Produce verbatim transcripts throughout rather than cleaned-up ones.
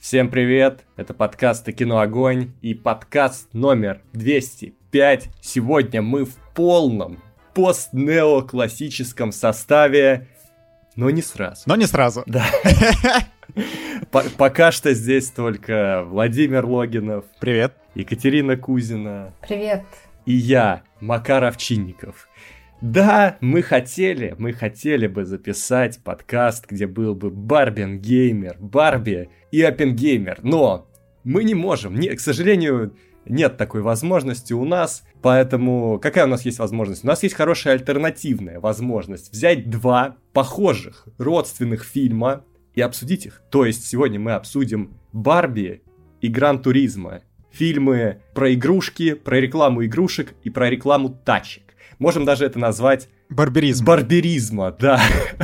Всем привет, это подкаст «Кино Огонь» и подкаст номер двести пять. Сегодня мы в полном пост-неоклассическом составе, но не сразу. Но не сразу. Да. Пока что здесь только Владимир Логинов. Привет. Екатерина Кузина. Привет. И я, Макар Овчинников. Да, мы хотели, мы хотели бы записать подкаст, где был бы Барбенгеймер, Барби и Оппенгеймер, но мы не можем, не, к сожалению, нет такой возможности у нас, поэтому какая у нас есть возможность? У нас есть хорошая альтернативная возможность взять два похожих родственных фильма и обсудить их. То есть сегодня мы обсудим Барби и Гран-туризмо, фильмы про игрушки, про рекламу игрушек и про рекламу тачек. Можем даже это назвать... Барберизм. Барберизма, да.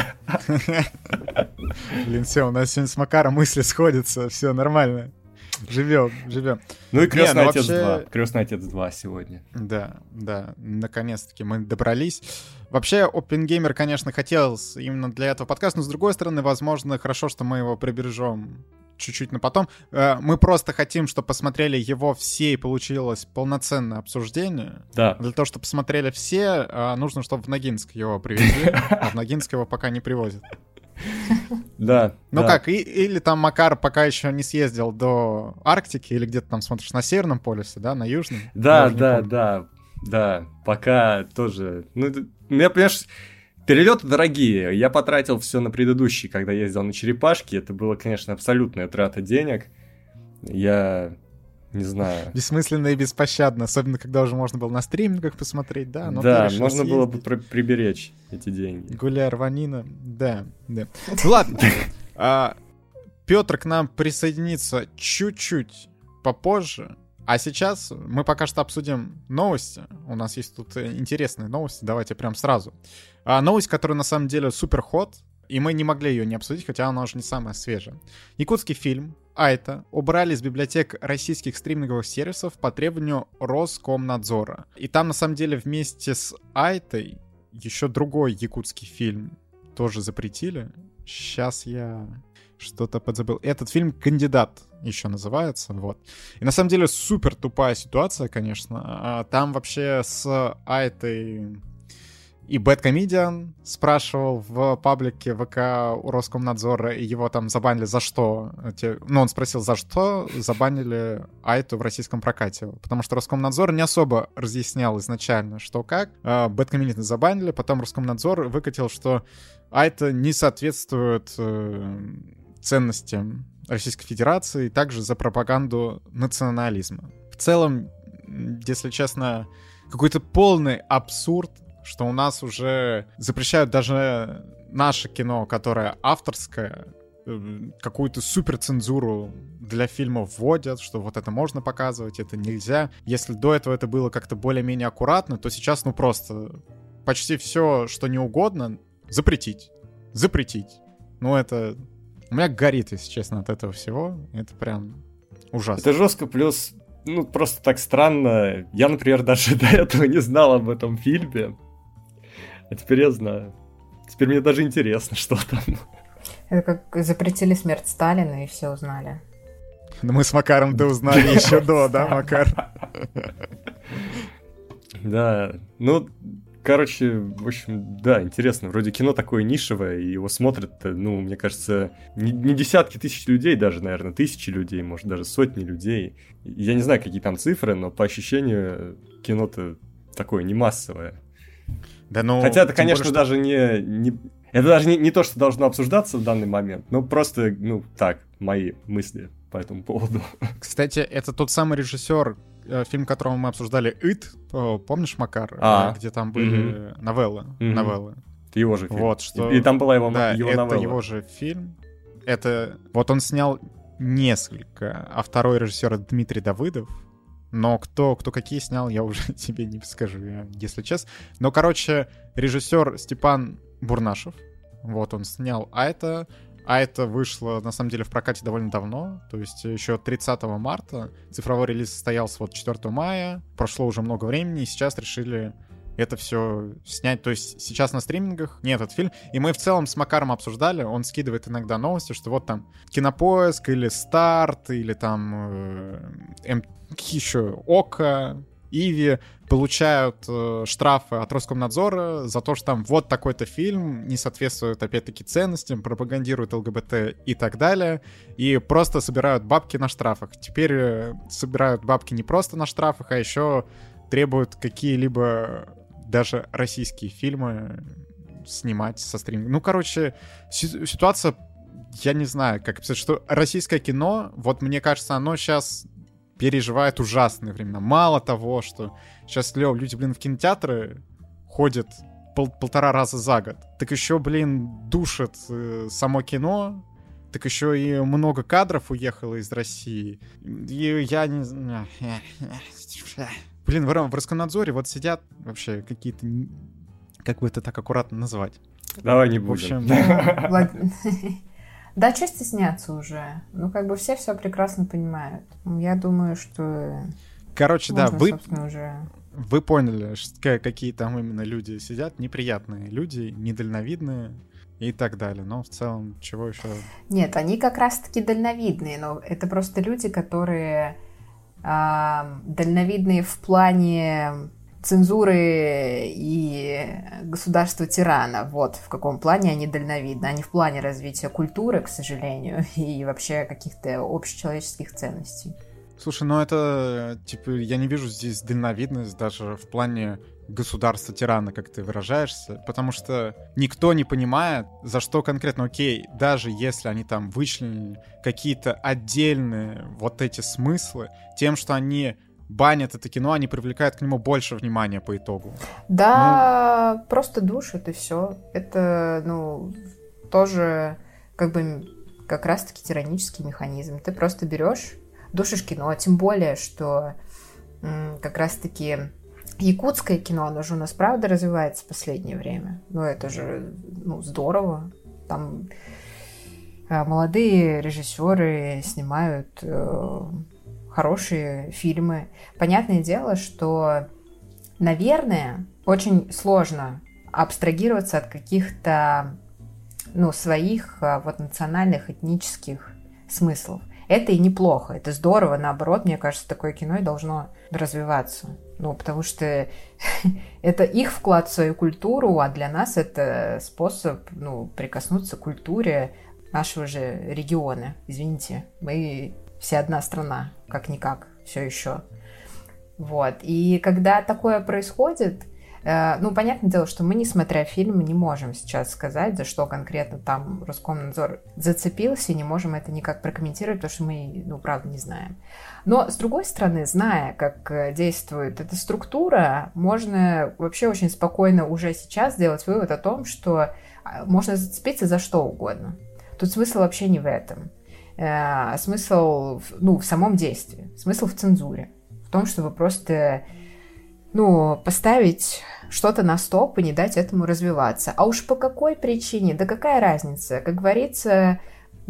Блин, все, у нас сегодня с Макаром мысли сходятся, все нормально. Живем, живем. Ну и «Крестный Не, ну отец вообще... два». «Крестный отец два» сегодня. Да, да, наконец-таки мы добрались. Вообще, Оппенгеймер, конечно, хотелось именно для этого подкаста, но с другой стороны, возможно, хорошо, что мы его прибережем чуть-чуть на потом. Мы просто хотим, чтобы посмотрели его все и получилось полноценное обсуждение. Да. Для того, чтобы посмотрели все, нужно, чтобы в Ногинск его привезли, а в Ногинск его пока не привозят. Да. Ну да. как, и, или там Макар пока еще не съездил до Арктики, или где-то там смотришь на Северном полюсе, да, на Южном? Да, да, да, да, пока тоже... Ну, я, понимаешь, перелеты дорогие. Я потратил все на предыдущий, когда ездил на черепашки. Это было, конечно, абсолютная трата денег. Я не знаю. Бессмысленно и беспощадно, особенно когда уже можно было на стримингах посмотреть, да? Но да, можно съездить. Было бы приберечь эти деньги. Гуляй, рванина, да, да. Ну ладно, а, Петр к нам присоединится чуть-чуть попозже, а сейчас мы пока что обсудим новости. У нас есть тут интересные новости, давайте прям сразу. А, новость, которая на самом деле супер хот, и мы не могли ее не обсудить, хотя она уже не самая свежая. Якутский фильм «Айта» убрали из библиотек российских стриминговых сервисов по требованию Роскомнадзора. И там, на самом деле, вместе с «Айтой» еще другой якутский фильм тоже запретили. Сейчас я что-то подзабыл. Этот фильм «Кандидат» еще называется, вот. И на самом деле супер тупая ситуация, конечно. Там вообще с «Айтой» и Бэдкомедиан спрашивал в паблике ВК у Роскомнадзора, и его там забанили за что? Ну, он спросил, за что забанили Айту в российском прокате. Потому что Роскомнадзор не особо разъяснял изначально, что как. Бэдкомедиан забанили, потом Роскомнадзор выкатил, что Айта не соответствует ценностям Российской Федерации, и также за пропаганду национализма. В целом, если честно, какой-то полный абсурд, что у нас уже запрещают даже наше кино, которое авторское, какую-то суперцензуру для фильмов вводят, что вот это можно показывать, это нельзя. Если до этого это было как-то более-менее аккуратно, то сейчас, ну, просто почти все, что не угодно, запретить. Запретить. Ну, это... У меня горит, если честно, от этого всего. Это прям ужасно. Это жестко, плюс... Ну, просто так странно. Я, например, даже до этого не знал об этом фильме. А теперь я знаю. Теперь мне даже интересно, что там. Это как запретили смерть Сталина, и все узнали. Ну, мы с Макаром-то узнали еще до, да, Макар? Да, ну, короче, в общем, да, интересно. Вроде кино такое нишевое, и его смотрят, ну, мне кажется, не, не десятки тысяч людей даже, наверное, тысячи людей, может, даже сотни людей. Я не знаю, какие там цифры, но по ощущению кино-то такое не массовое. Да, ну, хотя это, конечно, более, даже не, не... Это даже не, не то, что должно обсуждаться в данный момент, но просто, ну, так, мои мысли по этому поводу. Кстати, это тот самый режиссер, фильм которого мы обсуждали, «Ит», помнишь, Макар? А, где там были mm-hmm. новеллы. Mm-hmm. новеллы. Это его же фильм. Вот, что... И, и там была его, да, его это новелла. его же фильм. Это... Вот он снял несколько, а второй режиссер — Дмитрий Давыдов. Но кто, кто какие снял, я уже тебе не скажу, если честно. Но, короче, режиссер Степан Бурнашев. Вот он снял «Айта». «Айта» вышло, на самом деле, в прокате довольно давно. То есть еще тридцатого марта. Цифровой релиз состоялся вот четвёртого мая. Прошло уже много времени, и сейчас решили это все снять. То есть сейчас на стримингах нет этот фильм. И мы в целом с Макаром обсуждали, он скидывает иногда новости, что вот там Кинопоиск или Старт, или там э, М... еще Ока, Иви получают э, штрафы от Роскомнадзора за то, что там вот такой-то фильм не соответствует, опять-таки, ценностям, пропагандирует ЛГБТ и так далее, и просто собирают бабки на штрафах. Теперь э, собирают бабки не просто на штрафах, а еще требуют какие-либо даже российские фильмы снимать со стриминга. Ну, короче, си- ситуация, я не знаю, как писать, что российское кино, вот мне кажется, оно сейчас переживает ужасные времена. Мало того, что сейчас, Лёв, люди, блин, в кинотеатры ходят пол- полтора раза за год, так еще, блин, душат э, само кино, так еще и много кадров уехало из России. И я не знаю... Блин, в, в Роскомнадзоре вот сидят вообще какие-то... Как бы это так аккуратно назвать? Давай не будем. В общем... Да, что стесняться уже? Ну, как бы все все прекрасно понимают. Я думаю, что... Короче, можно, да, вы... уже... Вы поняли, что, какие там именно люди сидят. Неприятные люди, недальновидные и так далее. Но в целом, чего еще... Нет, они как раз-таки дальновидные. Но это просто люди, которые э, дальновидные в плане... цензуры и государства тирана. Вот в каком плане они дальновидны. А не в плане развития культуры, к сожалению, и вообще каких-то общечеловеческих ценностей. Слушай, ну это, типа, я не вижу здесь дальновидность даже в плане государства тирана, как ты выражаешься, потому что никто не понимает, за что конкретно, окей, даже если они там вычленили какие-то отдельные вот эти смыслы, тем, что они банят это кино, они привлекают к нему больше внимания по итогу. Да, ну... просто душат и все. Это, ну, тоже как бы как раз-таки тиранический механизм. Ты просто берешь, душишь кино, тем более, что м, как раз-таки якутское кино, оно же у нас правда развивается в последнее время. Ну, это же, ну, здорово. Там э, молодые режиссеры снимают... Э, хорошие фильмы. Понятное дело, что, наверное, очень сложно абстрагироваться от каких-то, ну, своих вот национальных, этнических смыслов. Это и неплохо, это здорово, наоборот, мне кажется, такое кино и должно развиваться. Ну, потому что это их вклад в свою культуру, а для нас это способ, ну, прикоснуться к культуре нашего же региона. Извините, мы... Вся одна страна, как-никак, все еще. Вот. И когда такое происходит, э, ну, понятное дело, что мы, не смотря фильм, не можем сейчас сказать, за что конкретно там Роскомнадзор зацепился, и не можем это никак прокомментировать, потому что мы, ну, правда, не знаем. Но, с другой стороны, зная, как действует эта структура, можно вообще очень спокойно уже сейчас сделать вывод о том, что можно зацепиться за что угодно. Тут смысл вообще не в этом. А смысл, ну, в самом действии, смысл в цензуре, в том, чтобы просто, ну, поставить что-то на стоп и не дать этому развиваться. А уж по какой причине, да какая разница? Как говорится,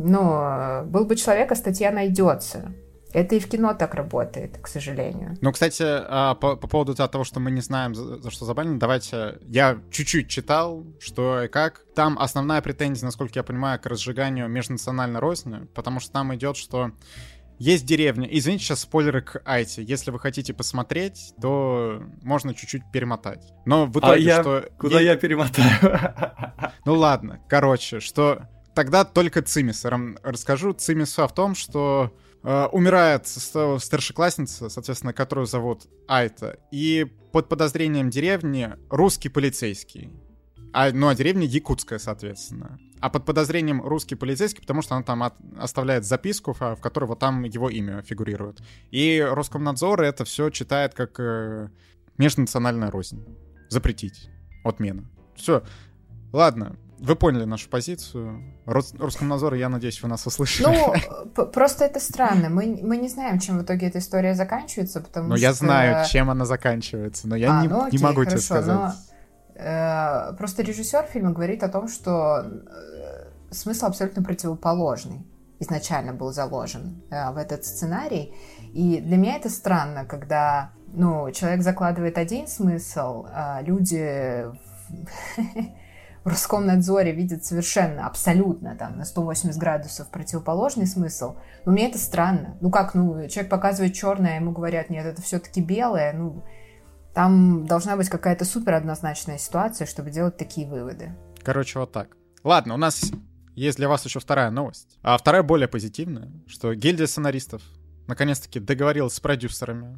ну, был бы человек, а статья найдется. Это и в кино так работает, к сожалению. Ну, кстати, по, по поводу того, что мы не знаем, за, за что забанено, давайте... Я чуть-чуть читал, что и как. Там основная претензия, насколько я понимаю, к разжиганию межнациональной розни, потому что там идет, что есть деревня. Извините, сейчас спойлеры к Айти. Если вы хотите посмотреть, то можно чуть-чуть перемотать. Но в итоге, а я... что... Куда я перемотаю? Ну ладно, короче, что... Тогда только цимисером расскажу. Цимис в том, что... Uh, умирает старшеклассница, соответственно, которую зовут Айта, и под подозрением деревни русский полицейский. А, ну, а деревня якутская, соответственно. А под подозрением русский полицейский, потому что она там от, оставляет записку, в которой вот там его имя фигурирует. И Роскомнадзор это все читает как э, межнациональная рознь. Запретить. Отмена. Все. Ладно. Вы поняли нашу позицию. Рос- Роскомнадзор, я надеюсь, вы нас услышали. Ну, п- просто это странно. Мы, мы не знаем, чем в итоге эта история заканчивается, потому но что... Но я знаю, чем она заканчивается, но я а, не, ну, окей, не могу хорошо, тебе сказать. Но, э, просто режиссер фильма говорит о том, что э, смысл абсолютно противоположный изначально был заложен э, в этот сценарий. И для меня это странно, когда ну, человек закладывает один смысл, а люди в Роскомнадзоре видят совершенно, абсолютно, там, на сто восемьдесят градусов противоположный смысл. Но мне это странно. Ну как, ну, человек показывает черное, а ему говорят, нет, это все-таки белое. Ну, там должна быть какая-то супер однозначная ситуация, чтобы делать такие выводы. Короче, вот так. Ладно, у нас есть для вас еще вторая новость. А вторая более позитивная, что гильдия сценаристов наконец-таки договорилась с продюсерами.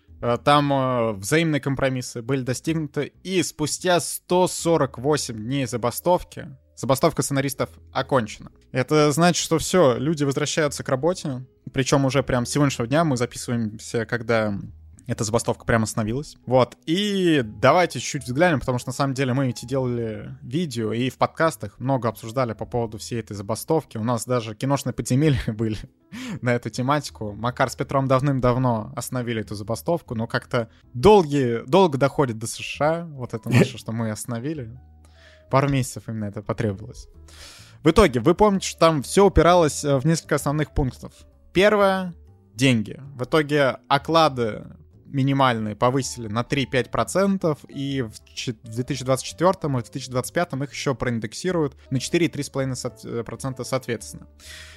Там э, взаимные компромиссы были достигнуты, и спустя сто сорок восемь дней забастовки забастовка сценаристов окончена. Это значит, что все, люди возвращаются к работе, причем уже прям с сегодняшнего дня мы записываемся, когда эта забастовка прямо остановилась. Вот, и давайте чуть-чуть взглянем, потому что на самом деле мы ведь и делали видео, и в подкастах много обсуждали по поводу всей этой забастовки. У нас даже киношные подземелья были на эту тематику. Макар с Петром давным-давно остановили эту забастовку, но как-то долгие, долго доходит до США, вот это наше, что мы остановили. Пару месяцев именно это потребовалось. В итоге, вы помните, что там все упиралось в несколько основных пунктов. Первое — деньги. В итоге оклады минимальные повысили на три-пять процентов, и в две тысячи двадцать четвёртом и в две тысячи двадцать пятом их еще проиндексируют на четыре и три целых пять десятых процента соответственно.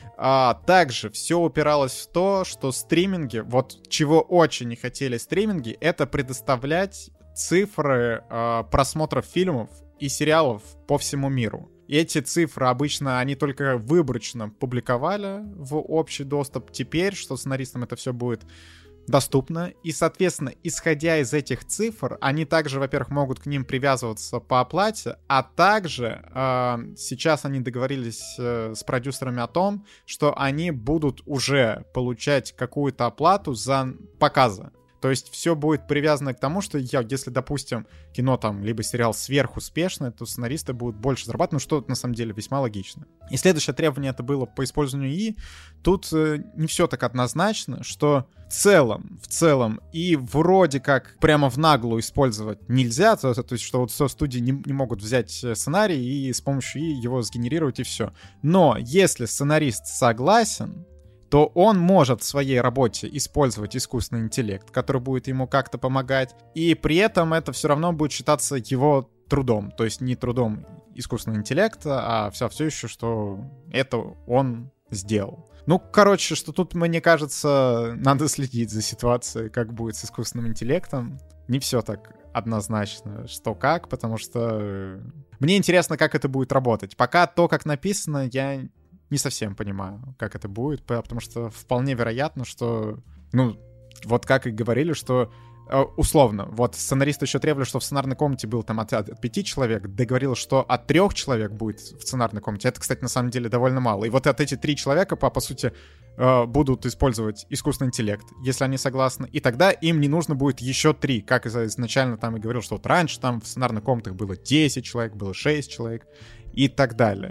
А также все упиралось в то, что стриминги, вот чего очень не хотели стриминги, это предоставлять цифры а, просмотров фильмов и сериалов по всему миру. И эти цифры обычно они только выборочно публиковали в общий доступ. Теперь, что сценаристам это все будет доступно, и, соответственно, исходя из этих цифр, они также, во-первых, могут к ним привязываться по оплате, а также э, сейчас они договорились э, с продюсерами о том, что они будут уже получать какую-то оплату за показы. То есть все будет привязано к тому, что я, если, допустим, кино там, либо сериал сверхуспешное, то сценаристы будут больше зарабатывать, ну что на самом деле весьма логично. И следующее требование это было по использованию ИИ. Тут э, не все так однозначно, что в целом, в целом, и вроде как прямо в наглую использовать нельзя, то, то есть что вот со студии не, не могут взять сценарий и с помощью ИИ его сгенерировать и все. Но если сценарист согласен, то он может в своей работе использовать искусственный интеллект, который будет ему как-то помогать, и при этом это все равно будет считаться его трудом, то есть не трудом искусственного интеллекта, а все, все еще, что это он сделал. Ну, короче, что тут, мне кажется, надо следить за ситуацией, как будет с искусственным интеллектом. Не все так однозначно, что как, потому что мне интересно, как это будет работать. Пока то, как написано, я не совсем понимаю, как это будет, потому что вполне вероятно, что, ну, вот как и говорили, что условно, вот сценаристы еще требовали, что в сценарной комнате был там от, от пяти человек, договорилось, что от трех человек будет в сценарной комнате. Это, кстати, на самом деле довольно мало. И вот от эти три человека, по, по сути, будут использовать искусственный интеллект, если они согласны. И тогда им не нужно будет еще три, как изначально там и говорил, что вот раньше там в сценарных комнатах было десять человек, было шесть человек и так далее.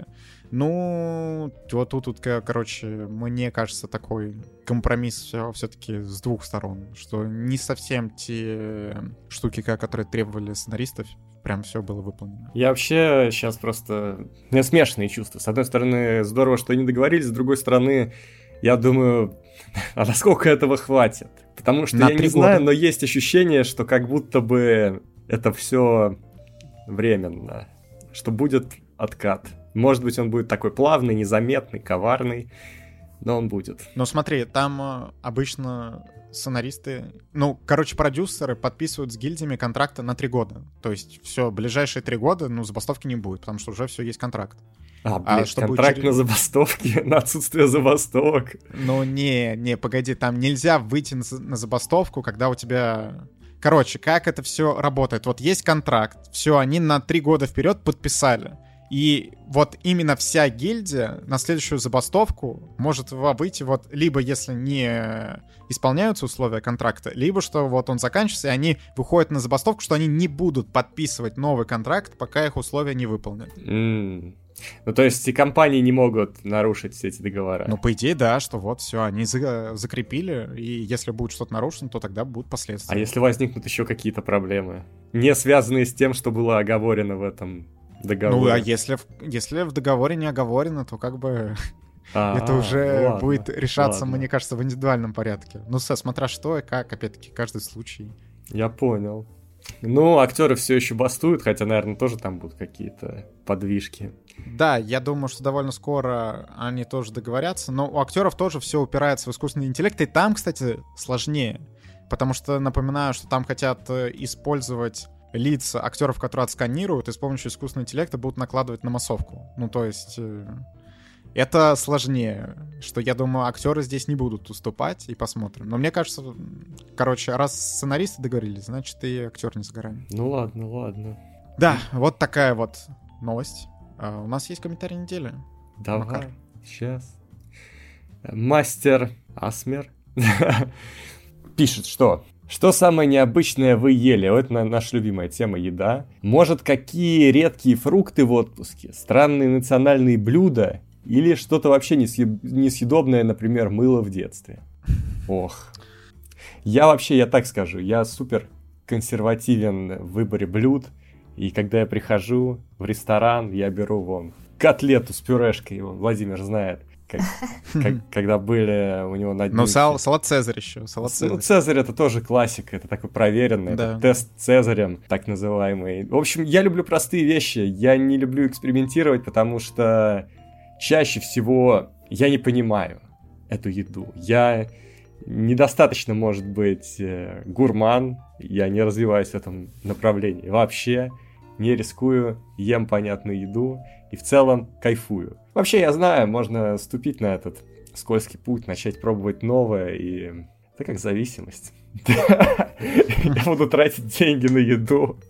Ну, вот тут, тут, короче, мне кажется, такой компромисс все-таки с двух сторон, что не совсем те штуки, которые требовали сценаристов, прям все было выполнено. Я вообще сейчас просто... У меня смешанные чувства. С одной стороны, здорово, что они договорились, с другой стороны, я думаю, а насколько этого хватит? Потому что На я не года. знаю, но есть ощущение, что как будто бы это все временно, что будет откат. Может быть, он будет такой плавный, незаметный, коварный, но он будет. Ну смотри, там э, обычно сценаристы, ну, короче, продюсеры подписывают с гильдиями контракты на три года. То есть все, ближайшие три года, ну, забастовки не будет, потому что уже все есть контракт. А, блин, а контракт через... на забастовки, на отсутствие забастовок. Ну, не, не, погоди, там нельзя выйти на, на забастовку, когда у тебя... Короче, как это все работает? Вот есть контракт, все, они на три года вперед подписали. И вот именно вся гильдия на следующую забастовку может выйти вот либо если не исполняются условия контракта, либо что вот он заканчивается, и они выходят на забастовку, что они не будут подписывать новый контракт, пока их условия не выполнят. Mm. Ну, то есть и компании не могут нарушить все эти договора? Ну, по идее, да, что вот все, они за- закрепили, и если будет что-то нарушено, то тогда будут последствия. А если возникнут еще какие-то проблемы, не связанные с тем, что было оговорено в этом договоре? Ну, а если в, если в договоре не оговорено, то как бы А, это уже ладно, будет решаться, ладно. мне кажется, в индивидуальном порядке. Ну, смотря что и как, опять-таки, каждый случай Я понял. Ну, актеры все еще бастуют, хотя, наверное, тоже там будут какие-то подвижки. Да, я думаю, что довольно скоро они тоже договорятся, но у актеров тоже все упирается в искусственный интеллект, и там, кстати, сложнее, потому что, напоминаю, что там хотят использовать лица актеров, которые отсканируют, и с помощью искусственного интеллекта будут накладывать на массовку. Ну, то есть... Это сложнее, что, я думаю, актеры здесь не будут уступать, и посмотрим. Но мне кажется, короче, раз сценаристы договорились, значит, и актер не за горами. Ну ладно, ладно. Да, вот такая вот новость. А у нас есть комментарий недели. Давай, Макар. сейчас. Мастер Асмер пишет, что... Что самое необычное вы ели? Это наша любимая тема — еда. Может, какие редкие фрукты в отпуске? Странные национальные блюда? Или что-то вообще несъедобное, например, мыло в детстве? Ох. Я вообще, я так скажу, я супер консервативен в выборе блюд. И когда я прихожу в ресторан, я беру вон котлету с пюрешкой. Вон, Владимир знает, как, как, когда были у него на дне. Ну, сал, салат Цезарь еще. Салат Цезарь. Ну, Цезарь — это тоже классика, это такой проверенный, да. Это тест Цезарем, так называемый. В общем, я люблю простые вещи, я не люблю экспериментировать, потому что чаще всего я не понимаю эту еду. Я недостаточно, может быть, гурман, я не развиваюсь в этом направлении вообще, не рискую, ем понятную еду и в целом кайфую. Вообще, я знаю, можно ступить на этот скользкий путь, начать пробовать новое, и это как зависимость. Я буду тратить деньги на еду,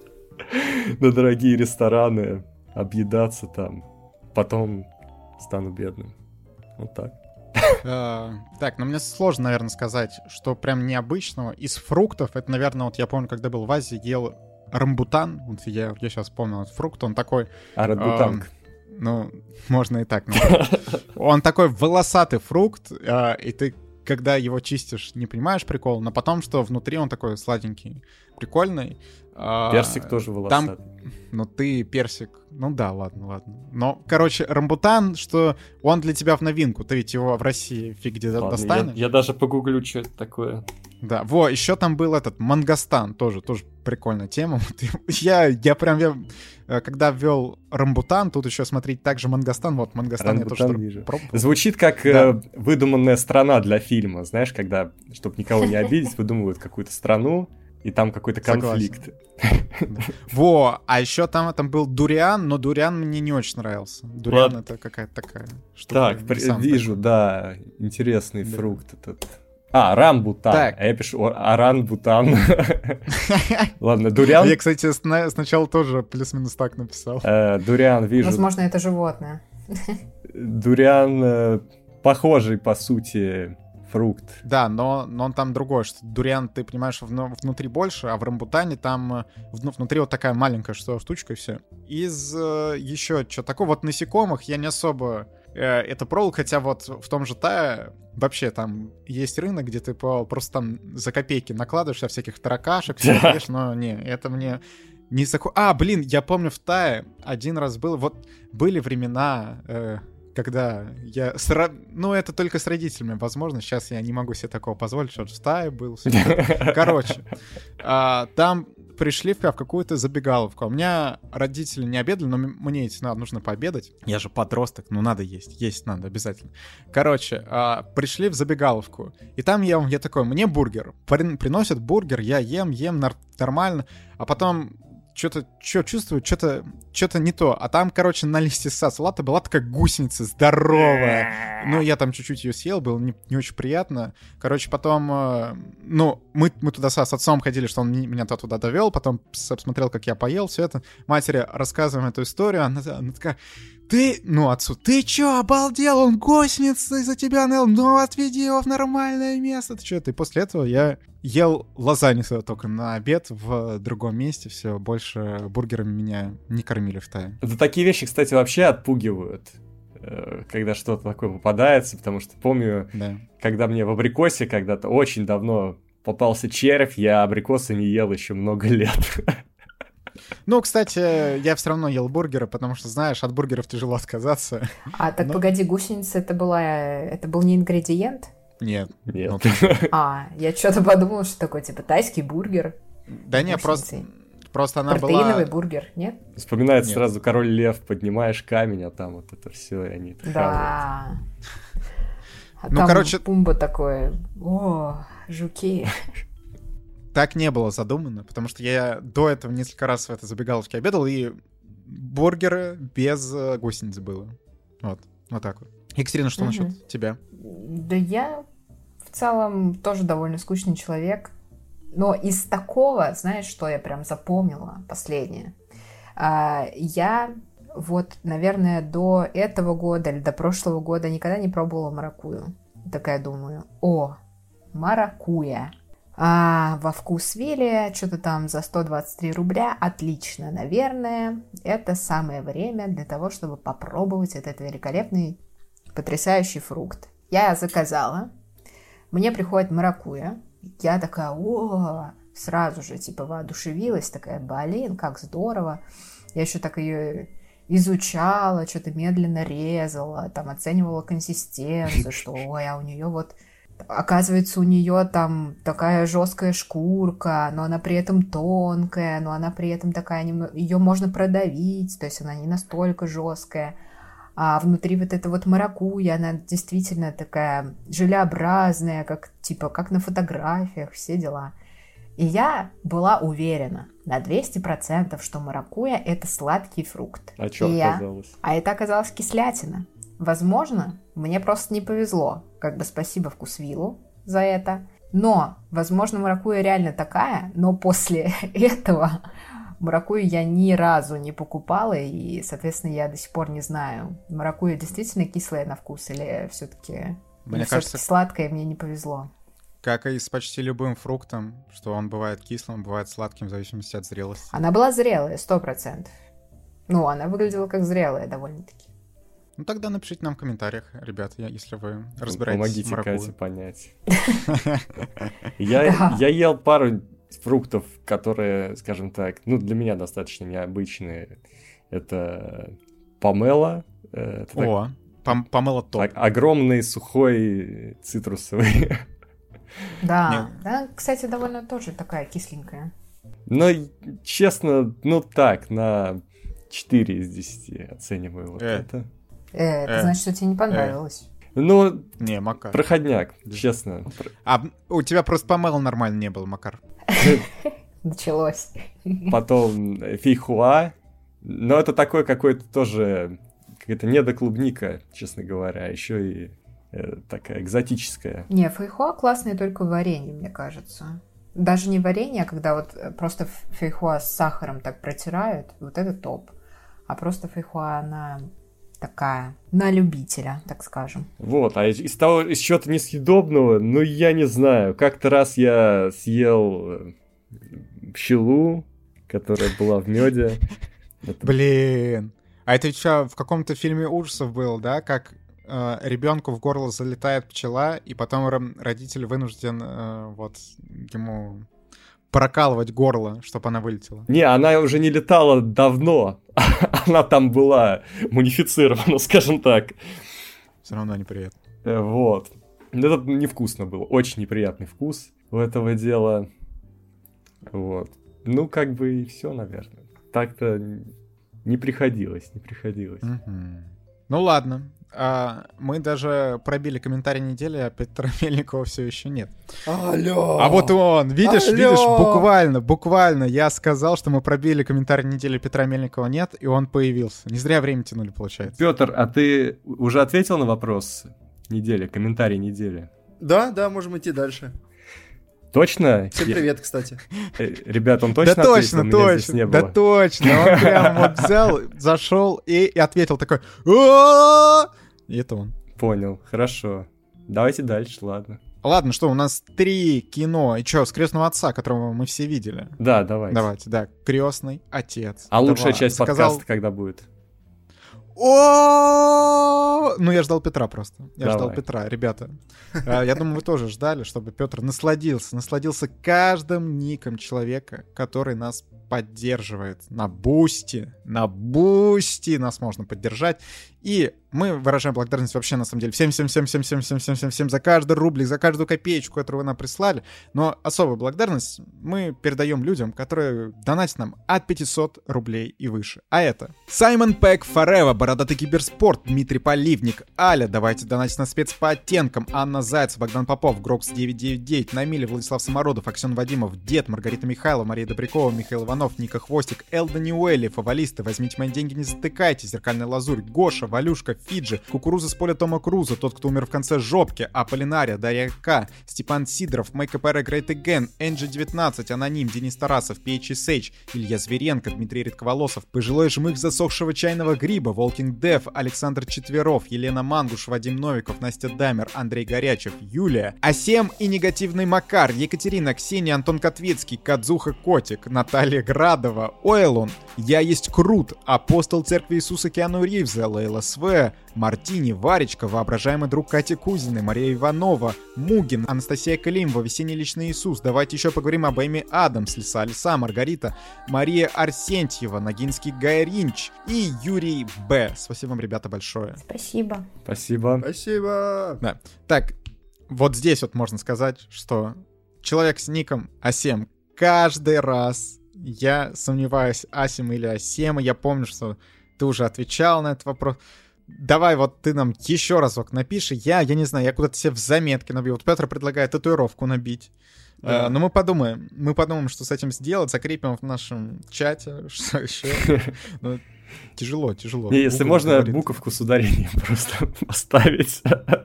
на дорогие рестораны, объедаться там, потом стану бедным. Вот так. Так, ну мне сложно, наверное, сказать, что прям необычного. Из фруктов, это, наверное, вот я помню, когда был в Азии, ел рамбутан. Вот я, я сейчас вспомнил этот фрукт, он такой... А рамбутан? Э, ну, можно и так назвать. Он такой волосатый фрукт, э, и ты, когда его чистишь, не понимаешь прикол, но потом, что внутри он такой сладенький, прикольный. Э, персик тоже волосатый. Там, ну, ты персик... Ну да, ладно, ладно. Но, короче, рамбутан, что он для тебя в новинку. Ты ведь его в России фиг где достанешь. Я, я даже погуглю, что это такое. Да, во, еще там был этот мангостан, тоже, тоже прикольная тема. я, я прям, я, когда ввел рамбутан, тут еще смотреть также мангостан, вот мангостан я тоже вижу. Пробовал. Звучит как да. э, выдуманная страна для фильма, знаешь, когда, чтобы никого не обидеть, выдумывают какую-то страну, и там какой-то конфликт. Во, а еще там, там был дуриан, но дуриан мне не очень нравился. Дуриан это какая-то такая штука. Так, вижу, да, интересный фрукт этот. А, рамбутан. Так. А я пишу орангутан. Ладно, дуриан. Я, кстати, сначала тоже плюс-минус так написал. Дуриан вижу. Возможно, это животное. Дуриан похожий, по сути, фрукт. Да, но, но он там другой, что дуриан, ты понимаешь, вну, внутри больше, а в рамбутане там вну, внутри вот такая маленькая что, штучка и все. Из э, еще что такого, вот насекомых я не особо э, это пробовал, хотя вот в том же Тае вообще там есть рынок, где ты просто там за копейки накладываешь а всяких таракашек, все ешь, но не, это мне не такой... А, блин, я помню в Тае один раз было, вот были времена... Э, когда я... С... Ну, это только с родителями, возможно. Сейчас я не могу себе такого позволить, что в стае был. Короче, а, там пришли в какую-то забегаловку. У меня родители не обедали, но мне идти надо, нужно пообедать. Я же подросток, ну, надо есть. Есть надо, обязательно. Короче, а, пришли в забегаловку. И там я, я такой, мне бургер. При... Приносят бургер, я ем, ем нар- нормально. А потом... Что-то, что чувствую, что-то, что-то не то. А там, короче, на листе салата была такая гусеница здоровая. Ну, я там чуть-чуть ее съел, было не, не очень приятно. Короче, потом, э, ну, мы, мы туда с, с отцом ходили, что он меня туда довел, потом посмотрел, как я поел, все это. Матери рассказываем эту историю, она, она такая... Ты, ну, отцу, ты чё, обалдел? Он гусеницу из-за тебя ныл, ну, отведи его в нормальное место. Ты чё? И после этого я ел лазанью только на обед в другом месте, все, больше бургерами меня не кормили в Тае. Да такие вещи, кстати, вообще отпугивают, когда что-то такое попадается, потому что помню, да. когда мне в абрикосе когда-то очень давно попался червь, я абрикосы не ел еще много лет. Ну, кстати, я все равно ел бургеры, потому что, знаешь, от бургеров тяжело отказаться. А так Но... погоди, гусеница это была, это был не ингредиент? Нет. Нет. Ну, А, я что-то подумала, что такое, типа, тайский бургер. Да не, просто, Гусеницей. просто она Протеиновый была... бургер, нет? Вспоминается Нет. сразу Король Лев, поднимаешь камень, а там вот это все, и они это хавают. Да. А Ну, там короче- Пумба такой, о, жуки. Так не было задумано, потому что я до этого несколько раз в этой забегаловке обедал, и бургеры без э, гусениц было. Вот, вот так вот. Екатерина, что Мгм. насчет тебя? Да я в целом тоже довольно скучный человек. Но из такого, знаешь, что я прям запомнила последнее? А, Я вот, наверное, до этого года или до прошлого года никогда не пробовала маракую. Такая думаю, о, маракуя. А во Вкусвилле что-то там за сто двадцать три рубля. Отлично, наверное. Это самое время для того, чтобы попробовать этот великолепный, потрясающий фрукт. Я заказала. Мне приходит маракуя. Я такая, о, сразу же, типа, воодушевилась. Такая, блин, как здорово. Я еще так ее изучала, что-то медленно резала, там, оценивала консистенцию, что, ой, а у нее вот... Оказывается, у нее там такая жесткая шкурка, но она при этом тонкая, но она при этом такая немного... Ее можно продавить, то есть она не настолько жесткая. А внутри вот эта вот маракуйя, она действительно такая желеобразная, как, типа, как на фотографиях, все дела. И я была уверена на двести процентов, что маракуйя — это сладкий фрукт. А что И я- оказалось? А это оказалась кислятина. Возможно, мне просто не повезло. Как бы спасибо Вкусвиллу за это. Но, возможно, маракуйя реально такая, но после этого маракуйю я ни разу не покупала, и, соответственно, я до сих пор не знаю, маракуйя действительно кислая на вкус или все-таки Мне кажется, сладкое, мне не повезло. как и с почти любым фруктом, что он бывает кислым, бывает сладким, в зависимости от зрелости. Она была зрелая, сто процентов. Ну, она выглядела как зрелая довольно-таки. Ну тогда напишите нам в комментариях, ребят, я- если вы разбираетесь Помогите в маракуйе. Кате понять. Я, Да. я ел пару фруктов, которые, скажем так, ну, для меня достаточно необычные. Это помело. э, Это так- О, пом- помыло топ. о- огромный сухой цитрусовый. Да, да, кстати, довольно тоже такая кисленькая. Но, честно, ну так, на четыре из десяти оцениваю вот Э. это. Э, это Э. значит, что тебе не понравилось. Ну, Не, Макар. проходняк, Да. честно. А у тебя просто помыл нормально не было, Макар. Началось. Потом фейхуа. Но это такой какой-то тоже... Какая-то недоклубника, честно говоря. Еще и э, такая экзотическая. Не, фейхоа классные только в варенье, мне кажется. Даже не варенье, а когда вот э, просто ф- фейхоа с сахаром так протирают, вот это топ. А просто фейхоа, она такая, на любителя, так скажем. Вот, а из, из того, из чего-то несъедобного, ну, я не знаю. Как-то раз я съел э, пчелу, которая была в меде. Это- Блин. А это что, в каком-то фильме ужасов было, да? Как э, ребенку в горло залетает пчела, и потом ро- родитель вынужден э, вот ему прокалывать горло, чтобы она вылетела. Не, она уже не летала давно. Она там была модифицирована, скажем так. Все равно неприятно. Э, Вот. Это невкусно было. Очень неприятный вкус у этого дела. Вот. Ну, как бы и все, наверное. Так-то не приходилось, не приходилось. Мгм. Ну ладно. А, мы даже пробили комментарий недели, а Петра Мельникова все еще нет. Алло! А вот он, видишь, Алло! видишь, буквально, буквально я сказал, что мы пробили комментарий недели, Петра Мельникова нет, и он появился. Не зря время тянули, получается. Петр, а ты уже ответил на вопрос недели, комментарий недели? Да, да, можем идти дальше. Точно? Всем Я- привет, кстати. э, Ребят, он точно да ответил? точно, Меня здесь точно, не да было. точно. Он прям вот взял, зашел и, и ответил такой. «А-а-а!» И это он. Понял, хорошо. Давайте дальше, ладно. Ладно, что, у нас три кино. И что, с «Крестного отца», которого мы все видели? Да, давайте. Давайте, да. «Крестный отец». А лучшая Два. часть Сказал- подкаста когда будет? О, ну я ждал Петра просто. Я ждал Давай. Петра, ребята. А, Я думаю, вы тоже ждали, чтобы Петр насладился, насладился каждым ником человека, который нас поддерживает на Бусти, на Бусти нас можно поддержать. И мы выражаем благодарность вообще, на самом деле, всем-всем-всем-всем-всем-всем-всем-всем за каждый рублик, за каждую копеечку, которую вы нам прислали. Но особую благодарность мы передаем людям, которые донатят нам от пятьсот рублей и выше. А это Саймон Пэк Форева, Бородатый Киберспорт, Дмитрий Поливник, Аля, давайте донатить на спец по оттенкам, Анна Зайцев, Богдан Попов, Грокс девятьсот девяносто девять, Намиле, Владислав Самородов, Аксен Вадимов, Дед, Маргарита Михайлова, Мария Добрякова, Михаил Иванов, Ника Хвостик, Элда Ньюэлли, Фавалисты, Возьмите мои деньги, не затыкайте, Зеркальная лазурь, Гоша, Валюшка, Фиджи, Кукуруза с поля Тома Круза, Тот, кто умер в конце жопки, Аполлинария, Дарья К, Степан Сидоров, Make Up Era Great Again, Энджи девятнадцать, Аноним, Денис Тарасов, пи эйч эс эйч, Илья Зверенко, Дмитрий Редковолосов, Пожилой жмых засохшего чайного гриба, Волкинг Дев, Александр Четверов, Елена Мангуш, Вадим Новиков, Настя Дамер, Андрей Горячев, Юлия, Асем и Негативный Макар, Екатерина, Ксения, Антон Котвецкий, Кадзуха Котик, Наталья Градова, Ойлун, Я есть Крут, Апостол Церкви Иисуса Киану Ривза, Лейла Све, Мартини, Варечка, Воображаемый друг Кати Кузиной, Мария Иванова, Мугин, Анастасия Климова, Весенний личный Иисус, давайте еще поговорим об Эми Адамс, Лиса Лиса, Маргарита, Мария Арсентьева, Ногинский Гай Ринч и Юрий Б. Спасибо вам, ребята, большое. Спасибо. Спасибо. Спасибо. Да. Так, вот здесь вот можно сказать, что человек с ником Асем каждый раз, я сомневаюсь, Асим или Асема, я помню, что ты уже отвечал на этот вопрос. Давай вот ты нам еще разок напиши. Я, я не знаю, я куда-то себе в заметки набью. Вот Петр предлагает татуировку набить. Да. Uh, но мы подумаем. Мы подумаем, что с этим сделать. Закрепим в нашем чате. Что еще? Ну, тяжело, тяжело. Не, если можно, буковку с ударением просто поставить.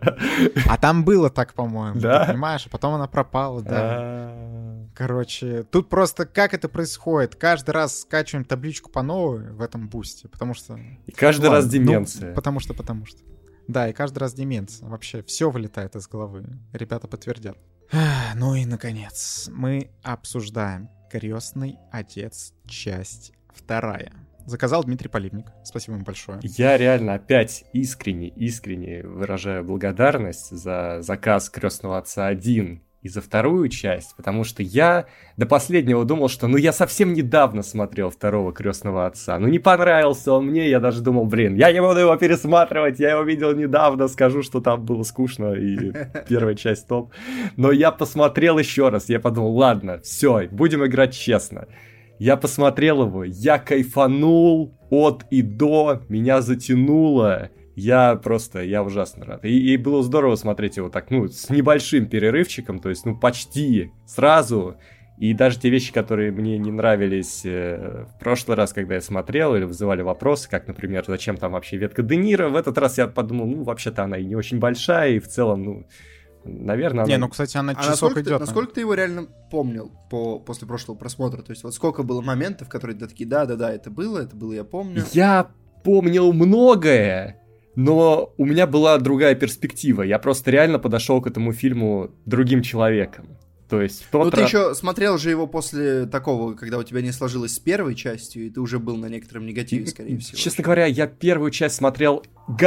А там было так, по-моему. Да? Ты понимаешь? А потом она пропала, да. Короче, тут просто как это происходит? Каждый раз скачиваем табличку по новой в этом бусте, потому что... И каждый Ладно, раз деменция. Ну, потому что, потому что. Да, и каждый раз деменция. Вообще все вылетает из головы. Ребята подтвердят. Ну и, наконец, мы обсуждаем «Крестный отец. Часть вторая». Заказал Дмитрий Поливник. Спасибо ему большое. Я реально опять искренне, искренне выражаю благодарность за заказ «Крестного отца один» и за вторую часть, потому что я до последнего думал, что ну я совсем недавно смотрел второго «Крестного отца», ну не понравился он мне, я даже думал, блин, я не буду его пересматривать, я его видел недавно, скажу, что там было скучно и первая часть топ, но я посмотрел еще раз, я подумал, ладно, все, будем играть честно. Я посмотрел его, я кайфанул от и до, меня затянуло. Я просто, я ужасно рад. И, и было здорово смотреть его так, ну, с небольшим перерывчиком, то есть, ну, почти сразу. И даже те вещи, которые мне не нравились э, в прошлый раз, когда я смотрел, или вызывали вопросы, как, например, зачем там вообще ветка Де Ниро, в этот раз я подумал, ну, вообще-то она и не очень большая, и в целом, ну, наверное, она... Не, ну, кстати, она а часок насколько идет. Ты, насколько ты его реально помнил по, после прошлого просмотра? То есть, вот сколько было моментов, которые ты такие, да-да-да, это было, это было, я помню. Я помнил многое. Но у меня была другая перспектива. Я просто реально подошел к этому фильму другим человеком. То есть в тот Ну, раз... ты еще смотрел же его после такого, когда у тебя не сложилось с первой частью, и ты уже был на некотором негативе, скорее всего. Честно говоря, я первую часть смотрел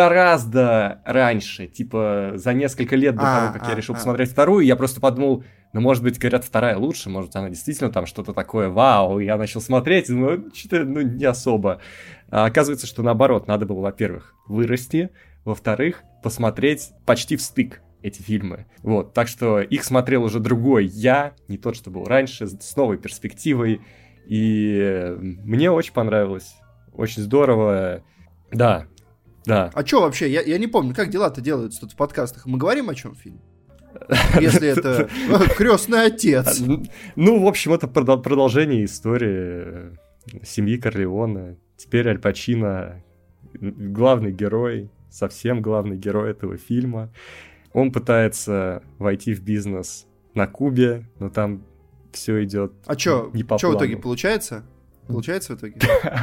гораздо раньше. Типа за несколько лет до а, того, как а, я решил а. посмотреть вторую. Я просто подумал, ну, может быть, говорят, вторая лучше. Может, она действительно там что-то такое вау. И я начал смотреть, и думаю, что-то ну, не особо. А оказывается, что наоборот, надо было, во-первых, вырасти, во-вторых, посмотреть почти встык эти фильмы. Вот, так что их смотрел уже другой я, не тот, что был раньше, с новой перспективой, и мне очень понравилось, очень здорово, да, да. А что вообще, я, я не помню, как дела-то делаются тут в подкастах, мы говорим о чем фильм? Если это «Крестный отец». Ну, в общем, это продолжение истории семьи Корлеоне. Теперь Аль Пачино главный герой, совсем главный герой этого фильма. Он пытается войти в бизнес на Кубе, но там все идет а чё, не по чё плану. в итоге получается? Получается в итоге?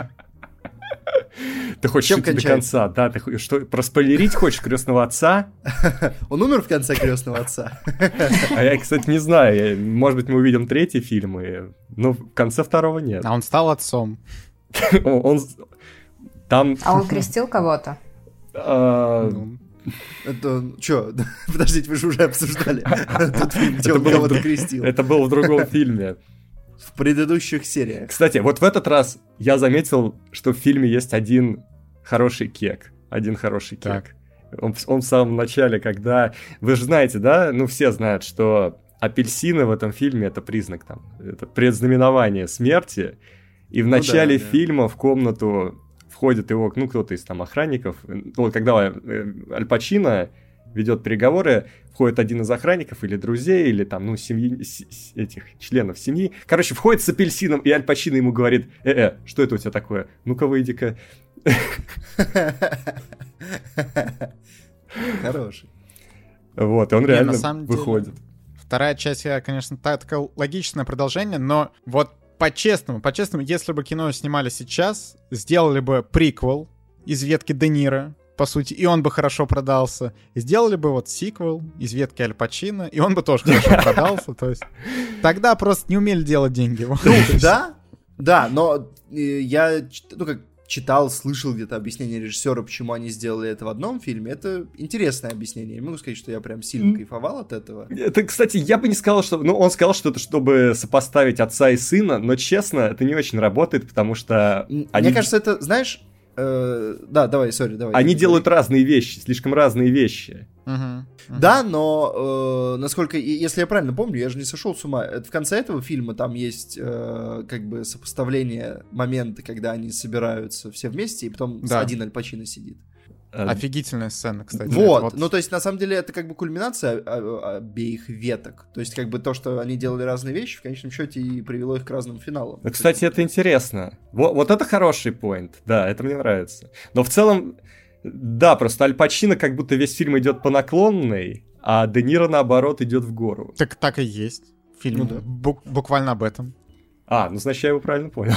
Ты хочешь идти до конца, да? Ты что, проспойлерить хочешь «Крестного отца»? Он умер в конце «Крестного отца». А я, кстати, не знаю. Может быть, мы увидим третий фильм, но в конце второго нет. А он стал отцом. Он там... А он крестил кого-то? Это что? Подождите, вы же уже обсуждали тот фильм, где он кого-то крестил. Это было в другом фильме. В предыдущих сериях. Кстати, вот в этот раз я заметил, что в фильме есть один хороший кек. один хороший кек. Так. Он, он в самом начале, когда... Вы же знаете, да? Ну, все знают, что апельсины в этом фильме — это признак, там, это предзнаменование смерти. И в Ну начале да, да. фильма в комнату входит его, ну, кто-то из там охранников. Вот когда э, Аль Пачино ведет переговоры, входит один из охранников или друзей, или там, ну, семьи, с- с- этих членов семьи. Короче, входит с апельсином, и Аль Пачино ему говорит: э-э, что это у тебя такое? Ну-ка, выйди-ка. Хороший. Вот, и он Не, реально на самом деле, выходит. Вторая часть, я, конечно, та- такое логичное продолжение, но вот по-честному, по-честному, если бы кино снимали сейчас, сделали бы приквел из ветки Де Ниро, по сути, и он бы хорошо продался. И сделали бы вот сиквел из ветки Аль Пачино, и он бы тоже хорошо продался. То есть тогда просто не умели делать деньги. Вот. Да, да, но э, я, ч- ну, как читал, слышал где-то объяснение режиссера, почему они сделали это в одном фильме. Это интересное объяснение. Не могу сказать, что я прям сильно кайфовал от этого. Это, кстати, я бы не сказал, что... Ну, он сказал, что это чтобы сопоставить отца и сына, но, честно, это не очень работает, потому что... М, они... Мне кажется, это, знаешь... э, да, давай, сори, давай. Они говори. делают разные вещи, слишком разные вещи. Мгм. Мгм. Да, но, э, насколько, и- если я правильно помню, я же не сошел с ума. Это в конце этого фильма там есть э, как бы сопоставление момента, когда они собираются все вместе, и потом Да. один Аль Пачино сидит. Э, Офигительная сцена, кстати. Вот. Это ну то есть на самом деле это как бы кульминация а- а- обеих веток. То есть как бы то, что они делали разные вещи, в конечном счете и привело их к разным финалам. Ну, кстати, это интересно. Вот, вот это хороший поинт. Да, это мне нравится. Но в целом, да, просто Аль Пачино как будто весь фильм идет по наклонной, а Де Ниро, наоборот, идет в гору. Так, так и есть. Фильм Ну да. бу- буквально об этом. А, ну, значит, я его правильно понял.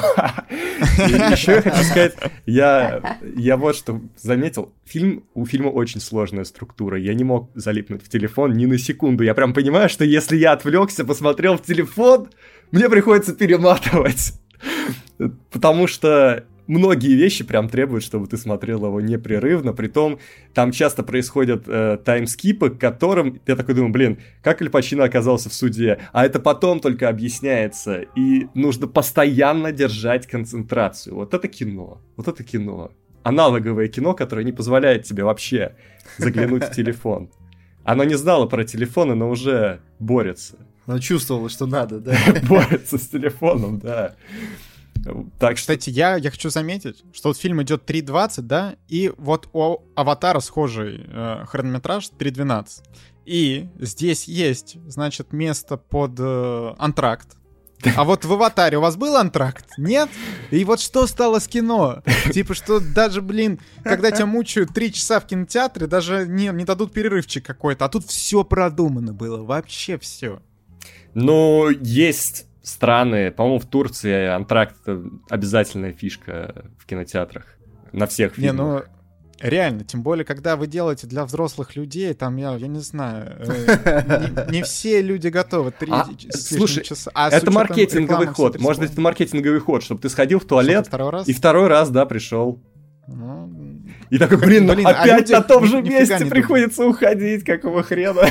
Еще я хочу сказать, я, я вот что заметил. Фильм, у фильма очень сложная структура. Я не мог залипнуть в телефон ни на секунду. Я прям понимаю, что если я отвлекся, посмотрел в телефон, мне приходится перематывать. Потому что многие вещи прям требуют, чтобы ты смотрел его непрерывно. Притом там часто происходят э, таймскипы, к которым я такой думаю, блин, как Аль Пачино оказался в суде? А это потом только объясняется. И нужно постоянно держать концентрацию. Вот это кино. Вот это кино. Аналоговое кино, которое не позволяет тебе вообще заглянуть в телефон. Оно не знало про телефоны, но уже борется. Она чувствовала, что надо, да. Борется с телефоном, да. Так что... Кстати, я, я хочу заметить, что вот фильм идет три двадцать, да, и вот у «Аватара» схожий э, хронометраж три двенадцать. И здесь есть, значит, место под э, антракт. А вот в «Аватаре» у вас был антракт? Нет? И вот что стало с кино? Типа, что даже, блин, когда тебя мучают три часа в кинотеатре, даже не, не дадут перерывчик какой-то, а тут все продумано было, вообще все. Ну, есть страны, по-моему, в Турции антракт — это обязательная фишка в кинотеатрах. На всех Не, фильмах. ну, реально, тем более, когда вы делаете для взрослых людей, там, я, я не знаю, э, не, не все люди готовы. Три А, с лишним слушай, часа. А с Это учетом маркетинговый рекламы ход. все Может быть, это маркетинговый ход, чтобы ты сходил в Что, туалет второй раз? и второй раз, да, пришел. Ну, И такой, блин, ну Блин, а опять люди на том же ни- нифига месте не приходится уходить, какого хрена?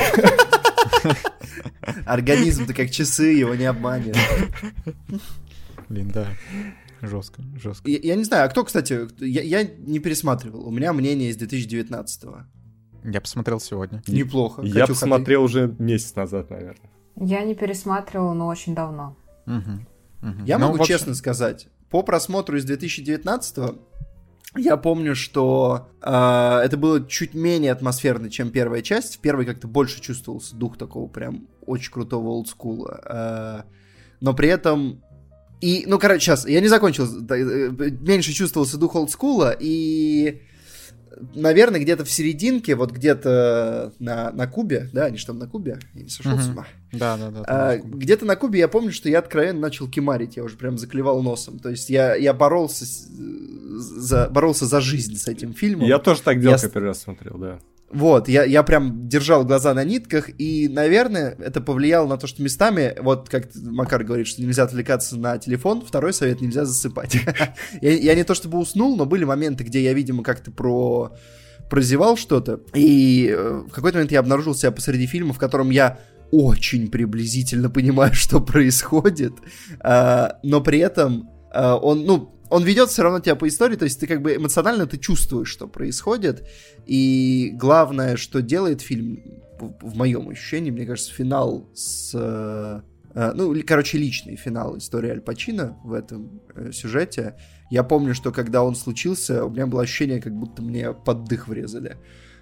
Организм-то как часы, его не обманешь. блин, да. Жестко, жестко. Я, я не знаю, а кто, кстати, я, я не пересматривал. У меня мнение из две тысячи девятнадцатого. Я посмотрел сегодня. Неплохо. Я Катюха, ты? посмотрел уже месяц назад, наверное. Я не пересматривала, но очень давно. Мгм, мгм. Я Ну, могу в общем, честно сказать, по просмотру из две тысячи девятнадцатого я помню, что э, это было чуть менее атмосферно, чем первая часть. В первой как-то больше чувствовался дух такого прям очень крутого олдскула. Э, но при этом... И, ну, короче, сейчас, я не закончил. да, э, Меньше чувствовался дух олдскула, и, наверное, где-то в серединке, вот где-то на, на Кубе, да, они же там на Кубе, я не сошел с Мгм. ума. Да, да, да. А, там где-то на Кубе я помню, что я откровенно начал кемарить, я уже прям заклевал носом. То есть я, я боролся, с- за, боролся за жизнь с этим фильмом. Я тоже так делал, Я с- когда первый раз смотрел, да. Вот, я, я прям держал глаза на нитках, и, наверное, это повлияло на то, что местами, вот как Макар говорит, что нельзя отвлекаться на телефон, второй совет — нельзя засыпать. я, я не то чтобы уснул, но были моменты, где я, видимо, как-то про... прозевал что-то, и э, в какой-то момент я обнаружил себя посреди фильма, в котором я очень приблизительно понимаю, что происходит, э, но при этом э, он, ну, он ведет все равно тебя по истории, то есть ты как бы эмоционально ты чувствуешь, что происходит, и главное, что делает фильм, в, в моем ощущении, мне кажется, финал с... Э, ну, короче, личный финал истории Аль Пачино в этом э, сюжете. Я помню, что когда он случился, у меня было ощущение, как будто мне под дых врезали.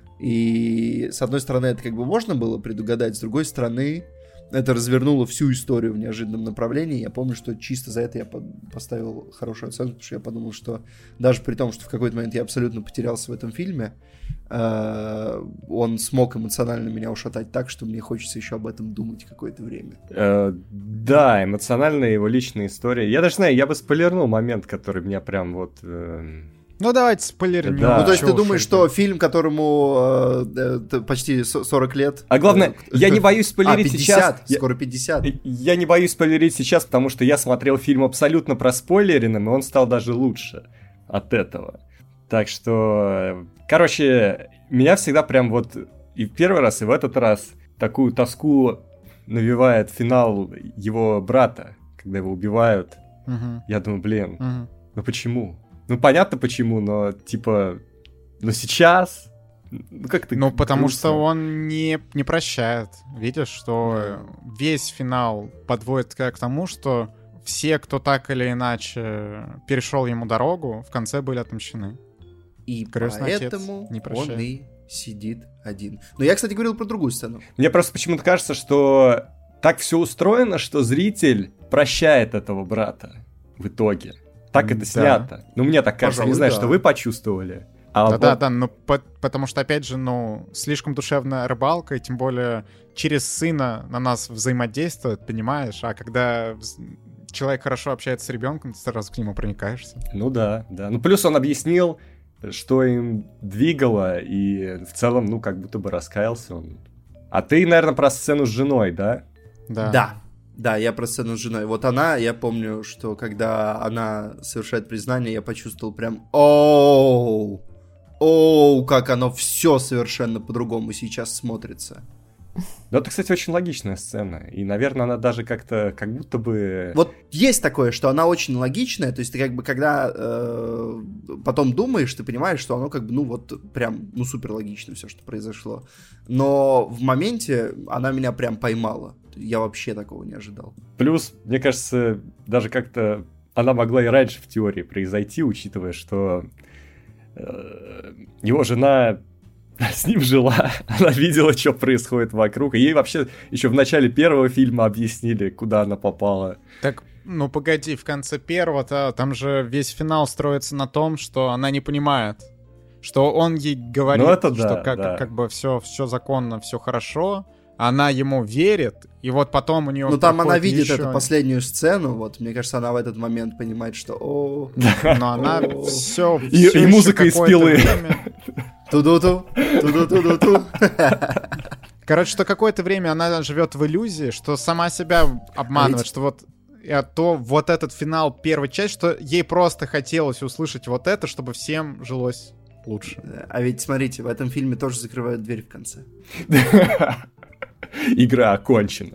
И, с одной стороны, это как бы можно было предугадать, с другой стороны, это развернуло всю историю в неожиданном направлении. Я помню, что чисто за это я поставил хорошую оценку, потому что я подумал, что даже при том, что в какой-то момент я абсолютно потерялся в этом фильме, э, он смог эмоционально меня ушатать так, что мне хочется еще об этом думать какое-то время. Э, да, эмоциональная его личная история. Я даже знаю, я бы спойлернул момент, который меня прям вот... Э... Ну, давайте спойлернем. Да. Ну, то есть ты думаешь, что фильм, которому э, почти сорок лет... А главное, э, я не боюсь спойлерить а, пятьдесят, сейчас. Скоро пятьдесят. Я, я не боюсь спойлерить сейчас, потому что я смотрел фильм абсолютно проспойлеренным, и он стал даже лучше от этого. Так что, короче, меня всегда прям вот и в первый раз, и в этот раз такую тоску навевает финал его брата, когда его убивают. Угу. Я думаю, блин, угу. ну почему? Ну, понятно почему, но, типа, ну сейчас... Ну, как-то ну потому грустно. что он не, не прощает. Видишь, что mm. весь финал подводит к тому, что все, кто так или иначе перешел ему дорогу, в конце были отмщены. И Крестный поэтому не он и сидит один. Но я, кстати, говорил про другую сцену. Мне просто почему-то кажется, что так все устроено, что зритель прощает этого брата в итоге. Так это да. снято. Ну, мне так кажется. Пожалуй, не знаю, да. что вы почувствовали. А да, вот... да, да, ну, по- потому что, опять же, ну, слишком душевная рыбалка, и тем более через сына на нас взаимодействует, понимаешь? А когда человек хорошо общается с ребенком, ты сразу к нему проникаешься. Ну да, да. Ну, плюс он объяснил, что им двигало, и в целом, ну, как будто бы раскаялся он. А ты, наверное, про сцену с женой, да? Да. Да. Да, я про сцену с женой. Вот она, я помню, что когда она совершает признание, я почувствовал прям оу, оу, как оно все совершенно по-другому сейчас смотрится. Ну, это, кстати, очень логичная сцена. И, наверное, она даже как-то, как будто бы... Вот есть такое, что она очень логичная, то есть ты как бы, когда э, потом думаешь, ты понимаешь, что оно как бы, ну вот, прям, ну супер логично все, что произошло. Но в моменте она меня прям поймала. Я вообще такого не ожидал. Плюс, мне кажется, даже как-то она могла и раньше в теории произойти, учитывая, что э, его жена с ним жила, она видела, что происходит вокруг, и ей вообще еще в начале первого фильма объяснили, куда она попала. Так, ну погоди, в конце первого-то там же весь финал строится на том, что она не понимает, что он ей говорит, ну, это что да, как, да. как бы все, все законно, все хорошо, она ему верит, и вот потом у нее... Ну там она видит еще... эту последнюю сцену, вот, мне кажется, она в этот момент понимает, что о, но она все... И музыка из пилы. Ту-ду-ту, ту-ду-ту-ду-ту. Короче, что какое-то время она живет в иллюзии, что сама себя обманывает, что вот а то вот этот финал первой части, что ей просто хотелось услышать вот это, чтобы всем жилось лучше. А ведь, смотрите, в этом фильме тоже закрывают дверь в конце. Игра окончена.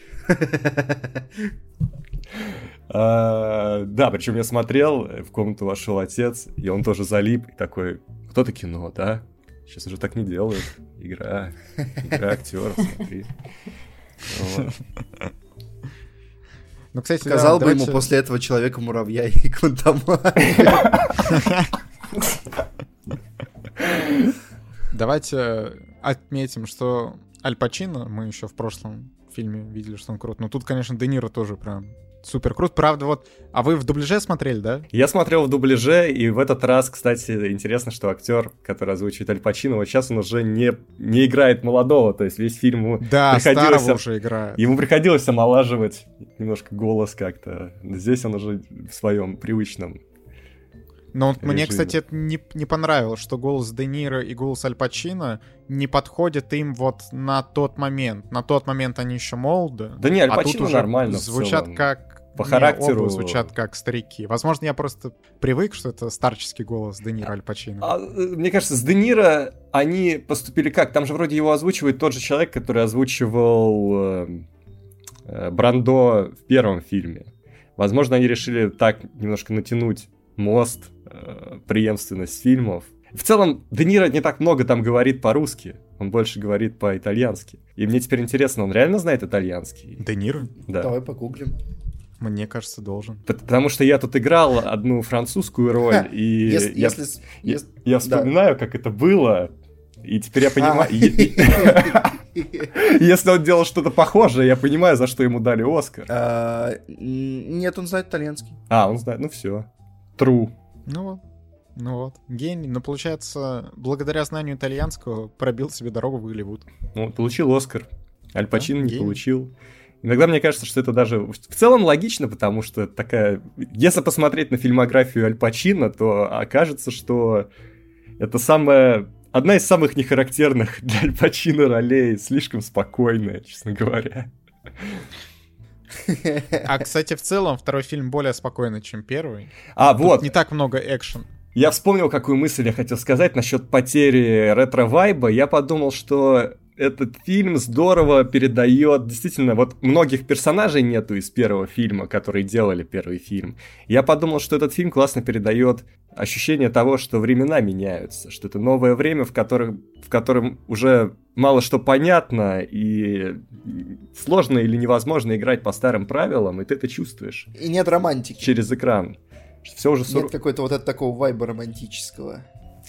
а, да, причем я смотрел, в комнату вошел отец, и он тоже залип, и такой, кто-то кино, да? Сейчас уже так не делают. Игра, игра актеров, смотри. Вот. Ну, кстати, Сказал да, бы давайте... ему после этого Человека-муравья и Квантомании. Давайте отметим, что Аль Пачино, мы еще в прошлом фильме видели, что он крут. Но тут, конечно, Де Ниро тоже прям супер крут. Правда, вот... А вы в дубляже смотрели, да? Я смотрел в дубляже, и в этот раз, кстати, интересно, что актер, который озвучивает Аль Пачино, вот сейчас он уже не, не играет молодого, то есть весь фильм ему да, приходилось... старого уже играет. Ему приходилось омолаживать немножко голос как-то. Здесь он уже в своем привычном. Но вот мне, кстати, это не, не понравилось, что голос Де Ниро и голос Аль Пачино не подходят им вот на тот момент. На тот момент они еще молоды. Да не, Аль а Пачино тут уже нормально звучат как... По характеру... Оба звучат как старики. Возможно, я просто привык, что это старческий голос Де Ниро, Аль Пачино. А, мне кажется, с Де Ниро они поступили как? Там же вроде его озвучивает тот же человек, который озвучивал э, э, Брандо в первом фильме. Возможно, они решили так немножко натянуть мост, э, преемственность фильмов. В целом, Де Ниро не так много там говорит по-русски, он больше говорит по-итальянски. И мне теперь интересно, он реально знает итальянский? Де Ниро? Да. Давай погуглим. Мне кажется, должен. Потому что я тут играл одну французскую роль, и Если, я, если, я, если, я вспоминаю, да. как это было, и теперь я понимаю... А. Если он делал что-то похожее, я понимаю, за что ему дали Оскар. А, нет, он знает итальянский. А, он знает, ну все. True. Ну вот. Ну вот, гений. Но получается, благодаря знанию итальянского пробил себе дорогу в Голливуд. Ну, получил Оскар. Аль Пачино Да, не гений. получил. Иногда мне кажется, что это даже в целом логично, потому что такая... Если посмотреть на фильмографию Аль Пачино, то окажется, что это самая... Одна из самых нехарактерных для Аль Пачино ролей, слишком спокойная, честно говоря. А, кстати, в целом второй фильм более спокойный, чем первый. А, Тут вот. не так много экшен. Я вспомнил, какую мысль я хотел сказать насчет потери ретро-вайба. Я подумал, что этот фильм здорово передает... Действительно, вот многих персонажей нету из первого фильма, которые делали первый фильм. Я подумал, что этот фильм классно передает ощущение того, что времена меняются, что это новое время, в котором, в котором уже мало что понятно, и сложно или невозможно играть по старым правилам, и ты это чувствуешь. И нет романтики. Через экран. Все уже Нет сур... какой-то вот этого такого вайба романтического.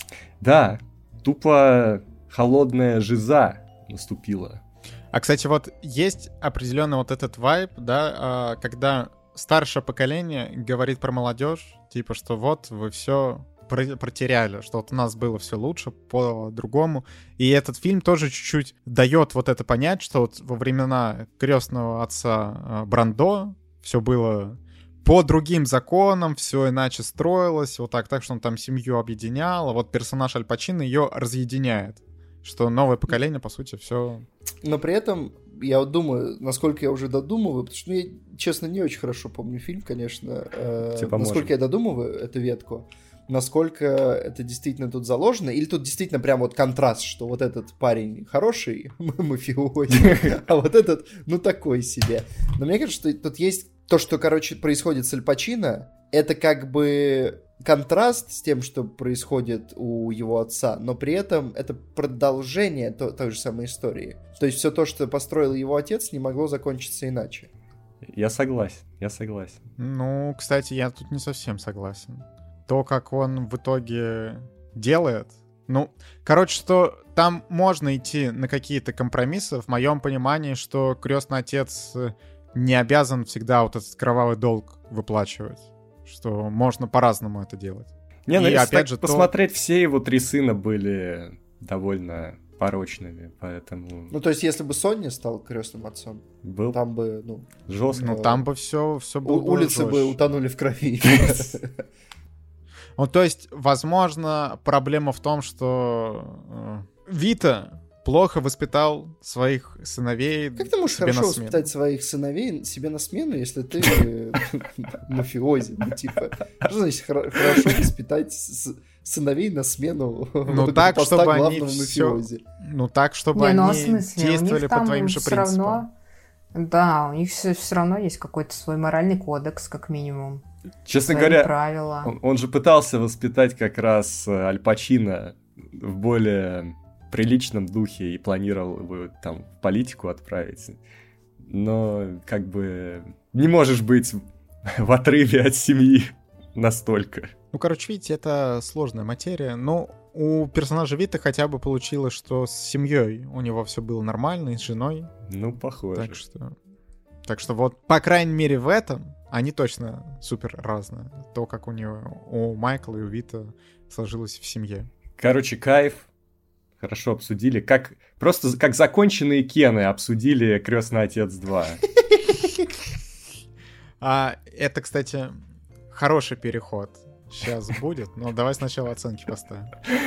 Да, тупо холодная жиза наступила. А, кстати, вот есть определенно вот этот вайб, да, когда старшее поколение говорит про молодежь, типа, что вот вы все протеряли, что вот у нас было все лучше, по-другому. И этот фильм тоже чуть-чуть дает вот это понять, что вот во времена крестного отца Брандо все было по другим законам, все иначе строилось, вот так, так что он там семью объединял, а вот персонаж Аль Пачино ее разъединяет. Что новое поколение, по сути, все... Но при этом, я вот думаю, насколько я уже додумываю, потому что, ну, я, честно, не очень хорошо помню фильм, конечно. Э, Типа насколько может. я додумываю эту ветку, насколько это действительно тут заложено, или тут действительно прям вот контраст, что вот этот парень хороший, мафиози, а вот этот, ну, такой себе. Но мне кажется, что тут есть то, что, короче, происходит с Аль Пачино, это как бы... контраст с тем, что происходит у его отца, но при этом это продолжение то, той же самой истории. То есть все то, что построил его отец, не могло закончиться иначе. Я согласен, я согласен. Ну, кстати, я тут не совсем согласен. То, как он в итоге делает... Ну, короче, что там можно идти на какие-то компромиссы, в моем понимании, что крестный отец не обязан всегда вот этот кровавый долг выплачивать. Что можно по-разному это делать. Не, ну и если опять так же посмотреть, то... все его три сына были довольно порочными, поэтому... Ну, то есть, если бы Сонни стал крестным отцом, был там бы, ну... жестко. Ну, там бы все, все было У- улицы жестче. бы утонули в крови. Ну, то есть, возможно, проблема в том, что э, Вита плохо воспитал своих сыновей. Как ты можешь себе хорошо на смену? воспитать своих сыновей себе на смену, если ты э, мафиози? Ну, типа, что значит хоро- хорошо воспитать с- сыновей на смену Ну, так, поста чтобы они главного всё- мафиози? Ну, так, чтобы Не, ну а в они смысле, у действовали них по там твоим же все принципам. равно... Да, у них все, все равно есть какой-то свой моральный кодекс, как минимум. Честно Свои говоря, правила. он, он же пытался воспитать как раз э, Аль Пачино в более приличном духе и планировал его там в политику отправить. Но как бы не можешь быть в отрыве от семьи настолько. Ну, короче, видите, это сложная материя. Но у персонажа Вита хотя бы получилось, что с семьей у него все было нормально, и с женой. Ну, похоже. Так что, так что вот, по крайней мере, в этом они точно супер разные. То, как у него, у Майкла и у Вита сложилось в семье. Короче, кайф. Хорошо обсудили. Как, просто как законченные Кены обсудили «Крестный отец два». А это, кстати, хороший переход. Сейчас будет, но давай сначала оценки поставим.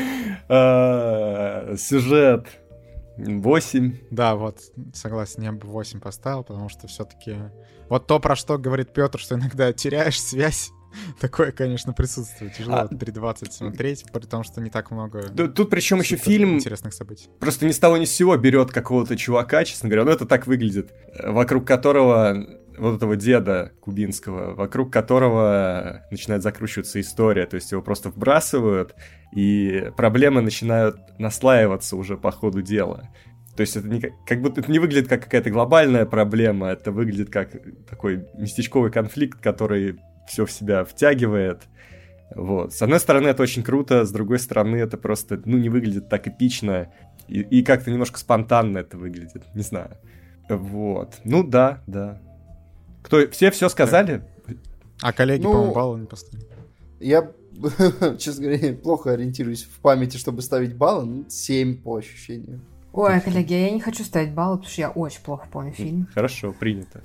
А, Сюжет восемь. Да, вот, согласен, я бы восемь поставил, потому что все-таки... Вот то, про что говорит Петр, что иногда теряешь связь, такое, конечно, присутствует. Тяжело А- три двадцать смотреть, при том, что не так много Тут, тут причем еще супер фильм интересных событий. просто ни с того ни с сего берет какого-то чувака, честно говоря. Ну, это так выглядит, э, вокруг которого вот этого деда кубинского, вокруг которого начинает закручиваться история, то есть его просто вбрасывают, и проблемы начинают наслаиваться уже по ходу дела. То есть это не, как будто это не выглядит как какая-то глобальная проблема, это выглядит как такой местечковый конфликт, который все в себя втягивает. Вот. С одной стороны, это очень круто, с другой стороны, это просто, ну, не выглядит так эпично, и, и как-то немножко спонтанно это выглядит, не знаю. Вот. Ну да, да. Кто, все все сказали? А коллеги, Ну, по-моему, баллы не поставили. Я, честно говоря, плохо ориентируюсь в памяти, чтобы ставить баллы. Ну, семь по ощущению. Ой, коллеги, я не хочу ставить баллы, потому что я очень плохо помню фильм. Хорошо, принято.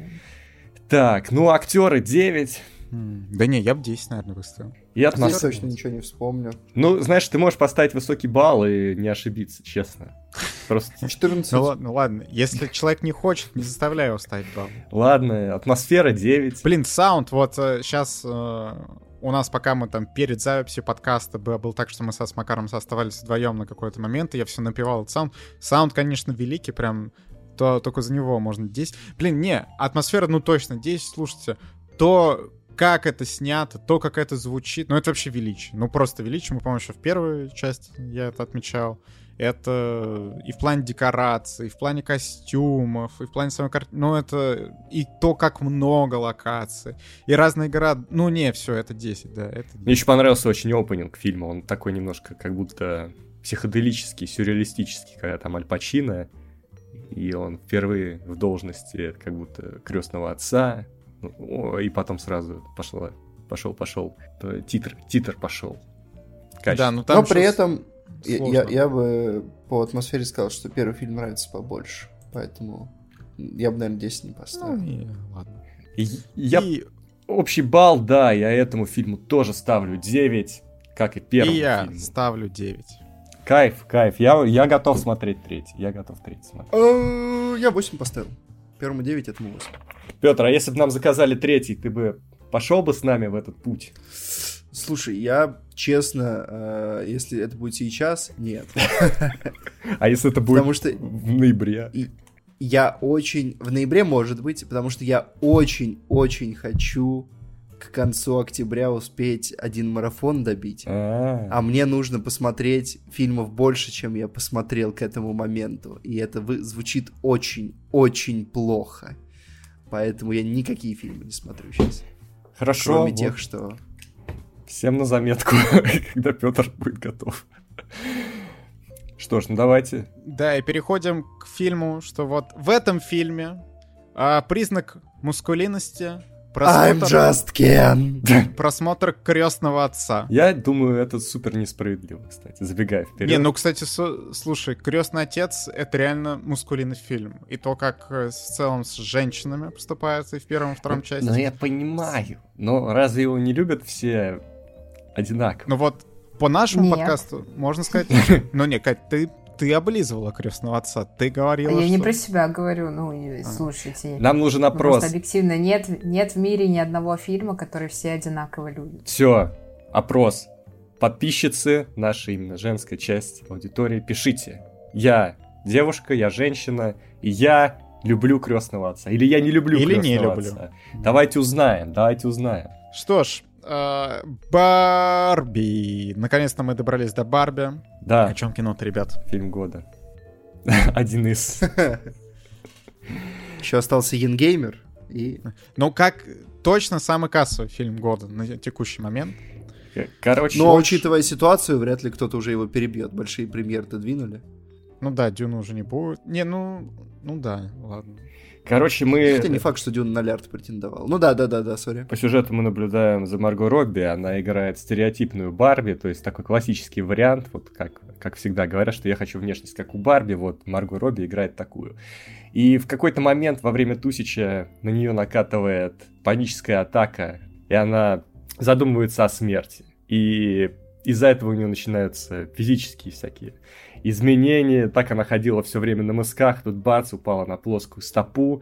Так, ну, актеры девять. М, Да не, я бы десять, наверное, выставил. И Здесь атмосфера. точно ничего не вспомню. Ну, знаешь, ты можешь поставить высокий балл и не ошибиться, честно. Просто, четырнадцать. Ну ладно, ладно. Если человек не хочет, не заставляй его ставить баллы. ладно, атмосфера девять. Блин, саунд, вот сейчас у нас, пока мы там перед записью подкаста, было, было так, что мы со, с Макаром оставались вдвоем на какой-то момент, и я все напевал этот саунд. Саунд, конечно, великий, прям то, только за него можно десять. Блин, не, атмосфера, ну точно, десять, слушайте. То, как это снято, то, как это звучит, ну это вообще величие. Ну просто величие, мы, по-моему, еще в первой части я это отмечал. Это и в плане декораций, и в плане костюмов, и в плане самой картины. Ну, это и то, как много локаций, и разные города. Ну, не, все, это десять, да. Это Мне еще понравился очень опенинг фильма. Он такой немножко как будто психоделический, сюрреалистический, когда там Аль Пачино, и он впервые в должности как будто крестного отца, ну, и потом сразу пошло, пошел, пошел, титр, титр пошел. Да, ну там Но при щас этом я, сложно. я, я бы по атмосфере сказал, что первый фильм нравится побольше. Поэтому я бы, наверное, десять не Ну, поставил. и ладно. И я И, общий балл, да, я этому фильму тоже ставлю девять, как и первому и я фильму. ставлю девять. Кайф, кайф. Я, я готов смотреть третий. Я готов третий смотреть. Э, Я восемь поставил. Первому девять, этому восемь. Петр, а если бы нам заказали третий, ты бы пошел бы с нами в этот путь? Слушай, я честно, э, если это будет сейчас, нет. А если это будет Потому что в ноябре? и- я очень... В ноябре, может быть, потому что я очень-очень хочу к концу октября успеть один марафон добить. А, А мне нужно посмотреть фильмов больше, чем я посмотрел к этому моменту. И это вы- звучит очень-очень плохо. Поэтому я никакие фильмы не смотрю сейчас. Хорошо. Кроме вот. тех, что... Всем на заметку, когда Петр будет готов. Что ж, ну давайте. Да, и переходим к фильму, что вот в этом фильме а, признак мускулинности I'm просмотр, just Ken. просмотр крестного отца. Я думаю, это супер несправедливо, кстати, забегая вперед. Не, ну, кстати, с- слушай, «Крестный отец» — это реально мускулинный фильм. И то, как э, в целом с женщинами поступается и в первом, и втором части. Ну, я понимаю. Но разве его не любят все одинаково? Ну вот, по нашему Нет. подкасту можно сказать... Ну не, Кать, ты, ты облизывала крестного отца. Ты говорила, Я не что- про себя говорю, ну, и слушайте. Нам нужен ну, опрос. Просто объективно нет, нет в мире ни одного фильма, который все одинаково любят. Все, опрос. Подписчицы, наша именно женская часть аудитории, пишите. Я девушка, я женщина, и я люблю крестного отца. Или я не люблю Или не крестного люблю. отца. Давайте узнаем, давайте узнаем. Что ж, э, Барби. Наконец-то мы добрались до Барби. Да, О чем кино-то, ребят? фильм года. Один из. Еще остался Янгеймер. И... Ну, как точно самый кассовый фильм года на текущий момент. Короче, Но, очень- учитывая ситуацию, вряд ли кто-то уже его перебьет. Большие премьеры-то двинули. Ну да, Дюна уже не будет. Не, ну, ну да, ладно. короче, мы... Хотя не факт, что Дюн на Лярд претендовал. Ну да, да, да, да, сори. По сюжету мы наблюдаем за Марго Робби, она играет стереотипную Барби, то есть такой классический вариант, вот как, как всегда говорят, что я хочу внешность как у Барби, вот Марго Робби играет такую. И в какой-то момент во время тусича на нее накатывает паническая атака, и она задумывается о смерти. И из-за этого у нее начинаются физические всякие изменения, так она ходила все время на мысках, тут бац, упала на плоскую стопу,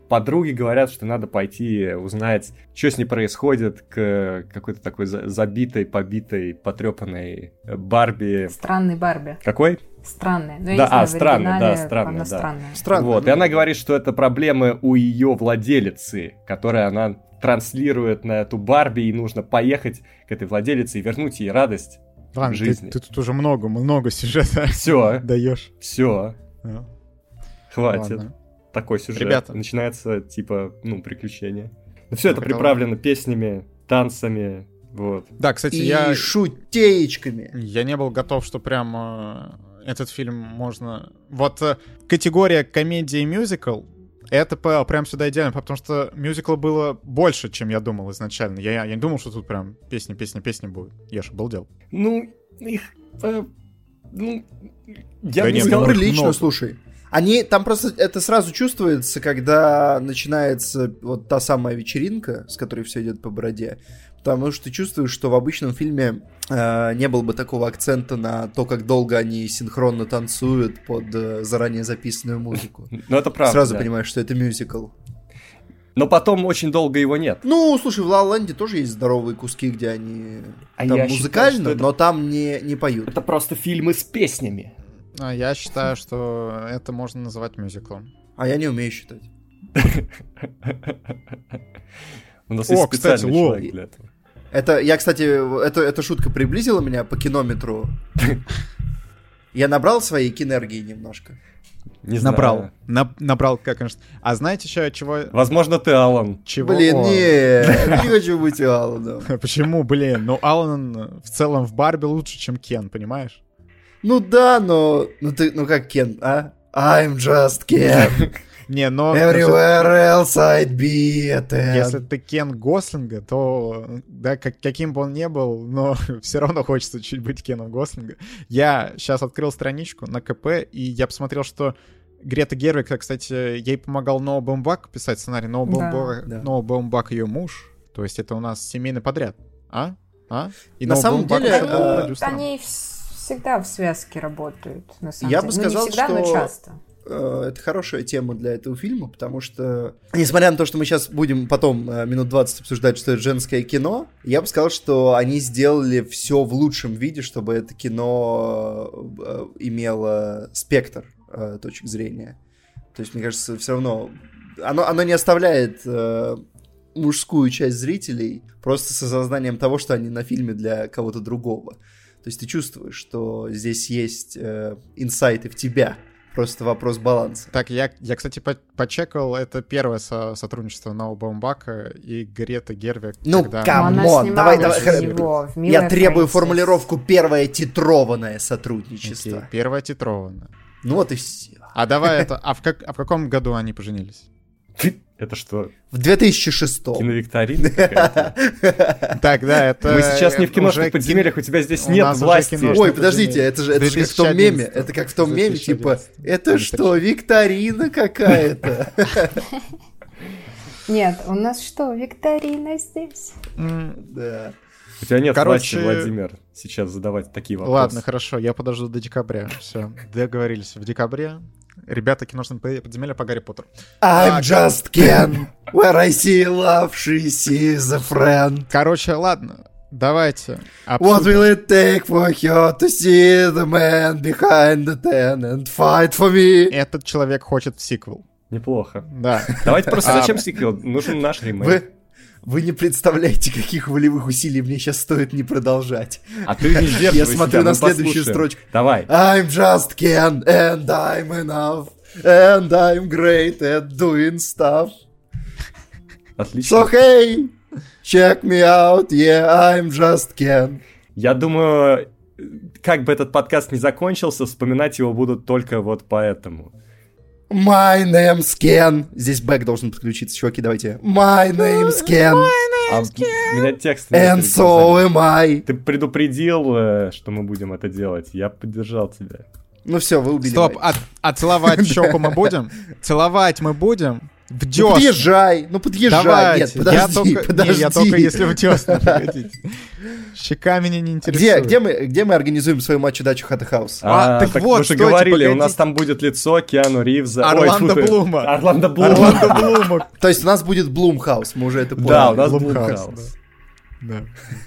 подруги говорят, что надо пойти узнать, что с ней происходит к какой-то такой забитой, побитой, потрепанной Барби. Странный Барби. Какой? Странная. Ну, да, я а, не знаю, странная, да, странная, да. Странная. Странная. Вот, и она говорит, что это проблемы у ее владелицы, которая она транслирует на эту Барби, и нужно поехать к этой владелице и вернуть ей радость Ладно, в жизни. Ты, ты тут уже много, много сюжета Все, даешь. все, А, хватит. ладно. Такой сюжет. Ребята. Начинается, типа, ну, приключение. Но все это Ну, приправлено песнями, танцами, вот. Да, кстати, И я... шутеечками. Я не был готов, что прям э, этот фильм можно... Вот э, категория комедия и мюзикл, это по- прям сюда идеально, потому что мюзикла было больше, чем я думал изначально. Я, я не думал, что тут прям песни, песни, песни будут. Я ж обалдел. Ну, их... э, ну, я Да бы не нет, сказал... ну, Прилично, много. слушай. Они, там просто это сразу чувствуется, когда начинается вот та самая вечеринка, с которой все идет по бороде. Потому что ты чувствуешь, что в обычном фильме э, не было бы такого акцента на то, как долго они синхронно танцуют под э, заранее записанную музыку. Ну, это правда, Сразу да. понимаешь, что это мюзикл. Но потом очень долго его нет. Ну, слушай, в Ла Ла Ленде тоже есть здоровые куски, где они А там я считаю, музыкально, что это- но там не, не поют. Это просто фильмы с песнями. А я считаю, что это можно называть мюзиклом. А я не умею считать. У нас О, есть кстати, специальный лол. человек для этого. Это, я, кстати, это, эта шутка приблизила меня по кинометру. Я набрал своей кинэнергии немножко. Не знаю. Набрал. На- набрал, как, конечно. А знаете еще чего? Возможно, ты, Алан. чего? Блин, О, нет, не хочу быть Аланом. Почему, блин? Ну, Алан в целом в Барби лучше, чем Кен, понимаешь? Ну да, но... Ну ты, ну как Кен, а? I'm just Ken. Не, но... Everywhere else I'd be a ten. Если ты Кен Гослинга, то, да, как, каким бы он ни был, но все равно хочется чуть быть Кеном Гослинга. Я сейчас открыл страничку на КП, и я посмотрел, что Грета Гервиг, кстати, ей помогал Ноа Баумбак писать сценарий. Ноа Да. Баумбак, Да. Ноа Баумбак ее муж, то есть это у нас семейный подряд. А? А? И На Ноа самом Баумбак деле, еще был э, продюсером. Они вс- всегда в связке работают, на самом Я деле. бы Ну, сказал, не всегда, но что- часто. Э, Это хорошая тема для этого фильма, потому что, несмотря на то, что мы сейчас будем потом э, минут двадцать обсуждать, что это женское кино, я бы сказал, что они сделали все в лучшем виде, чтобы это кино э, имело спектр э, точек зрения. То есть, мне кажется, все равно оно, оно не оставляет э, мужскую часть зрителей просто с осознанием того, что они на фильме для кого-то другого. То есть ты чувствуешь, что здесь есть э, инсайты в тебя. Просто вопрос баланса. Так, я, я кстати, по- почекал, это первое со- сотрудничество Ноа Баумбака и Греты Гервиг. Ну, когда- кам- Но она Камон, снималась давай, давай, у хорошо. него в Я «Милая требую Фрэнсис». формулировку «первое титрованное сотрудничество». Окей, первое титровано. Ну вот и все. А давай это... А в, как, а в каком году они поженились? Это что, В две тысячи шестом. киновикторина какая-то? Так, да, это... Мы сейчас не в киношных уже подземельях, у тебя здесь у нет нас уже власти. киношные Ой, подождите, подземелья. это же, это С же как в том меме. 2011. Это как в том С меме, типа, 2011. это что, викторина какая-то? Нет, у нас что, викторина здесь? М, Да. У тебя нет Короче- власти, Владимир, сейчас задавать такие вопросы. Ладно, хорошо, я подожду до декабря. Все, договорились. В декабре ребята киношные подземелья по Гарри Поттеру. I'm just Ken, where I see love, she sees a friend. Короче, ладно, давайте What обсудим. will it take for her to see the man behind the ten and fight for me? Этот человек хочет в сиквел. Неплохо. Да. Давайте просто, А, зачем сиквел? Нужен наш ремейк. Вы, вы не представляете, каких волевых усилий мне сейчас стоит не продолжать. А ты не сдерживай Я смотрю себя, на мы следующую послушаем. строчку. Давай. I'm just Ken, and I'm enough, and I'm great at doing stuff. Отлично. So hey, check me out, yeah, I'm just Ken. Я думаю, как бы этот подкаст не закончился, вспоминать его будут только вот поэтому. My name's Ken. Здесь бэк должен подключиться, чуваки, давайте. My name's Ken, А меня текст... нет and перед so глазами. am I. Ты предупредил, э, что мы будем это делать. Я поддержал тебя. Ну все, вы убили Стоп, Майк. а, а целовать в щеку мы будем? Целовать мы будем? В Дёсна. Ну подъезжай, ну подъезжай. Давайте. Нет, подожди, я только, подожди. Не, я только если в Дёсна, погодите. Щека меня не интересует. Где, где, мы, где мы организуем свою матч-удачу Хата Хаус? А, А, так так вот, мы же стойте, говорили, у погодите. нас там будет лицо Киану Ривза. Орландо Ой, фу ты. Блума. Орландо Блума. Орландо Блума. То есть у нас будет Блумхаус, мы уже это поняли. Да, у нас Блумхаус, Блумхаус. Да.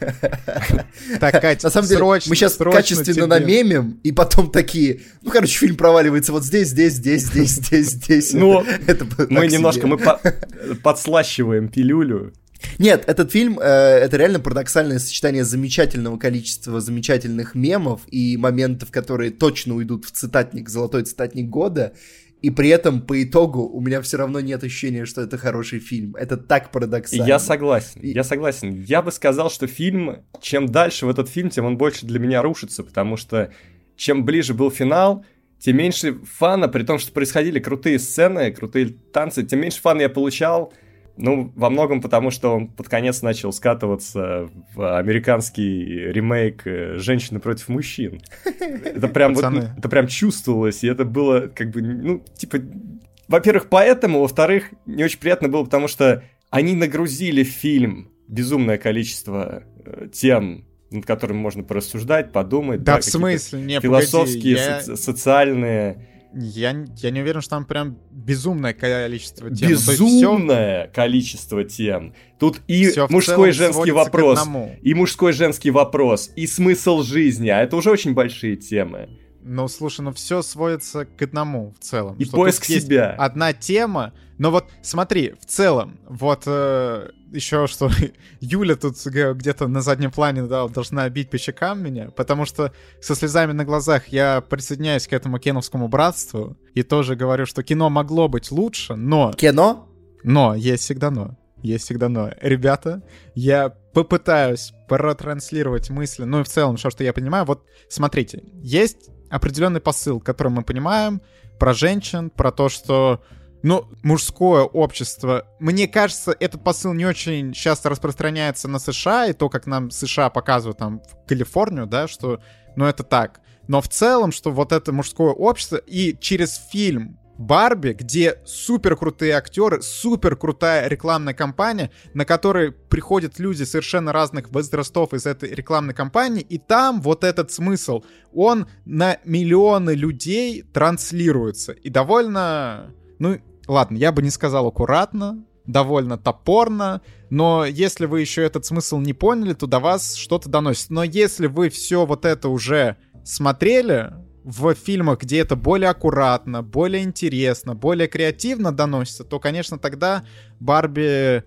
Так, Кать, На самом деле, срочно, мы сейчас срочно качественно тебе. намемим, и потом такие, ну, короче, фильм проваливается вот здесь, здесь, здесь, здесь, здесь, здесь. Ну, Это так Мы себе. немножко мы по- подслащиваем пилюлю. Нет, этот фильм, э, это реально парадоксальное сочетание замечательного количества замечательных мемов и моментов, которые точно уйдут в цитатник, золотой цитатник года, и при этом по итогу у меня все равно нет ощущения, что это хороший фильм. Это так парадоксально. Я согласен, я согласен. Я бы сказал, что фильм, чем дальше в этот фильм, тем он больше для меня рушится, потому что чем ближе был финал, тем меньше фана, при том, что происходили крутые сцены, крутые танцы, тем меньше фана я получал. Ну, во многом потому, что он под конец начал скатываться в американский ремейк «Женщины против мужчин». Это прям, вот, это прям чувствовалось, и это было как бы, ну, типа... Во-первых, поэтому, во-вторых, не очень приятно было, потому что они нагрузили в фильм безумное количество тем, над которыми можно порассуждать, подумать. Да, да в смысле? Не, философские, погоди, я... соци- социальные... Я, я не уверен, что там прям безумное количество тем. Безумное всё... количество тем. Тут и всё мужской и женский вопрос, и мужской и женский вопрос, и смысл жизни, а это уже очень большие темы. Ну, слушай, ну все сводится к одному в целом. И поиск себя. Одна тема, но вот смотри, в целом, вот э, еще что Юля тут где-то на заднем плане да, должна бить по щекам меня, потому что со слезами на глазах я присоединяюсь к этому кеновскому братству и тоже говорю, что кино могло быть лучше, но... Кино? Но, есть всегда но. Есть всегда но. Ребята, я попытаюсь протранслировать мысли, ну и в целом, что, что я понимаю. Вот смотрите, есть определенный посыл, который мы понимаем про женщин, про то, что, ну, мужское общество. Мне кажется, этот посыл не очень часто распространяется на США, и то, как нам США показывают там в Калифорнию, да, что, ну, это так. Но в целом, что вот это мужское общество, и через фильм Барби, где супер крутые актеры, супер крутая рекламная кампания, на которой приходят люди совершенно разных возрастов из этой рекламной кампании, и там вот этот смысл, он на миллионы людей транслируется. И довольно, ну ладно, я бы не сказал аккуратно, довольно топорно, но если вы еще этот смысл не поняли, то до вас что-то доносит. Но если вы все вот это уже смотрели в фильмах, где это более аккуратно, более интересно, более креативно доносится, то, конечно, тогда Барби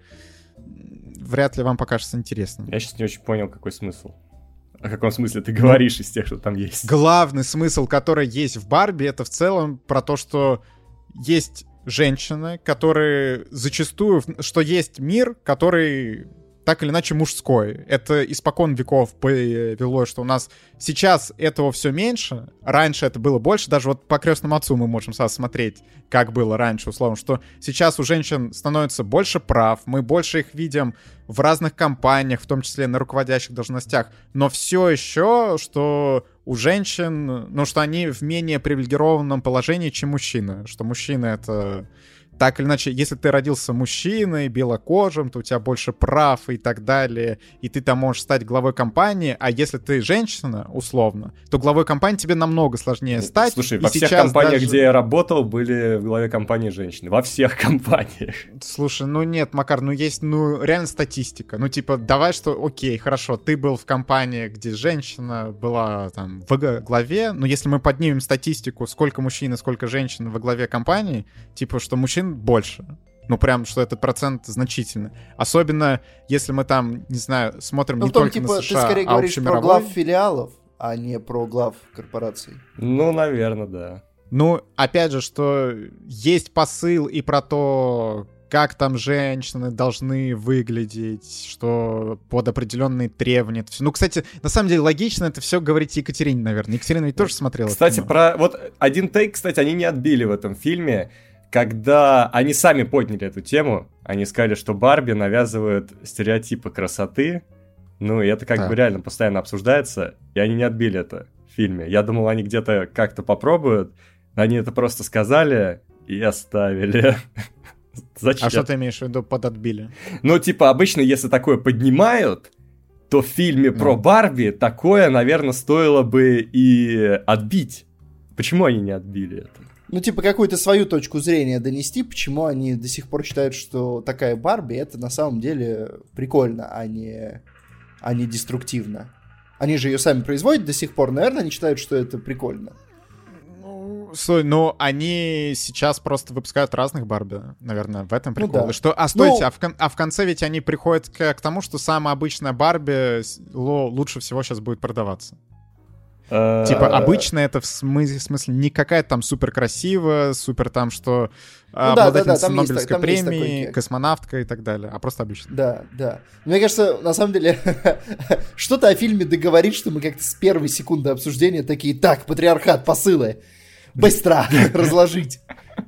вряд ли вам покажется интересным. Я сейчас не очень понял, какой смысл. О каком смысле ты говоришь из тех, что там есть? Главный смысл, который есть в Барби, это в целом про то, что есть женщины, которые зачастую... Что есть мир, который... так или иначе мужской. Это испокон веков повело, что у нас сейчас этого все меньше, раньше это было больше, даже вот по «Крестному отцу» мы можем сразу смотреть, как было раньше, условно, что сейчас у женщин становится больше прав, мы больше их видим в разных компаниях, в том числе на руководящих должностях, но все еще, что у женщин, ну, что они в менее привилегированном положении, чем мужчины, что мужчины — это... Так или иначе, если ты родился мужчиной, белокожим, то у тебя больше прав и так далее, и ты там можешь стать главой компании, а если ты женщина, условно, то главой компании тебе намного сложнее стать. Слушай, и во всех компаниях, даже... где я работал, были в главе компании женщины. Во всех компаниях. Слушай, ну нет, Макар, ну есть, ну реально статистика. Ну типа, давай что, окей, хорошо, ты был в компании, где женщина была там в главе, но если мы поднимем статистику, сколько мужчин и сколько женщин во главе компании, типа, что мужчин больше. Ну, прям, что этот процент значительный. Особенно, если мы там, не знаю, смотрим ну, не том, только типа, на США, ты скорее а говоришь общемировой. про глав филиалов, а не про глав корпораций. Ну, наверное, да. Ну, опять же, что есть посыл и про то, как там женщины должны выглядеть, что под определенные требования. Ну, кстати, на самом деле логично это все говорить Екатерине, наверное. Екатерина ведь тоже смотрела. Кстати, про вот один тейк, кстати, они не отбили в этом фильме, когда они сами подняли эту тему. Они сказали, что Барби навязывает стереотипы красоты. Ну, и это как так. бы реально постоянно обсуждается, и они не отбили это в фильме. Я думал, они где-то как-то попробуют, но они это просто сказали и оставили. Зачем? А что ты имеешь в виду под отбили? Ну, типа, обычно, если такое поднимают, то в фильме ну. про Барби такое, наверное, стоило бы и отбить. Почему они не отбили это? Ну, типа, какую-то свою точку зрения донести, почему они до сих пор считают, что такая Барби, это на самом деле прикольно, а не, а не деструктивно. Они же ее сами производят до сих пор, наверное, они считают, что это прикольно. Ну, слушай, ну, они сейчас просто выпускают разных Барби, наверное, в этом прикол. Ну, да. Что, а, стойте, ну... а, в кон- а в конце ведь они приходят к, к тому, что самая обычная Барби ло, лучше всего сейчас будет продаваться. Типа, обычно это в смысле, в смысле не какая-то там супер красивая, супер там, что ну, обладательница да, да, да, Нобелевской есть, премии, космонавтка и так далее, а просто обычно. Да, да. Мне кажется, на самом деле, что-то о фильме договорит, что мы как-то с первой секунды обсуждения такие, так, патриархат, посылы, быстро разложить.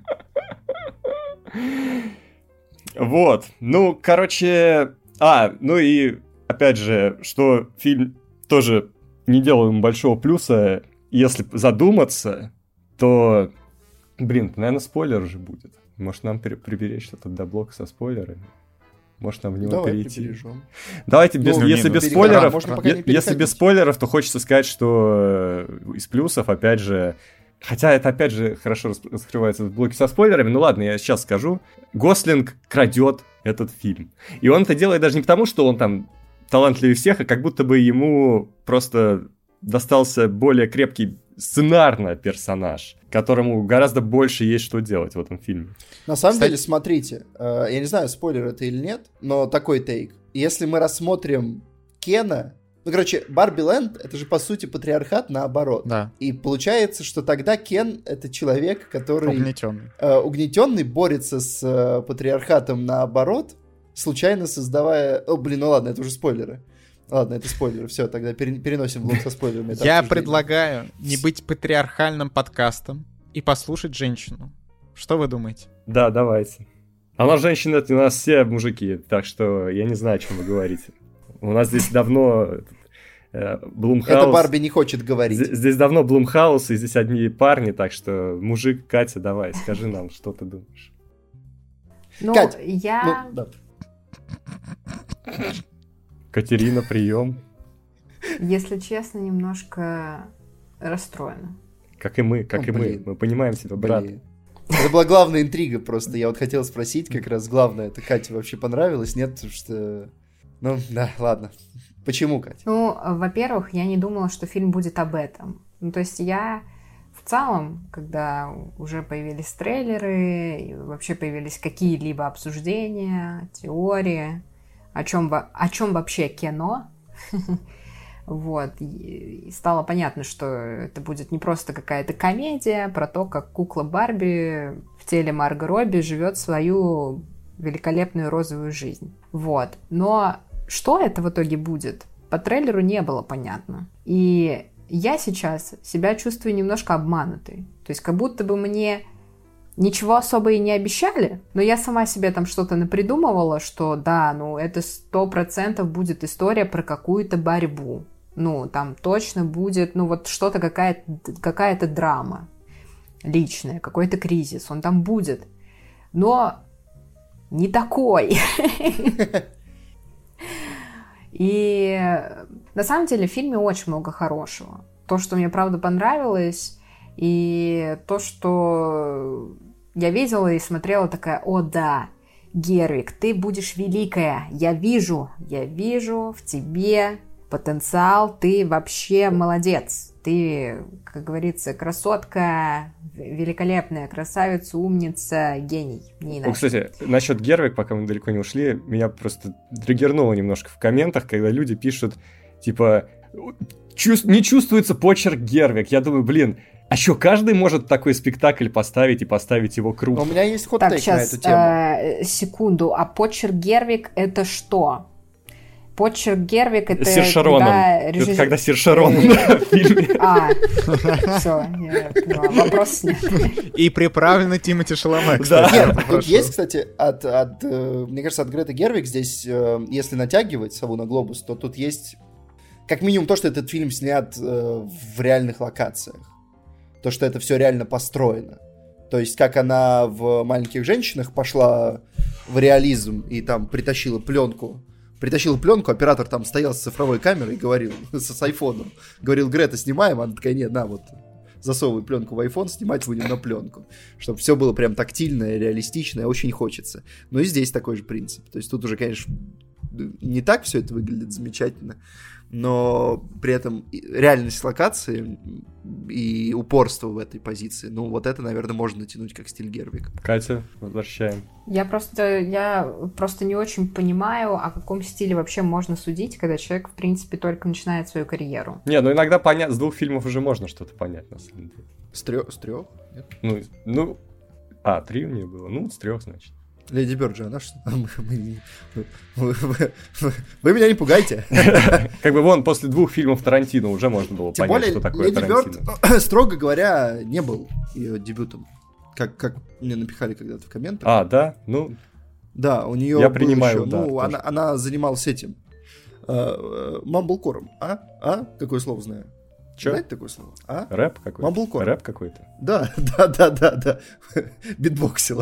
Вот, ну, короче, а, ну и, опять же, что фильм тоже... не делаем большого плюса, если задуматься, то, блин, наверное, спойлер же будет. Может, нам при- приберечь что-то до блока со спойлерами? Может, нам в него Давай перейти? Прибережем. Давайте, без, ну, если не, без ну, спойлеров, е- если без спойлеров, то хочется сказать, что из плюсов, опять же, хотя это, опять же, хорошо раскрывается в блоке со спойлерами, ну ладно, я сейчас скажу. Гослинг крадет этот фильм. И он это делает даже не потому, что он там талантливее всех, а как будто бы ему просто достался более крепкий сценарно персонаж, которому гораздо больше есть что делать в этом фильме. На самом Кстати... деле, смотрите, э, я не знаю, спойлер это или нет, но такой тейк. Если мы рассмотрим Кена, ну, короче, Барби Ленд — это же, по сути, патриархат наоборот. Да. И получается, что тогда Кен — это человек, который... Угнетенный. Э, угнетенный, борется с э, патриархатом наоборот, случайно создавая... О, блин, ну ладно, это уже спойлеры. Ладно, это спойлеры. Все, тогда пере- переносим блок со спойлерами. Я предлагаю не быть патриархальным подкастом и послушать женщину. Что вы думаете? Да, давайте. Она женщина, у нас все мужики, так что я не знаю, о чем вы говорите. У нас здесь давно Блумхаус... Это Барби не хочет говорить. Здесь, здесь давно Блумхаус, и здесь одни парни, так что, мужик, Катя, давай, скажи нам, что ты думаешь. Ну, Кать, я... ну, да. Катерина, прием. Если честно, немножко расстроена. Как и мы, как О, и блин. мы. Мы понимаем себя, брат. Блин. Это была главная интрига просто. Я вот хотел спросить как раз главное, это Кате вообще понравилось? Нет, потому что... Ну, да, ладно. Почему, Катя? Ну, во-первых, я не думала, что фильм будет об этом. Ну, то есть я в целом, когда уже появились трейлеры, и вообще появились какие-либо обсуждения, теории, о чем, о чем вообще кино, вот, и стало понятно, что это будет не просто какая-то комедия про то, как кукла Барби в теле Марго Робби живет свою великолепную розовую жизнь. Вот. Но что это в итоге будет? По трейлеру не было понятно. И я сейчас себя чувствую немножко обманутой. То есть как будто бы мне ничего особо и не обещали, но я сама себе там что-то напридумывала, что да, ну это сто процентов будет история про какую-то борьбу. Ну, там точно будет, ну вот что-то, какая-то, какая-то драма личная, какой-то кризис, он там будет. Но не такой. И на самом деле в фильме очень много хорошего. То, что мне правда понравилось, и то, что я видела и смотрела, такая: о да, Гервиг, ты будешь великая, я вижу, я вижу в тебе потенциал, ты вообще молодец, ты, как говорится, красотка, великолепная красавица, умница, гений, не иначе. Ну, кстати, насчет Гервиг, пока мы далеко не ушли, меня просто триггернуло немножко в комментах, когда люди пишут, типа, Чувств... не чувствуется почерк Гервиг. Я думаю, блин, а что, каждый может такой спектакль поставить и поставить его круто? Но у меня есть хот-тейк так, сейчас, на эту тему. Э, секунду, а почерк Гервиг это что? Почерк Гервиг это Сир Шароном. когда режиссер... Это когда Сир Шароном в фильме. А, все, вопрос снят. И приправлено Тимоти Шаломе. Нет, тут есть, кстати, от, от, мне кажется, от Греты Гервиг здесь, если натягивать сову на глобус, то тут есть как минимум то, что этот фильм снят в реальных локациях. То, что это все реально построено. То есть, как она в «Маленьких женщинах» пошла в реализм и там притащила пленку. Притащила пленку, оператор там стоял с цифровой камерой и говорил, с, с айфоном. Говорил, Грета, снимаем? Она такая, нет, на, вот, засовывай пленку в айфон, снимать будем на пленку. Чтобы все было прям тактильное, реалистичное, очень хочется. Ну и здесь такой же принцип. То есть, тут уже, конечно, не так все это выглядит замечательно, но при этом реальность локации и упорство в этой позиции, ну, вот это, наверное, можно натянуть как стиль Гервига. Катя, возвращаем. Я просто, я просто не очень понимаю, о каком стиле вообще можно судить, когда человек, в принципе, только начинает свою карьеру. Не, ну иногда понять, с двух фильмов уже можно что-то понять, на самом деле. С трех? С трех? Нет? Ну, ну, а, три у нее было, ну, с трех, значит. Леди Бёрд же, она что? Вы меня не пугайте. Как бы вон, после двух фильмов Тарантино уже можно было Тем понять, более, что такое Леди Тарантино. Бёрд, строго говоря, не был ее дебютом. Как, как мне напихали когда-то в комментах. А, да? Ну, да, у нее я был принимаю еще, удар, ну, она, она занималась этим. Мамблкором. А? А? Какое слово знаю? Чё? Знаете такое слово? А? Рэп какой-то? Мамблкор. Рэп какой-то? Да, да, да, да, да. Битбоксила.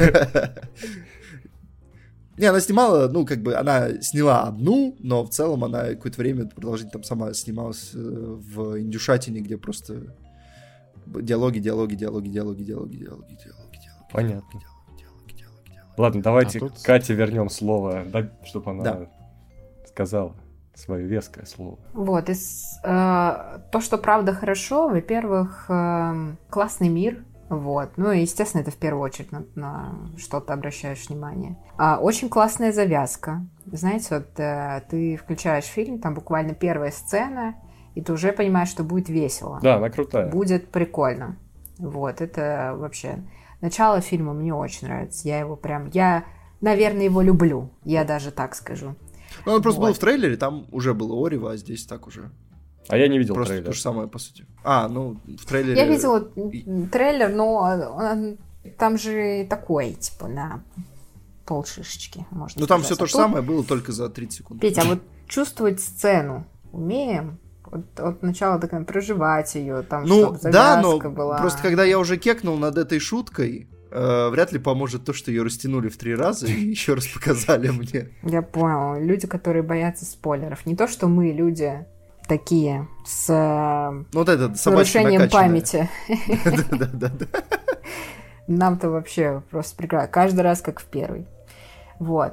Не, она снимала, ну, как бы, она сняла одну, но в целом она какое-то время продолжительно там сама снималась в «Индюшатине», где просто диалоги, диалоги, диалоги, диалоги, диалоги, диалоги, диалоги, диалоги. Понятно. Диалоги, диалоги, диалоги, диалоги. Ладно, давайте А тут... Кате вернем слово, да, чтобы она Да. сказала свое веское слово. Вот, и с, э, то, что правда хорошо, во-первых, э, классный мир, вот, ну и, естественно, это в первую очередь на, на что ты обращаешь внимание. А, очень классная завязка, знаете, вот э, ты включаешь фильм, там буквально первая сцена, и ты уже понимаешь, что будет весело. Да, она крутая. Будет прикольно. Вот, это вообще... Начало фильма мне очень нравится, я его прям, я, наверное, его люблю, я даже так скажу. Ну, он просто Вот. был в трейлере, там уже было Орево, а здесь так уже. А я не видел Просто трейлер. то же самое, по сути. А, ну, в трейлере... Я видела трейлер, но он, там же такой, типа, на полшишечки, можно Ну, там сказать. все то А же тут, самое было, только за тридцать секунд. Петя, а вот чувствовать сцену умеем? Вот от начала до конца проживать ее, там, Ну, чтобы да, но завязка была. просто когда я уже кекнул над этой шуткой, э, вряд ли поможет то, что ее растянули в три раза и еще раз показали мне. Я понял. Люди, которые боятся спойлеров. Не то, что мы, люди такие с, Ну, вот это с собачка нарушением накачанная. памяти. Да-да-да. Нам-то вообще просто прекрасно. Каждый раз как в первый. Вот.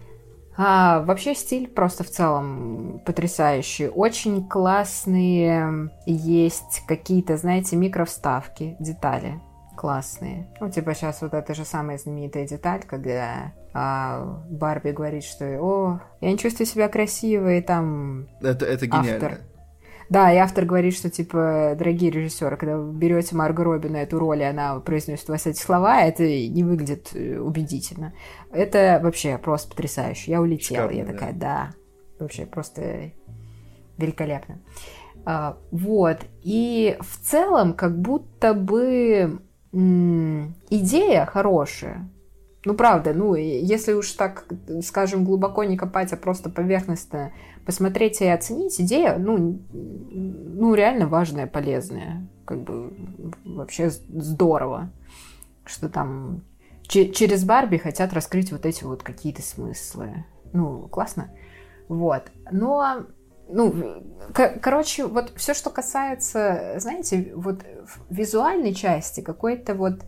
А, вообще стиль просто в целом потрясающий. Очень классные есть какие-то, знаете, микровставки, детали классные. Ну, типа сейчас вот эта же самая знаменитая деталь, когда а, Барби говорит, что «О, я не чувствую себя красивой», и там Это, это автор. гениально. Да, и автор говорит, что, типа, дорогие режиссеры, когда вы берете Марго Робби на эту роль, и она произносит у вас эти слова, это не выглядит убедительно. Это вообще просто потрясающе. Я улетела. Шикарно, я да. такая, да, вообще просто великолепно. А, вот. И в целом, как будто бы м- идея хорошая. Ну, правда, ну, если уж так, скажем, глубоко не копать, а просто поверхностно посмотреть и оценить, идея, ну, ну реально важная, полезная. Как бы вообще здорово, что там ч- через Барби хотят раскрыть вот эти вот какие-то смыслы. Ну, классно. Вот. Но, ну, к- короче, вот все, что касается, знаете, вот визуальной части, какой-то вот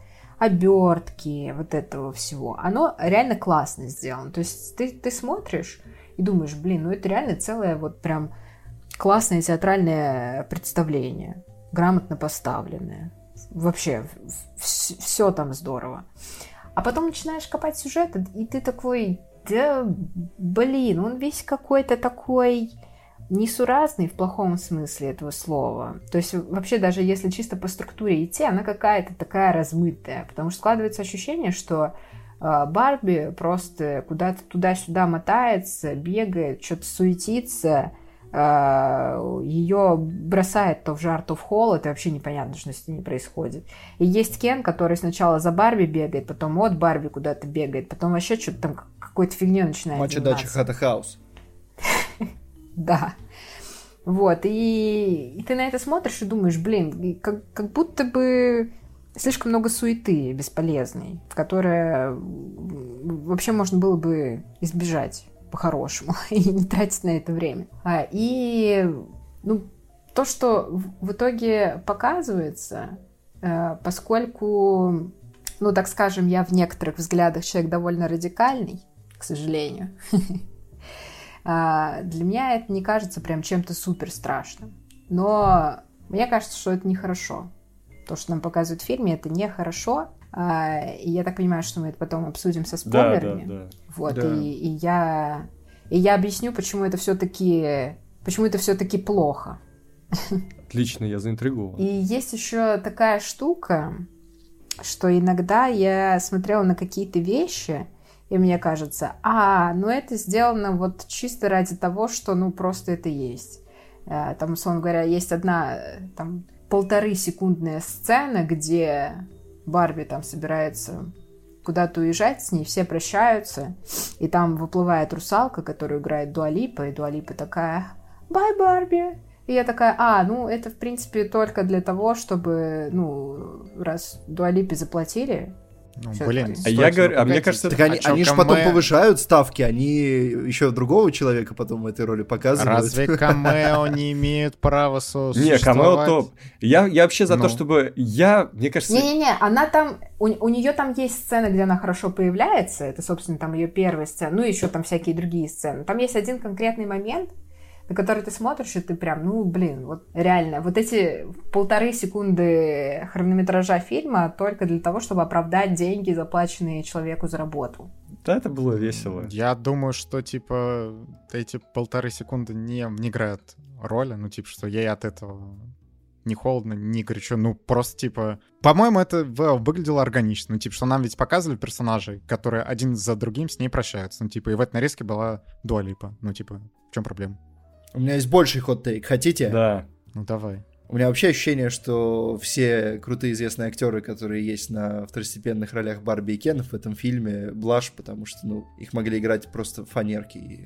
обертки вот этого всего, оно реально классно сделано. То есть ты, ты смотришь и думаешь, блин, ну это реально целое вот прям классное театральное представление, грамотно поставленное. Вообще, в- все там здорово. А потом начинаешь копать сюжет, и ты такой, да, блин, он весь какой-то такой несуразный в плохом смысле этого слова. То есть вообще даже если чисто по структуре идти, она какая-то такая размытая, потому что складывается ощущение, что э, Барби просто куда-то туда-сюда мотается, бегает, что-то суетится, э, ее бросает то в жар, то в холод, и вообще непонятно, что с ней происходит. И есть Кен, который сначала за Барби бегает, потом от Барби куда-то бегает, потом вообще что-то там какой-то фигней начинает Мачо заниматься. Дача Хата Хаус. Да. Вот, и, и ты на это смотришь и думаешь, блин, как, как будто бы слишком много суеты бесполезной, которая вообще можно было бы избежать по-хорошему и не тратить на это время. А, и ну, то, что в итоге показывается, э, поскольку, ну, так скажем, я в некоторых взглядах человек довольно радикальный, к сожалению, для меня это не кажется прям чем-то супер страшным. Но мне кажется, что это нехорошо. То, что нам показывают в фильме, это нехорошо. И я так понимаю, что мы это потом обсудим со спойлерами. Да, да, да. Вот, Да. И, и, я, и я объясню, почему это все-таки, почему это все-таки плохо. Отлично, я заинтригован. И есть еще такая штука, что иногда я смотрела на какие-то вещи, и мне кажется, а, ну это сделано вот чисто ради того, что ну просто это есть. Там, условно говоря, есть одна там полторы секундная сцена, где Барби там собирается куда-то уезжать, с ней все прощаются, и там выплывает русалка, которую играет Дуа Липа, и Дуа Липа такая «Бай, Барби!» И я такая, а, ну это в принципе только для того, чтобы, ну, раз Дуа Липе заплатили. Ну, Всё блин, такое. А стойте, я говорю, ну, а мне погодите. кажется, Так они, А чё, они же камео- потом повышают ставки, они еще другого человека потом в этой роли показывают. Разве камео не имеют права со- Не, существовать? камео топ. Я, я вообще за Ну. то, чтобы я, мне кажется... Не-не-не, она там, у, у нее там есть сцена, где она хорошо появляется, это, собственно, там ее первая сцена, ну, еще там всякие другие сцены. Там есть один конкретный момент, на который ты смотришь, и ты прям, ну, блин, вот реально, вот эти полторы секунды хронометража фильма только для того, чтобы оправдать деньги, заплаченные человеку за работу. Да, это было весело. Я думаю, что, типа, эти полторы секунды не, не играют роли, ну, типа, что ей от этого не холодно, не горячо, ну, просто, типа... По-моему, это в- выглядело органично, ну, типа, что нам ведь показывали персонажей, которые один за другим с ней прощаются, ну, типа, и в этой нарезке была Дуа Липа, ну, типа, в чем проблема? У меня есть больший хот-тейк. Хотите? Да. Ну, давай. У меня вообще ощущение, что все крутые известные актеры, которые есть на второстепенных ролях Барби и Кена в этом фильме, блажь, потому что, ну, их могли играть просто фанерки и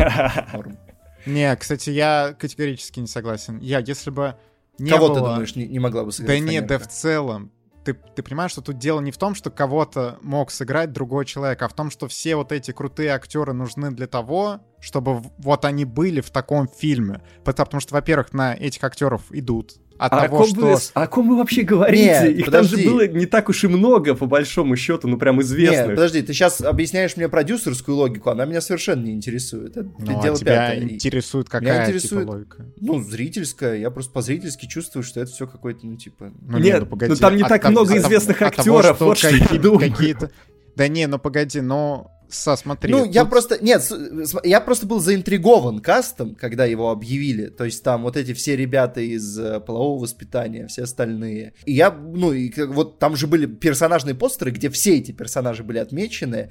норм. Не, кстати, я категорически не согласен. Я, если бы не Кого было... ты думаешь, не, не могла бы Да сыграть нет, да фанерка? в целом. Ты, ты понимаешь, что тут дело не в том, что кого-то мог сыграть другой человек, а в том, что все вот эти крутые актеры нужны для того, чтобы в- вот они были в таком фильме. Потому, потому что, во-первых, на этих актеров идут от А о, того, ком что... вы, о ком вы вообще говорите? Нет, Их там подожди. же было не так уж и много, по большому счету, ну прям Нет, известных. подожди, ты сейчас объясняешь мне продюсерскую логику, она меня совершенно не интересует. Это Ну, дело а тебя пятое. интересует Меня какая интересует- типа логика? Ну, зрительская, я просто по-зрительски чувствую, что это все какой-то, ну, типа... Ну, Нет, ну, погоди, ну, там не от так того- много от того- известных от того, актеров, что вот что я какие- думаю. какие-то... Да не, ну погоди, но... Са, смотри. Ну, я тут- просто... Нет, с- с- я просто был заинтригован кастом, когда его объявили. То есть там вот эти все ребята из э, полового воспитания, все остальные. И я, ну, и как- вот там же были персонажные постеры, где все эти персонажи были отмечены.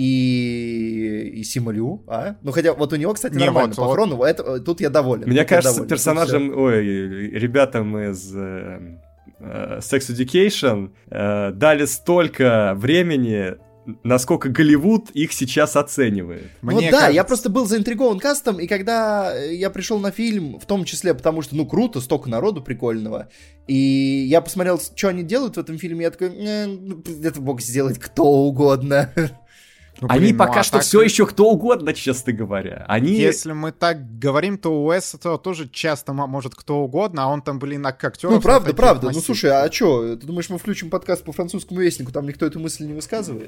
И... И Сима Лю, а? Ну, хотя вот у него, кстати, Не, нормально вот- по вот- хрону. Это, тут я доволен. Мне тут я кажется, доволен. Тут персонажам, ой, ребятам из э, э, Sex Education э, дали столько времени, насколько Голливуд их сейчас оценивает. Ну Мне вот да, я кажется- просто был заинтригован кастом, и когда я пришел на фильм, в том числе потому, что, ну, круто, столько народу прикольного, и я посмотрел, что они делают в этом фильме, я такой, «Э, ну, это мог сделать кто угодно. Ну, Они блин, ну, пока а что так- все еще кто угодно, честно говоря. Они... Если мы так говорим, то у Уэса тоже часто м- может кто угодно, а он там, блин, актер. Ну, правда, правда. Ну, слушай, а что, ты думаешь, мы включим подкаст по французскому вестнику, там никто эту мысль не высказывает?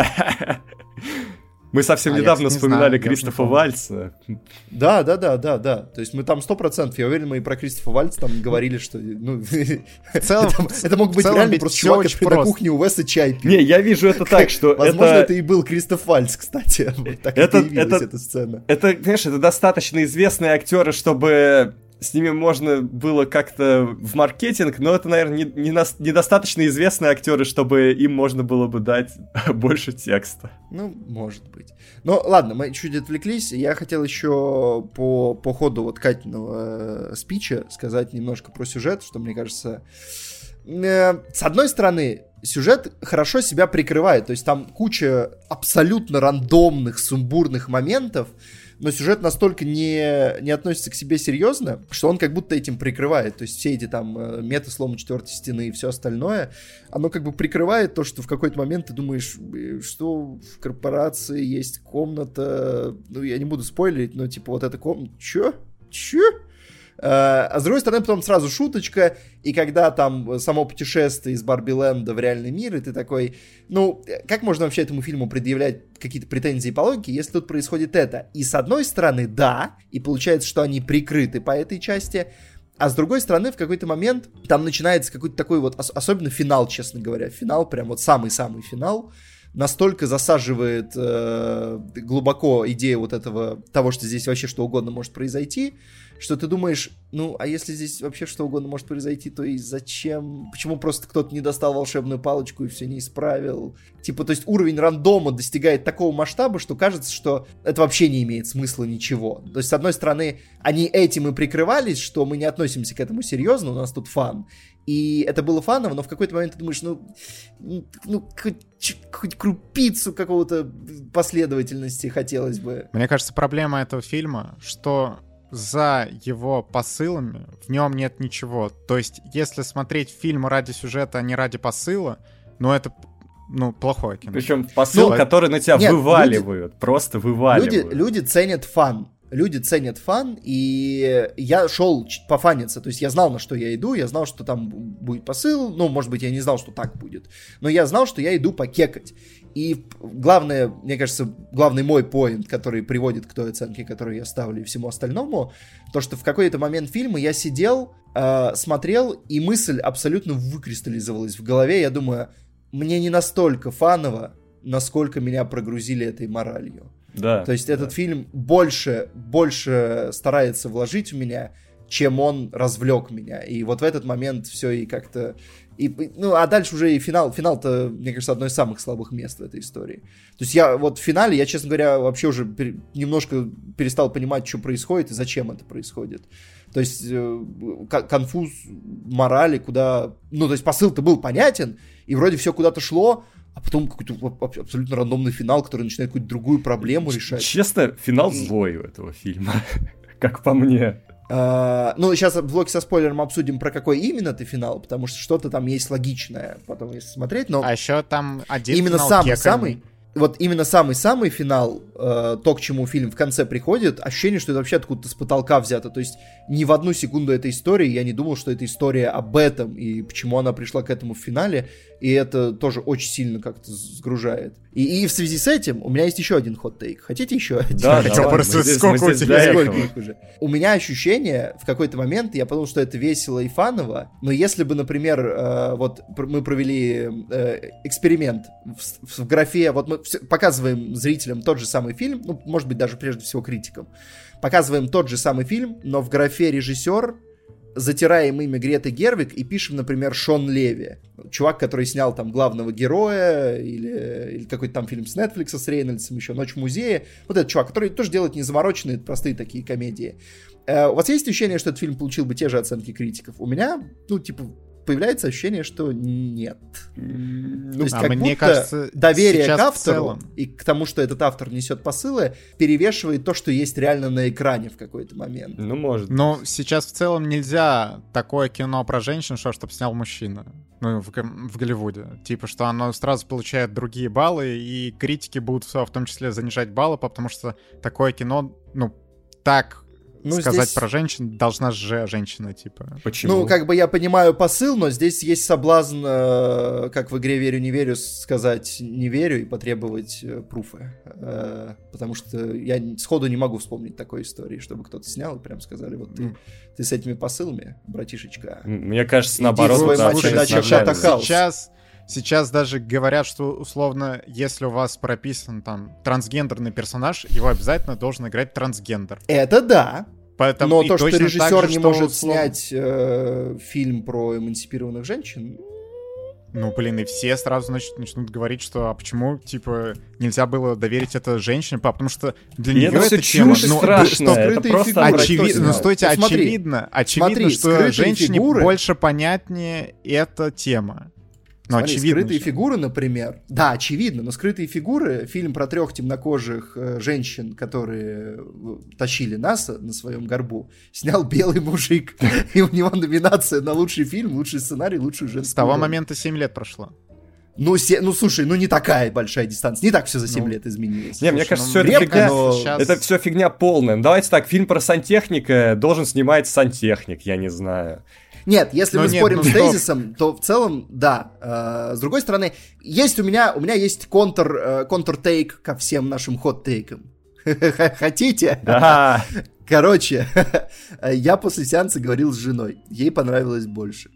Мы совсем А я, недавно кстати, не вспоминали знаю, я уж не Кристофа помню. Вальца. Да, да, да, да, да. То есть мы там сто процентов, я уверен, мы и про Кристофа Вальца там говорили, что, ну, В целом, это, это мог быть целом реально ведь просто всё чувак, очень который на просто. кухне у Уэса чай пил. Не, я вижу это так, что Возможно, это... это и был Кристоф Вальц, кстати. Вот так Это- и появилась это- эта сцена. Это, знаешь, это достаточно известные актеры, чтобы с ними можно было как-то в маркетинг, но это, наверное, не, не нас- недостаточно известные актеры, чтобы им можно было бы дать больше текста. Ну, может быть. Ну, ладно, мы чуть отвлеклись. Я хотел еще по, по ходу вот Катиного э, спича сказать немножко про сюжет, что, мне кажется, э, с одной стороны, сюжет хорошо себя прикрывает, то есть там куча абсолютно рандомных, сумбурных моментов, но сюжет настолько не, не относится к себе серьезно, что он как будто этим прикрывает. То есть все эти там мета-сломы четвертой стены и все остальное, оно как бы прикрывает то, что в какой-то момент ты думаешь, что в корпорации есть комната, ну я не буду спойлерить, но типа вот эта комната, чё? Чё? А с другой стороны, потом сразу шуточка, и когда там само путешествие из Барби-ленда в реальный мир, и ты такой, ну, как можно вообще этому фильму предъявлять какие-то претензии по логике, если тут происходит это? И с одной стороны, да, и получается, что они прикрыты по этой части, а с другой стороны, в какой-то момент там начинается какой-то такой вот, особенно финал, честно говоря, финал, прям вот самый-самый финал, настолько засаживает э, глубоко идею вот этого, того, что здесь вообще что угодно может произойти, что ты думаешь, ну, а если здесь вообще что угодно может произойти, то и зачем? Почему просто кто-то не достал волшебную палочку и все не исправил? Типа, то есть уровень рандома достигает такого масштаба, что кажется, что это вообще не имеет смысла ничего. То есть, с одной стороны, они этим и прикрывались, что мы не относимся к этому серьезно, у нас тут фан. И это было фаново, но в какой-то момент ты думаешь, ну, ну хоть, хоть крупицу какого-то последовательности хотелось бы. Мне кажется, проблема этого фильма, что за его посылами в нем нет ничего. То есть, если смотреть фильм ради сюжета, а не ради посыла, ну, это, ну, плохое кино. Причем посыл, ну, который на тебя нет, вываливают, люди, просто вываливают. Люди, люди ценят фан. Люди ценят фан, и я шел пофаниться, то есть я знал, на что я иду, я знал, что там будет посыл, ну, может быть, я не знал, что так будет, но я знал, что я иду покекать. И главное, мне кажется, главный мой поинт, который приводит к той оценке, которую я ставлю и всему остальному, то, что в какой-то момент фильма я сидел, э, смотрел, и мысль абсолютно выкристаллизовалась в голове, я думаю, мне не настолько фаново, насколько меня прогрузили этой моралью. Да, То есть да. этот фильм больше, больше старается вложить в меня, чем он развлек меня. И вот в этот момент все и как-то... И, ну, а дальше уже и финал. Финал-то, мне кажется, одно из самых слабых мест в этой истории. То есть я вот в финале, я, честно говоря, вообще уже пер, немножко перестал понимать, что происходит и зачем это происходит. То есть э, конфуз морали, куда... Ну, то есть посыл-то был понятен, и вроде все куда-то шло, а потом какой-то абсолютно рандомный финал, который начинает какую-то другую проблему решать. Честно, финал злой у этого фильма, как по мне. Uh, ну, сейчас в блоке со спойлером обсудим, про какой именно ты финал, потому что что-то там есть логичное, потом если смотреть, но... А еще там один именно финал самый-самый, вот именно самый-самый финал, э, то, к чему фильм в конце приходит, ощущение, что это вообще откуда-то с потолка взято, то есть ни в одну секунду этой истории я не думал, что это история об этом, и почему она пришла к этому в финале, и это тоже очень сильно как-то сгружает. И, и в связи с этим у меня есть еще один хот-тейк. Хотите еще один? Да, Хотя давай, просто здесь, сколько у тебя сколько их уже? У меня ощущение, в какой-то момент, я подумал, что это весело и фаново, но если бы, например, э, вот мы провели э, эксперимент в, в графе, вот мы показываем зрителям тот же самый фильм, ну, может быть, даже прежде всего критикам, показываем тот же самый фильм, но в графе режиссер затираем имя Греты Гервиг и пишем, например, Шон Леви. Чувак, который снял там главного героя, или, или какой-то там фильм с Netflix с Рейнольдсом, еще «Ночь в музее». Вот этот чувак, который тоже делает незамороченные, простые такие комедии. Э, у вас есть ощущение, что этот фильм получил бы те же оценки критиков? У меня, ну, типа, появляется ощущение, что нет. Ну, То есть а как мне будто кажется, доверие к автору целом... и к тому, что этот автор несет посылы, перевешивает то, что есть реально на экране в какой-то момент. Ну, может. Но сейчас в целом нельзя такое кино про женщин, что чтобы снял мужчина. Ну, в, в Голливуде. Типа, что оно сразу получает другие баллы, и критики будут в том числе занижать баллы, потому что такое кино, ну, так... Ну, сказать здесь... про женщин должна же женщина, типа. Почему? Ну, как бы я понимаю посыл, но здесь есть соблазн, э, как в игре «Верю, не верю», сказать «не верю» и потребовать э, пруфы. Э, потому что я сходу не могу вспомнить такой истории, чтобы кто-то снял и прям сказали, вот ты, mm. ты с этими посылами, братишечка. Мне кажется, наоборот, свой матч, сейчас... Сейчас даже говорят, что, условно, если у вас прописан там трансгендерный персонаж, его обязательно должен играть трансгендер. Это да. Поэтому но то, что режиссер же, не что может условно... снять э, фильм про эмансипированных женщин... Ну, блин, и все сразу, значит, начнут говорить, что а почему, типа, нельзя было доверить это женщине, потому что для И нее это эта всё тема... чушь ну, страшная, что- это просто очевидно, ну, стойте, Ну, смотри, очевидно, очевидно, смотри, что скрытые женщине фигуры- больше понятнее эта тема. Ну, Смотри, очевидно. скрытые же. фигуры, например. Да, очевидно, но скрытые фигуры, фильм про трех темнокожих э, женщин, которые э, тащили НАСА на своем горбу, снял белый мужик. И у него номинация на лучший фильм, лучший сценарий, лучшую женскую С того роль. момента семь лет прошло. Ну, се- ну, слушай, ну не такая большая дистанция. Не так все за семь Ну, лет изменилось. Не, мне Слушай, кажется, ну, все это крепко, фигня. но- Сейчас- Это все фигня полная. Ну, давайте так, фильм про сантехника должен снимать сантехник, я не знаю. Нет, если Но мы нет, спорим ну с стоп. тезисом, то в целом, да. Э, с другой стороны, есть у меня, у меня есть контр, э, контр-тейк ко всем нашим хот-тейкам. Хотите? Да. Короче, я после сеанса говорил с женой. Ей понравилось больше.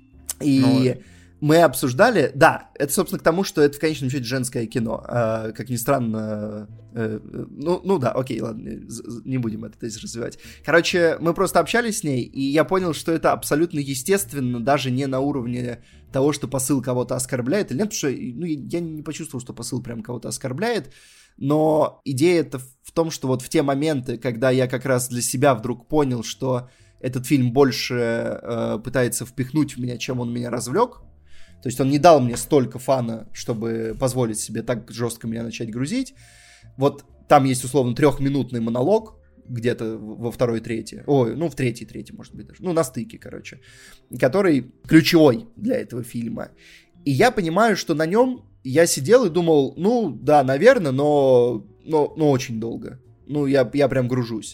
И мы обсуждали... Да, это, собственно, к тому, что это в конечном счете женское кино. А, как ни странно... э, ну, ну да, окей, ладно, з- не будем это здесь развивать. Короче, мы просто общались с ней, и я понял, что это абсолютно естественно, даже не на уровне того, что посыл кого-то оскорбляет или нет, потому что ну, я не почувствовал, что посыл прям кого-то оскорбляет, но идея-то в том, что вот в те моменты, когда я как раз для себя вдруг понял, что этот фильм больше э, пытается впихнуть в меня, чем он меня развлек, то есть он не дал мне столько фана, чтобы позволить себе так жестко меня начать грузить. Вот там есть условно трехминутный монолог, где-то во второй трети, ой, ну в третьей трети, может быть даже, ну на стыке, короче, который ключевой для этого фильма. И я понимаю, что на нем я сидел и думал, ну да, наверное, но, но, но очень долго. Ну я, я прям гружусь.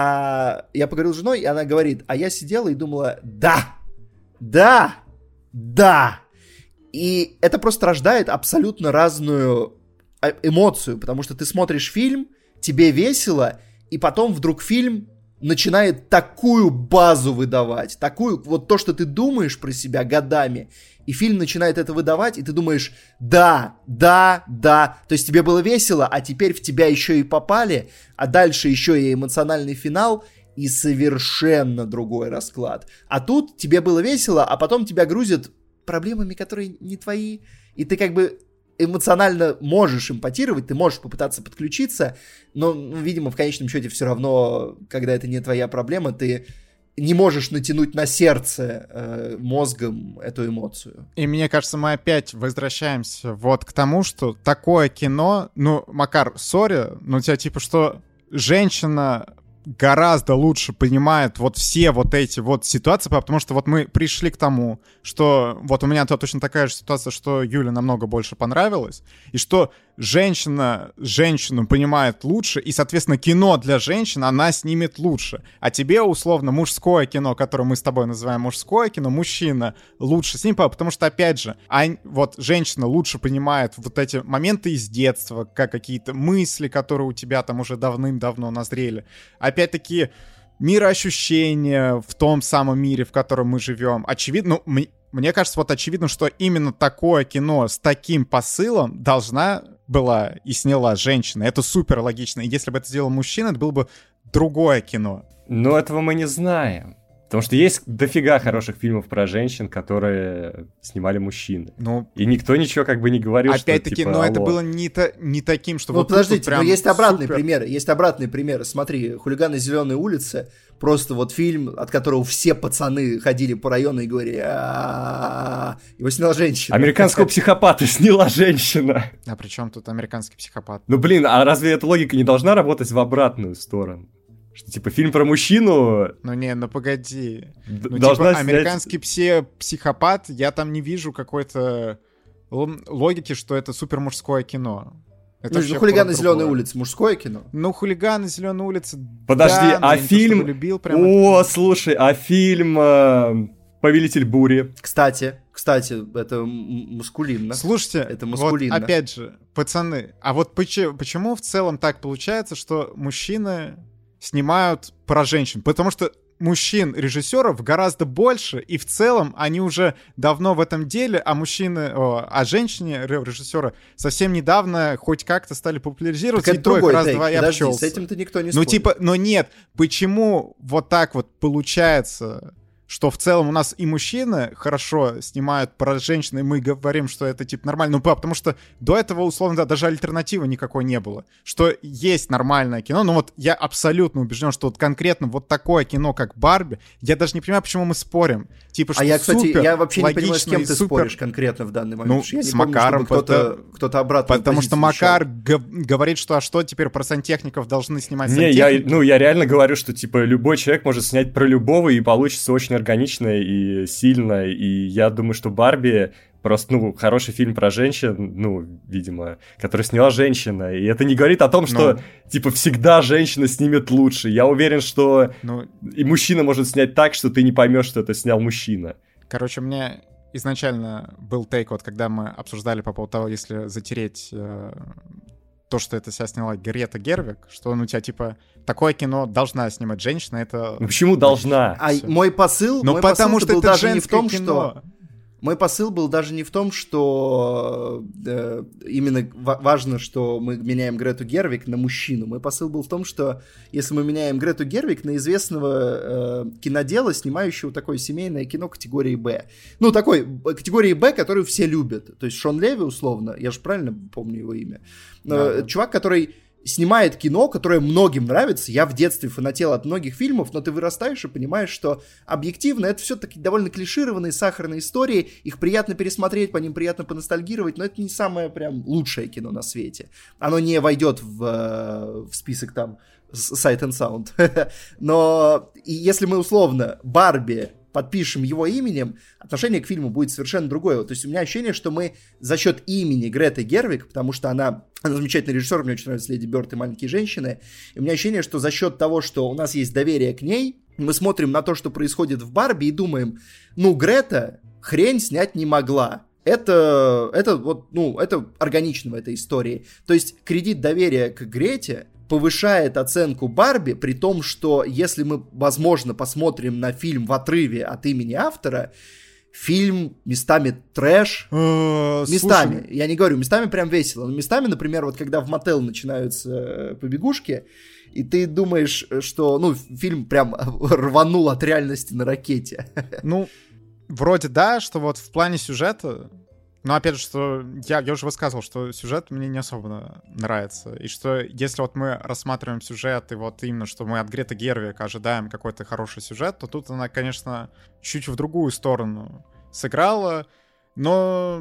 А я поговорил с женой, и она говорит, а я сидела и думала, да, да, да. И это просто рождает абсолютно разную эмоцию, потому что ты смотришь фильм, тебе весело, и потом вдруг фильм начинает такую базу выдавать, такую, вот то, что ты думаешь про себя годами, и фильм начинает это выдавать, и ты думаешь, да, да, да, то есть тебе было весело, а теперь в тебя еще и попали, а дальше еще и эмоциональный финал, и совершенно другой расклад. А тут тебе было весело, а потом тебя грузят проблемами, которые не твои, и ты как бы эмоционально можешь эмпатировать, ты можешь попытаться подключиться, но, ну, видимо, в конечном счете все равно, когда это не твоя проблема, ты не можешь натянуть на сердце э, мозгом эту эмоцию. И мне кажется, мы опять возвращаемся вот к тому, что такое кино, ну, Макар, сори, но у тебя типа что женщина гораздо лучше понимает вот все вот эти вот ситуации, потому что вот мы пришли к тому, что вот у меня то точно такая же ситуация, что Юле намного больше понравилось, и что женщина женщину понимает лучше, и, соответственно, кино для женщин она снимет лучше. А тебе, условно, мужское кино, которое мы с тобой называем мужское кино, мужчина лучше снимет, потому что, опять же, а вот женщина лучше понимает вот эти моменты из детства, как какие-то мысли, которые у тебя там уже давным-давно назрели. Опять-таки, мироощущение в том самом мире, в котором мы живем. Очевидно, ну, мне кажется, вот очевидно, что именно такое кино с таким посылом должна была и сняла женщина. Это супер логично. И если бы это сделал мужчина, это было бы другое кино. Но этого мы не знаем. Потому что есть дофига хороших фильмов про женщин, которые снимали мужчины. Ну, и никто ничего как бы не говорил, опять-таки, что типа, но это алло. было не, та, не таким, что Ну, вот подождите, тут прям но есть обратные супер. примеры. Есть обратные примеры. Смотри, «Хулиганы Зеленой улицы», просто вот фильм, от которого все пацаны ходили по району и говорили, «А-а-а-а». Его сняла женщина. Американского психопата сняла женщина. А при чем тут американский психопат? Ну блин, а разве эта логика не должна работать в обратную сторону? Что типа фильм про мужчину Ну не, ну погоди. д- Ну должна типа снять- американский псе- психопат, я там не вижу какой-то л- логики, что это супер мужское кино. Это Ну, вообще «Хулиганы про Зеленой другое. улицы» мужское кино? Ну, «Хулиганы Зеленой улицы». Подожди, да, но а я не то фильм... чтобы любил прям О, это. слушай, а фильм э, «Повелитель бури»? Кстати, кстати, это м- мускулинно. Слушайте, Это вот маскулинно. опять же, пацаны, а вот почему, почему в целом так получается, что мужчины снимают про женщин? Потому что мужчин-режиссеров гораздо больше, и в целом они уже давно в этом деле, а мужчины, о, а женщины-режиссеры совсем недавно хоть как-то стали популяризироваться, Так и это то их другой раз-два тейк. и Подожди, обчелся. с этим-то никто не Ну, спорит. типа, но нет, почему вот так вот получается, что в целом у нас и мужчины хорошо снимают про женщин, и мы говорим, что это типа нормально. Ну, потому что до этого, условно, да, даже альтернативы никакой не было. Что есть нормальное кино, но вот я абсолютно убежден, что вот конкретно вот такое кино, как «Барби», я даже не понимаю, почему мы спорим. Типа, что а я, кстати, супер, я вообще не понимаю, с кем ты супер... споришь конкретно в данный момент. Ну, я с не помню, Макаром. кто-то, потому... кто-то обратно. Потому что Макар г- говорит, что а что теперь про сантехников должны снимать не, сантехников? Я, ну, я реально говорю, что типа любой человек может снять про любого, и получится очень органично и сильно, и я думаю, что «Барби» просто, ну, хороший фильм про женщин, ну, видимо, который сняла женщина, и это не говорит о том, что, ну, типа, всегда женщина снимет лучше. Я уверен, что ну, и мужчина может снять так, что ты не поймешь, что это снял мужчина. Короче, мне изначально был тейк, вот когда мы обсуждали по поводу того, если затереть э, то, что это себя сняла Грета Гервиг, что, ну, у тебя, типа, такое кино должна снимать женщина, это... Ну, почему должна? А Всё. мой посыл, ну, мой потому посыл что был это даже не в том, кино. что... Мой посыл был даже не в том, что э, именно ва- важно, что мы меняем Грету Гервиг на мужчину. Мой посыл был в том, что если мы меняем Грету Гервиг на известного э, кинодела, снимающего такое семейное кино категории «Б». Ну, такой категории «Б», которую все любят. То есть Шон Леви, условно, я же правильно помню его имя. Да, да. Чувак, который... снимает кино, которое многим нравится. Я в детстве фанател от многих фильмов, но ты вырастаешь и понимаешь, что объективно это все-таки довольно клишированные сахарные истории, их приятно пересмотреть, по ним приятно поностальгировать, но это не самое прям лучшее кино на свете. Оно не войдет в, в список там Sight and Sound. Но если мы условно «Барби» подпишем его именем, отношение к фильму будет совершенно другое. То есть у меня ощущение, что мы за счет имени Греты Гервиг, потому что она, она замечательный режиссер, мне очень нравится «Леди Бёрд» и «Маленькие женщины», и у меня ощущение, что за счет того, что у нас есть доверие к ней, мы смотрим на то, что происходит в «Барби» и думаем, ну, Грета хрень снять не могла. Это, это вот, ну, это органично в этой истории. То есть кредит доверия к Грете повышает оценку «Барби», при том, что если мы, возможно, посмотрим на фильм в отрыве от имени автора, фильм местами трэш, местами, я не говорю, местами прям весело, но местами, например, вот когда в мотел начинаются побегушки, и ты думаешь, что, ну, фильм прям рванул от реальности на ракете. Ну, вроде да, что вот в плане сюжета... Но опять же, что я, я уже высказывал, что сюжет мне не особо нравится. И что если вот мы рассматриваем сюжет, и вот именно, что мы от Греты Гервиг ожидаем какой-то хороший сюжет, то тут она, конечно, чуть в другую сторону сыграла. Но,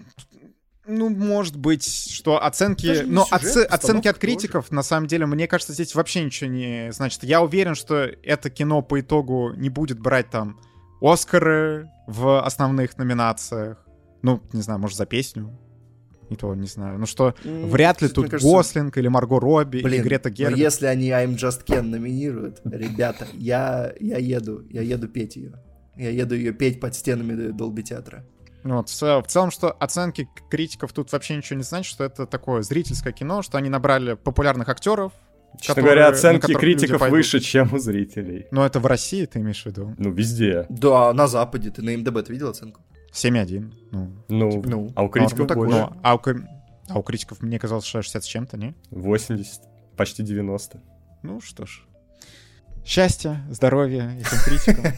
ну, может быть, что оценки... Но сюжет, оце, оценки от критиков, тоже. На самом деле, мне кажется, здесь вообще ничего не значит. Я уверен, что это кино по итогу не будет брать там Оскары в основных номинациях. Ну, не знаю, может, за песню. И то, не знаю. Ну что, mm, вряд ли тут кажется... Гослинг или Марго Робби, Блин, или Грета Гервиг. Но если они I'm Just Ken номинируют, ребята, я, я еду, я еду петь ее. Я еду ее петь под стенами Долби театра. Ну, вот, в, в целом, что оценки критиков тут вообще ничего не значит, что это такое зрительское кино, что они набрали популярных актеров. Честно которые, говоря, оценки критиков выше, чем у зрителей. Но это в России, ты имеешь в виду? Ну, везде. Да, на Западе. Ты на эм дэ бэ ты видел оценку? семь один. Ну, ну, типа, ну а у критиков ну, больше. Ну, а, у, а у критиков, мне казалось, шестьдесят с чем-то, не? восемьдесят, почти девяносто. Ну что ж. Счастья, здоровья этим критикам.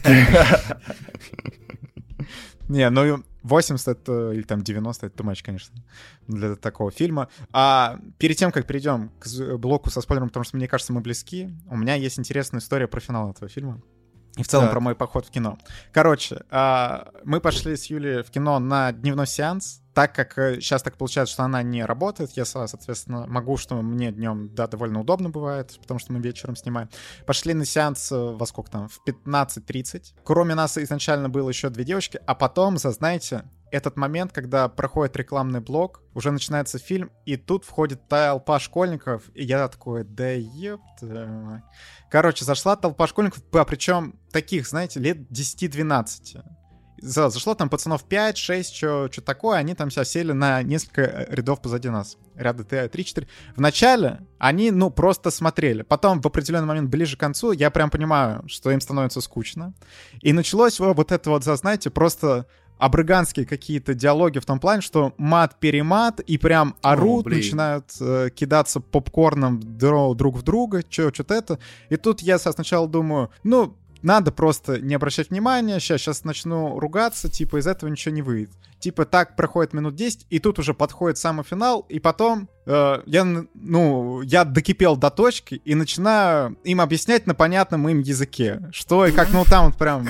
Не, ну восемьдесят это, или там девяносто, это too much, конечно, для такого фильма. А перед тем, как перейдем к блоку со спойлером, потому что, мне кажется, мы близки, у меня есть интересная история про финал этого фильма. И в целом так. про мой поход в кино. Короче, мы пошли с Юлей в кино на дневной сеанс, так как сейчас так получается, что она не работает, я, соответственно, могу, что мне днем, да, довольно удобно бывает, потому что мы вечером снимаем. Пошли на сеанс во сколько там, в пятнадцать тридцать. Кроме нас изначально было еще две девочки, а потом, знаете, этот момент, когда проходит рекламный блок, уже начинается фильм, и тут входит толпа школьников, и я такой, да ёпта. Короче, зашла толпа школьников, а причем таких, знаете, лет десять-двенадцать. Зашло там пацанов пять-шесть, что такое, они там себя сели на несколько рядов позади нас. Ряда три-четыре. Вначале они, ну, просто смотрели. Потом в определенный момент, ближе к концу, я прям понимаю, что им становится скучно. И началось вот это вот, знаете, просто... абрыганские какие-то диалоги в том плане, что мат-перемат, и прям орут, О, начинают э, кидаться попкорном друг в друга, что-то это. И тут я сначала думаю, ну, надо просто не обращать внимания, сейчас, сейчас начну ругаться, типа из этого ничего не выйдет. Типа так проходит минут десять, и тут уже подходит самый финал, и потом э, я, ну, я докипел до точки и начинаю им объяснять на понятном им языке, что и как, ну там вот прям...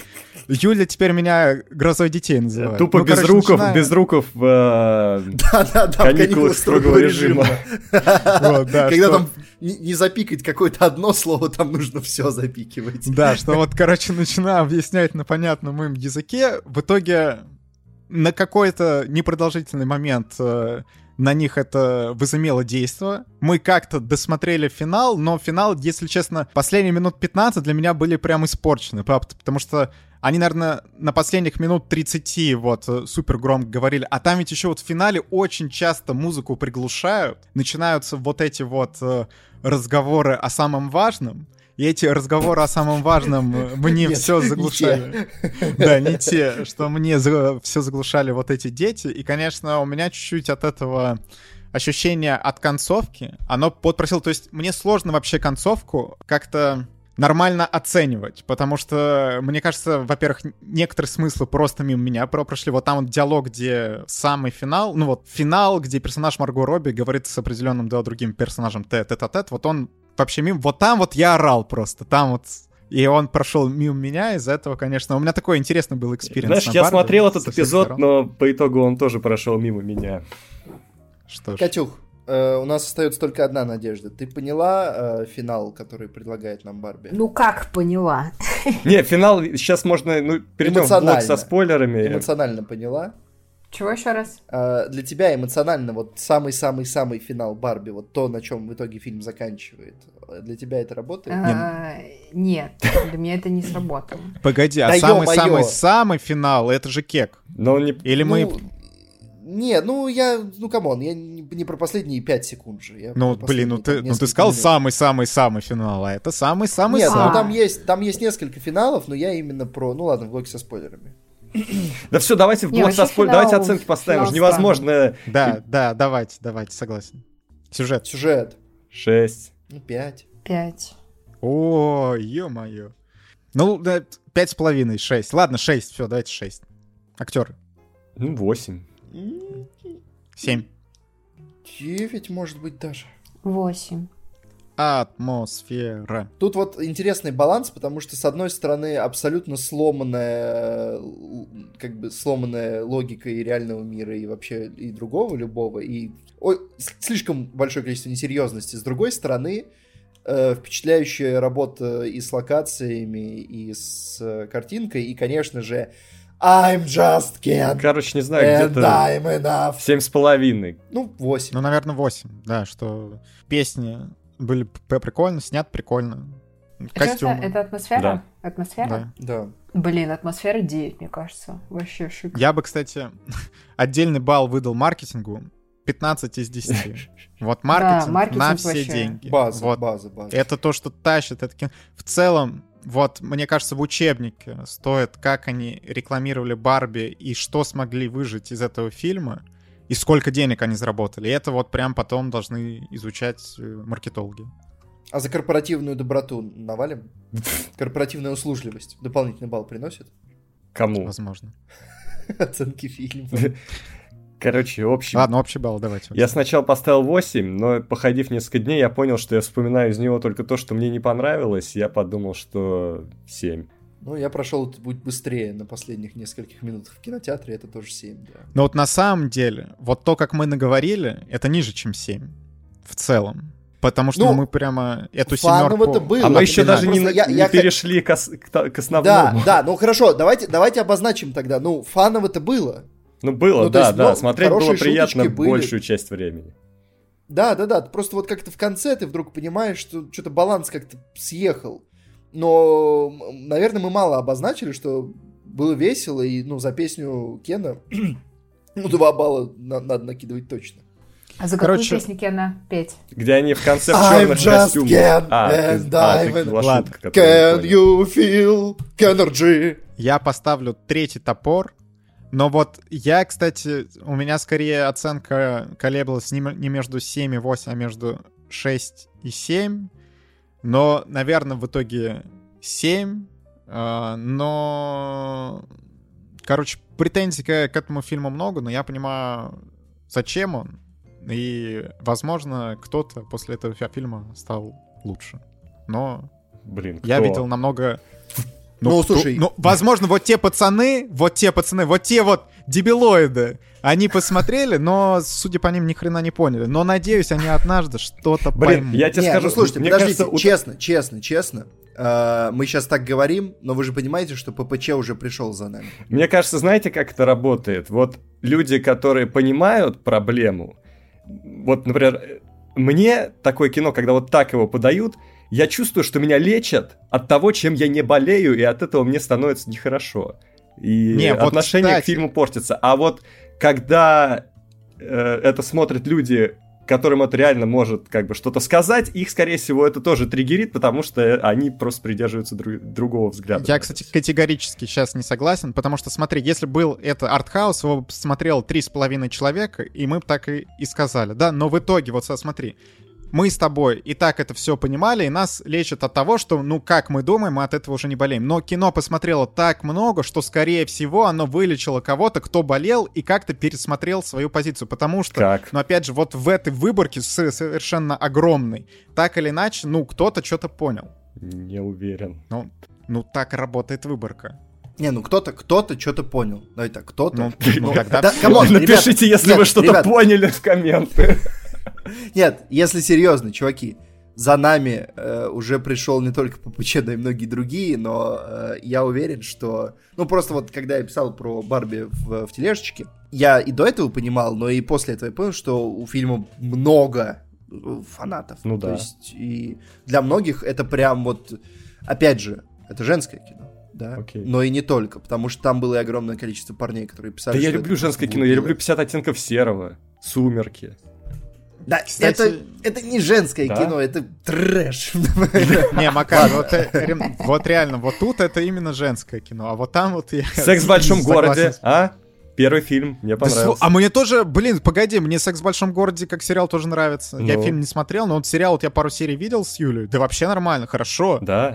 Юля теперь меня грозой детей называет. Тупо ну, без короче, руков, начинаю... без руков в э, Да-да-да, каникулах строгого режима. Когда там не запикать какое-то одно слово, там нужно все запикивать. Да, что вот, короче, начинаю объяснять на понятном им языке. В итоге на какой-то непродолжительный момент э, на них это возымело действие. Мы как-то досмотрели финал, но финал, если честно, последние минут пятнадцать для меня были прям испорчены, потому что они, наверное, на последних минут тридцать вот супер громко говорили, а там ведь еще вот в финале очень часто музыку приглушают, начинаются вот эти вот э, разговоры о самом важном, и эти разговоры о самом важном мне Нет, все заглушали. Да, не те, что мне за... все заглушали вот эти дети. И, конечно, у меня чуть-чуть от этого ощущения от концовки, оно подпросило. То есть мне сложно вообще концовку как-то нормально оценивать, потому что, мне кажется, во-первых, некоторые смыслы просто мимо меня прошли. Вот там вот диалог, где самый финал, ну вот финал, где персонаж Марго Робби говорит с определенным, да, другим персонажем тет-а-тет, вот он вообще мимо. Вот там вот я орал просто, там вот... И он прошел мимо меня, из-за этого, конечно... У меня такой интересный был экспириенс. Знаешь, на я Барби смотрел этот со всех эпизод, сторон. но по итогу он тоже прошел мимо меня. Что ж. Катюх, э, у нас остается только одна надежда. Ты поняла э, финал, который предлагает нам Барби? Ну как поняла? Не, финал сейчас можно... Ну, перейдем в блок со спойлерами. Эмоционально поняла? Чего еще раз? Э, для тебя эмоционально вот самый-самый-самый финал Барби, вот то, на чем в итоге фильм заканчивает, для тебя это работает? А, Нет, для меня это не сработало. Погоди, а Да самый-самый-самый финал, это же кек. Но он не... Или мы... Ну, не, ну я, ну камон, я не, не про последние пять секунд же. Я Ну, про блин, ну последние, ты, там, ну ты несколько сказал минут. самый-самый-самый финал, а это самый-самый-самый. Нет, ну А. там есть, там есть несколько финалов, но я именно про, ну ладно, в блоке со спойлерами. Да все, давайте в Не, блок со вообще спойлерами, давайте финал- оценки поставим, финал уже невозможно. Да, да, давайте, давайте, согласен. Сюжет. Сюжет, Шесть. ну пять. Пять. О, ё-моё. Ну, да, пять с половиной, шесть. Ладно, шесть, все, давайте шесть. Актеры. Ну, восемь. Семь. Девять, может быть, даже. Восемь. Атмосфера. Тут вот интересный баланс, потому что, с одной стороны, абсолютно сломанная, л- как бы сломанная логика и реального мира, и вообще и другого, любого, и ой, с- слишком большое количество несерьезности. С другой стороны, э, впечатляющая работа и с локациями, и с э, картинкой, и, конечно же, I'm just Ken, Короче, не знаю, and где-то I'm enough. семь с половиной. Ну, восемь. Ну, наверное, восемь. Да, что песни были п- прикольно, снят прикольно. Костюмы. Это, это атмосфера? Да. Атмосфера? Да. Да. Блин, атмосфера девять, мне кажется. Вообще шик. Я бы, кстати, отдельный балл выдал маркетингу. пятнадцать из десяти. Вот маркетинг, Да, маркетинг на все вообще. деньги. База, Вот. база, база. Это то, что тащит это кино. В целом, вот, мне кажется, в учебнике стоит, как они рекламировали Барби и что смогли выжить из этого фильма, и сколько денег они заработали. И это вот прям потом должны изучать э, маркетологи. А за корпоративную доброту навалим? Корпоративная услужливость. Дополнительный балл приносит? Кому? Возможно. Оценки фильма. Короче, общий... Ладно, общий балл, давайте. Я сначала поставил восемь, но походив несколько дней, я понял, что я вспоминаю из него только то, что мне не понравилось. Я подумал, что семь. Ну, я прошел это будет быстрее на последних нескольких минутах в кинотеатре, это тоже семь, да. Но вот на самом деле, вот то, как мы наговорили, это ниже, чем семь. В целом. Потому что Ну, мы прямо эту фаново-то семерку... было. А мы еще понимаешь? даже не, Просто я- не я х- перешли к, ос- к та- к Да, основному. да, ну хорошо, давайте, давайте обозначим тогда. Ну, фаново-то было. Ну, было, Ну, то да, есть, да. ну, Смотреть было хорошие приятно шуточки были. большую часть времени. Да, да, да. Просто вот как-то в конце ты вдруг понимаешь, что что-то баланс как-то съехал. Но, м, наверное, мы мало обозначили, что было весело, и, ну, за песню Кена, ну, два балла на- надо накидывать точно. А за какую Короче- песню Кена петь? Где они в конце в I'm черных just костюмах. Ken, А, ты- and а, I'm ты in- была Ладно. шутка, которую я Can не понял. you feel Kenergy? Я поставлю третий топор. Но вот я, кстати, у меня скорее оценка колеблалась не, м- не между семь и восемь, а между шесть и семь. Но, наверное, в итоге семь, А, но... Короче, претензий к, к этому фильму много, но я понимаю, зачем он. И, возможно, кто-то после этого фильма стал лучше. Но Блин, кто? я видел намного... Ну, Ну, слушай... Ну, возможно, вот те пацаны, вот те пацаны, вот те вот дебилоиды, они посмотрели, но, судя по ним, ни хрена не поняли. Но, надеюсь, они однажды что-то Блин, поймут. я тебе Не, скажу, ну слушайте, мне подождите, кажется, у- честно, честно, честно. э, мы сейчас так говорим, но вы же понимаете, что ППЧ уже пришел за нами. Мне кажется, знаете, как это работает? Вот люди, которые понимают проблему, вот, например, мне такое кино, когда вот так его подают, я чувствую, что меня лечат от того, чем я не болею, и от этого мне становится нехорошо. И Не, вот, отношение кстати... к фильму портится. А вот когда э, это смотрят люди, которым это реально может как бы что-то сказать, их, скорее всего, это тоже триггерит, потому что они просто придерживаются дру- другого взгляда. Я, кстати, категорически сейчас не согласен, потому что, смотри, если был это артхаус, его смотрел три с половиной человека, и мы бы так и, и сказали, да, но в итоге, вот смотри, мы с тобой и так это все понимали, и нас лечат от того, что, ну, как мы думаем, мы от этого уже не болеем. Но кино посмотрело так много, что, скорее всего, оно вылечило кого-то, кто болел, и как-то пересмотрел свою позицию. Потому что, Как? ну, опять же, вот в этой выборке с- совершенно огромной, так или иначе, ну, кто-то что-то понял. Не уверен. Ну, ну так работает выборка. Не, ну кто-то, кто-то что-то понял. Давай так, кто-то. Ну, Ну, тогда да, всё. камон, Напишите, ребята, если нет, вы что-то ребят, поняли в комменты. Нет, если серьезно, чуваки, за нами э, уже пришел не только ППЧ, но и многие другие, но э, я уверен, что... Ну, просто вот, когда я писал про Барби в, в тележечке, я и до этого понимал, но и после этого я понял, что у фильма много фанатов. Ну да. То есть, и для многих это прям вот... Опять же, это женское кино. Да, Окей. но и не только, потому что там было и огромное количество парней, которые писали... Да я что люблю это женское просто кино, я было. люблю пятьдесят оттенков серого, «Сумерки». Да, Кстати- это, это не женское Да? кино, это трэш. Не, Макар, вот, э, рем- вот реально, вот тут это именно женское кино, а вот там вот я... «Секс в большом согласен городе», с- а? Первый фильм, мне Да слу- понравился. а мне тоже, блин, погоди, мне «Секс в большом городе» как сериал тоже нравится. Я Ну. фильм не смотрел, но вот сериал, вот я пару серий видел с Юлей, да вообще нормально, хорошо. Да.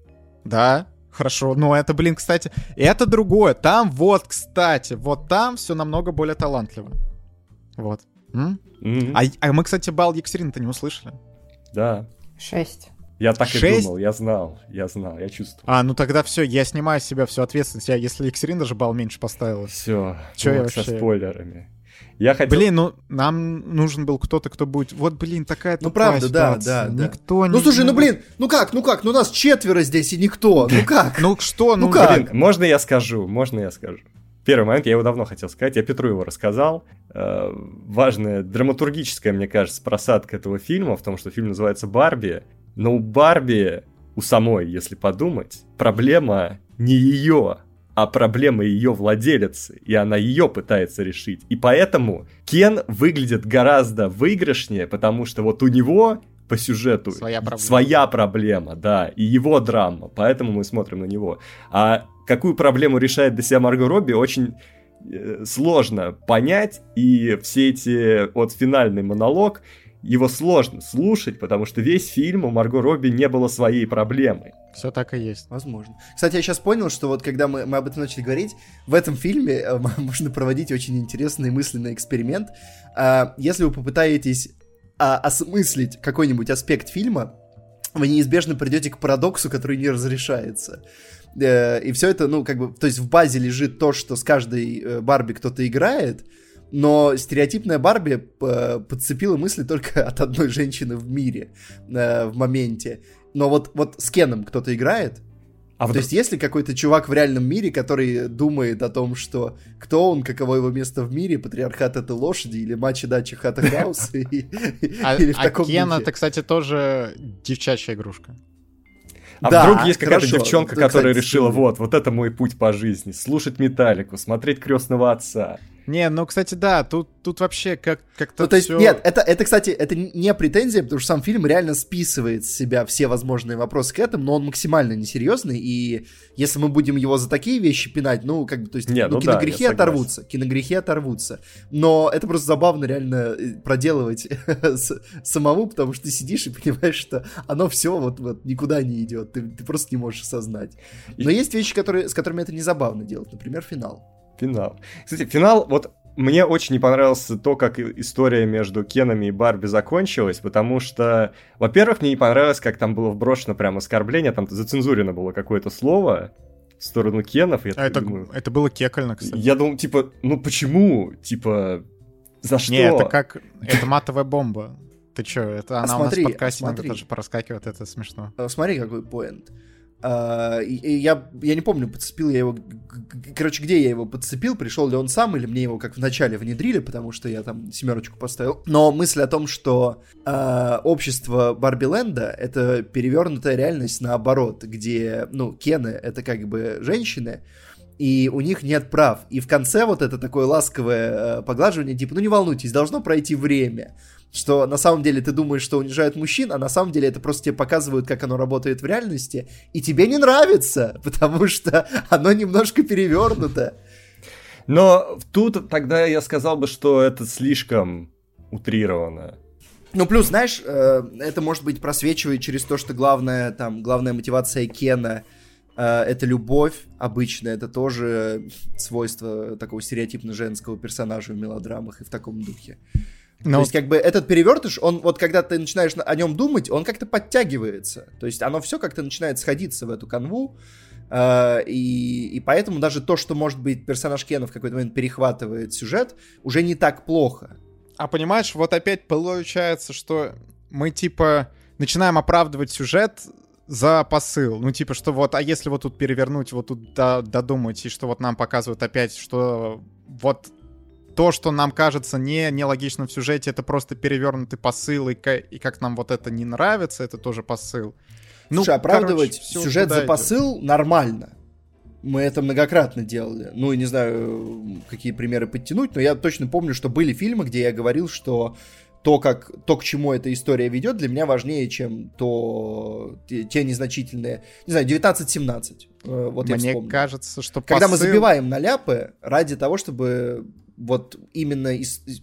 Да, хорошо. Но это, блин, кстати, это другое. Там вот, кстати, вот там все намного более талантливо. Вот. М? Мгм. А, а мы, кстати, бал Екатерины-то не услышали. Да. Шесть. Я так Шесть? и думал, я знал, я знал, я чувствовал. А, ну тогда все, я снимаю с себя всю ответственность. Я, если Екатерина даже бал меньше поставила. Все, Чё я со вообще- спойлерами. Я хотел... Блин, ну нам нужен был кто-то, кто будет... Вот, блин, такая Ну, тупая правда, да, ситуация. да, да. Никто не... Ну, слушай, ну, блин, ну как, ну как, ну нас четверо здесь и никто, ну как? Ну что, ну... Ну как? Блин, можно я скажу, можно я скажу. Первый момент, я его давно хотел сказать, я Петру его рассказал. Э, важная драматургическая, мне кажется, просадка этого фильма в том, что фильм называется «Барби», но у Барби, у самой, если подумать, проблема не ее, а проблема ее владелицы, и она ее пытается решить. И поэтому Кен выглядит гораздо выигрышнее, потому что вот у него по сюжету Своя проблема. своя проблема, да, и его драма, поэтому мы смотрим на него. А какую проблему решает для себя Марго Робби, очень э, сложно понять, и все эти, вот финальный монолог, его сложно слушать, потому что весь фильм у Марго Робби не было своей проблемы. Все так и есть. Возможно. Кстати, я сейчас понял, что вот когда мы, мы об этом начали говорить, в этом фильме э, можно проводить очень интересный мысленный эксперимент. А, если вы попытаетесь а, осмыслить какой-нибудь аспект фильма, вы неизбежно придете к парадоксу, который не разрешается. Э, и все это, ну, как бы, то есть в базе лежит то, что с каждой э, Барби кто-то играет, но стереотипная Барби э, подцепила мысли только от одной женщины в мире э, в моменте. Но вот, вот с Кеном кто-то играет. А То вдруг- есть есть ли какой-то чувак в реальном мире, который думает о том, что кто он, каково его место в мире, патриархат — это лошади, или мачо, дача, хата, хаус, и- А, или в а таком Кен духе? это, кстати, тоже девчачья игрушка. А Да, вдруг есть какая-то хорошо. девчонка, Ну, которая кстати, решила, сильно. вот, вот это мой путь по жизни, слушать Металлику, смотреть «Крестного отца». Не, ну, кстати, да, тут, тут вообще как, как-то Ну, то есть, всё... нет, это, это, кстати, это не претензия, потому что сам фильм реально списывает с себя все возможные вопросы к этому, но он максимально несерьезный, и если мы будем его за такие вещи пинать, ну, как бы, то есть, не, ну, ну киногрехи да, оторвутся, киногрехи оторвутся, но это просто забавно реально проделывать самому, потому что ты сидишь и понимаешь, что оно все вот, вот никуда не идет, ты, ты просто не можешь осознать. Но есть вещи, которые, с которыми это не забавно делать, например, финал. Финал. Кстати, финал, вот мне очень не понравилось то, как история между Кенами и Барби закончилась, потому что, во-первых, мне не понравилось, как там было вброшено прям оскорбление, там зацензурено было какое-то слово в сторону Кенов. Я а это, думаю, это было кекально, кстати. Я думал, типа, ну почему? Типа, за что? Не, это как... Это матовая бомба. Ты чё, это она а у смотри, нас в подкасте а иногда смотри. тоже проскакивает, это смешно. Смотри, какой поинт. Uh, и, и я, я не помню, подцепил я его... Короче, где я его подцепил, пришел ли он сам, или мне его как вначале внедрили, потому что я там семерочку поставил. Но мысль о том, что uh, общество Барби-ленда — это перевернутая реальность наоборот, где, ну, Кены — это как бы женщины, и у них нет прав. И в конце вот это такое ласковое uh, поглаживание, типа, ну не волнуйтесь, должно пройти время. Что на самом деле ты думаешь, что унижают мужчин, а на самом деле это просто тебе показывают, как оно работает в реальности, и тебе не нравится, потому что оно немножко перевернуто. Но тут тогда я сказал бы, что это слишком утрировано. Ну, плюс, знаешь, это, может быть, просвечивает через то, что главная, там, главная мотивация Кена — это любовь обычная, это тоже свойство такого стереотипно женского персонажа в мелодрамах и в таком духе. Но... То есть, как бы, этот перевертыш, он вот когда ты начинаешь о нем думать, он как-то подтягивается. То есть, оно все как-то начинает сходиться в эту канву. Э, и, и поэтому даже то, что, может быть, персонаж Кена в какой-то момент перехватывает сюжет, уже не так плохо. А понимаешь, вот опять получается, что мы, типа, начинаем оправдывать сюжет за посыл. Ну, типа, что вот, а если вот тут перевернуть, вот тут додумать, и что вот нам показывают опять, что вот... То, что нам кажется не, нелогичным в сюжете, это просто перевернутый посыл, и, и как нам вот это не нравится, это тоже посыл. Ну, слушай, оправдывать короче, сюжет за идет. посыл нормально. Мы это многократно делали. Ну, и не знаю, какие примеры подтянуть, но я точно помню, что были фильмы, где я говорил, что то, как, то, к чему эта история ведет, для меня важнее, чем то, те, те незначительные, не знаю, девятнадцать семнадцать. Вот я Мне вспомнил. кажется, что Когда посыл... мы забиваем на ляпы ради того, чтобы... вот именно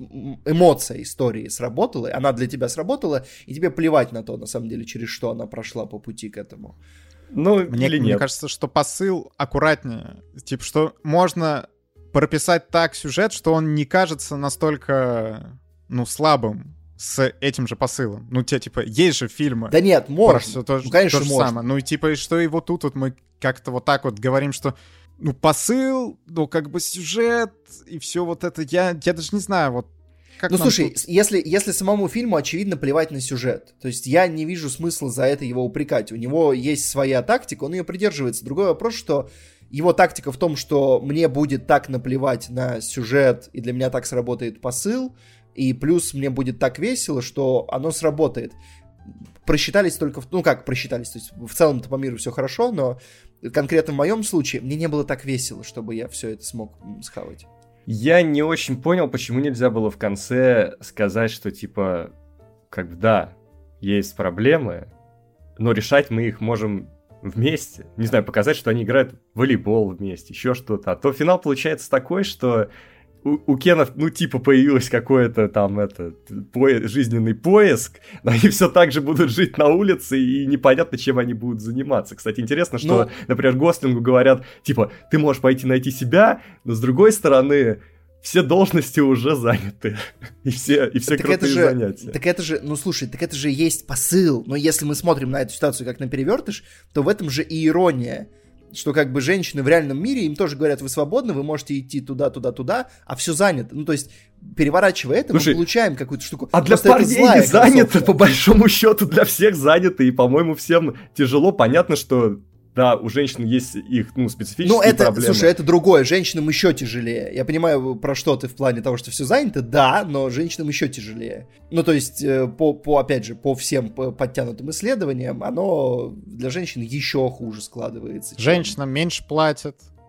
эмоция истории сработала, она для тебя сработала, и тебе плевать на то, на самом деле, через что она прошла по пути к этому. Ну, мне, или нет. Мне кажется, что посыл аккуратнее. Типа, что можно прописать так сюжет, что он не кажется настолько, ну, слабым с этим же посылом. Ну, те, типа, есть же фильмы. Да нет, можно. Все то, ну, конечно, то же можно. самое. Ну, и типа, что и вот тут вот мы как-то вот так вот говорим, что ну, посыл, ну, как бы сюжет и все вот это. Я, я даже не знаю, вот как Ну, нам слушай, тут... если, если самому фильму, очевидно, плевать на сюжет. То есть я не вижу смысла за это его упрекать. У него есть своя тактика, он ее придерживается. Другой вопрос, что его тактика в том, что мне будет так наплевать на сюжет, и для меня так сработает посыл, и плюс мне будет так весело, что оно сработает. Просчитались только... В... Ну, как просчитались? То есть в целом-то по миру все хорошо, но конкретно в моем случае мне не было так весело, чтобы я все это смог схавать. Я не очень понял, почему нельзя было в конце сказать, что типа, как бы да, есть проблемы, но решать мы их можем вместе. Не знаю, показать, что они играют в волейбол вместе, еще что-то. А то финал получается такой, что у, у Кенов, ну, типа, появилось какое-то там, это, по- жизненный поиск, но они все так же будут жить на улице, и непонятно, чем они будут заниматься. Кстати, интересно, что, ну... например, Гослингу говорят, типа, ты можешь пойти найти себя, но, с другой стороны, все должности уже заняты, и все, и все так крутые это же, занятия. Так это же, ну, слушай, так это же есть посыл, но если мы смотрим на эту ситуацию как на перевертыш, то в этом же и ирония. Что как бы женщины в реальном мире, им тоже говорят, вы свободны, вы можете идти туда, туда, туда, а все занято. Ну, то есть, переворачивая это, Слушай, мы получаем какую-то штуку. А для парней не занято, по большому счету, для всех занято, и, по-моему, всем тяжело. Понятно, что, да, у женщин есть их, ну, специфические ну, это, проблемы. Слушай, это другое, женщинам еще тяжелее. Я понимаю, про что ты в плане того, что все занято, да, но женщинам еще тяжелее. Ну, то есть, по, по опять же, по всем подтянутым исследованиям, оно для женщин еще хуже складывается. Женщинам меньше платят,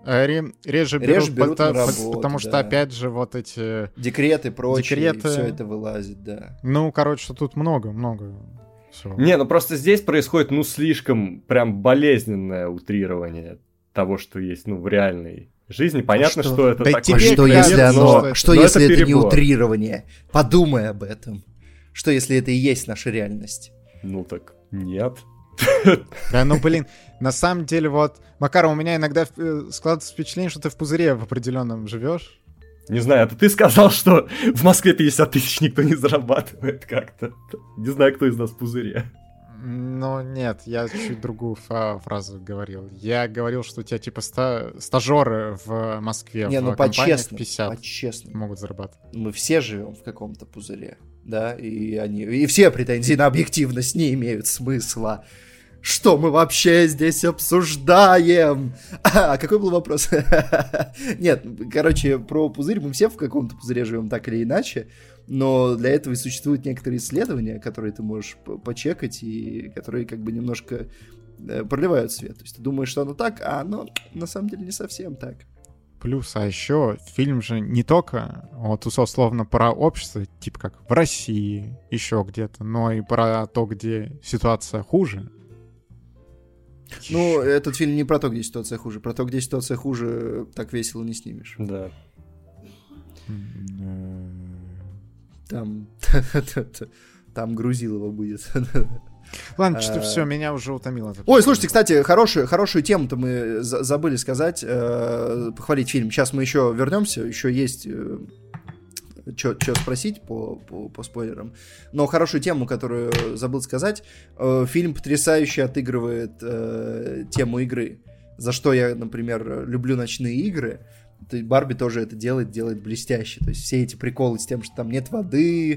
Ре- реже берут, Реже берут потому, на работу, потому что, да. опять же, вот эти... Декреты, прочее, Декреты. все это вылазит, да. Ну, короче, тут много-много всего. Не, ну просто здесь происходит, ну, слишком прям болезненное утрирование того, что есть, ну, в реальной жизни. Понятно, что? что это Да такое. тебе Что кажется, если оно, что что это- но если это это, не перебор. утрирование? Подумай об этом. Что если это и есть наша реальность? Ну так нет. Да, ну, блин, на самом деле, вот, Макар, у меня иногда э, складывается впечатление, что ты в пузыре в определенном живешь. Не знаю, это ты сказал, что в Москве пятьдесят тысяч никто не зарабатывает как-то. Не знаю, кто из нас в пузыре. Ну, нет, я чуть другую фа- фразу говорил. Я говорил, что у тебя, типа, ста- стажеры в Москве Не, в ну компаниях по-честному, пятьдесят по-честному. могут зарабатывать. Мы все живем в каком-то пузыре, да, и они, и все претензии на объективность не имеют смысла. Что мы вообще здесь обсуждаем? А, какой был вопрос? Нет, короче, про пузырь мы все в каком-то пузыре живем так или иначе, но для этого и существуют некоторые исследования, которые ты можешь по- почекать и которые как бы немножко э, проливают свет. То есть ты думаешь, что оно так, а оно на самом деле не совсем так. Плюс, а еще фильм же не только вот условно про общество, типа как в России, еще где-то, но и про то, где ситуация хуже. Ну, этот фильм не про то, где ситуация хуже. Про то, где ситуация хуже, так весело не снимешь. Да. Там, там Грузилова будет. Ладно, что все, меня уже утомило. Ой, слушайте, кстати, хорошую, хорошую тему-то мы за- забыли сказать, э, похвалить фильм. Сейчас мы еще вернемся, еще есть э, что спросить по, по, по спойлерам. Но хорошую тему, которую забыл сказать, э, фильм потрясающе отыгрывает э, тему игры. За что я, например, люблю ночные игры. Барби тоже это делает, делает блестяще. То есть все эти приколы с тем, что там нет воды,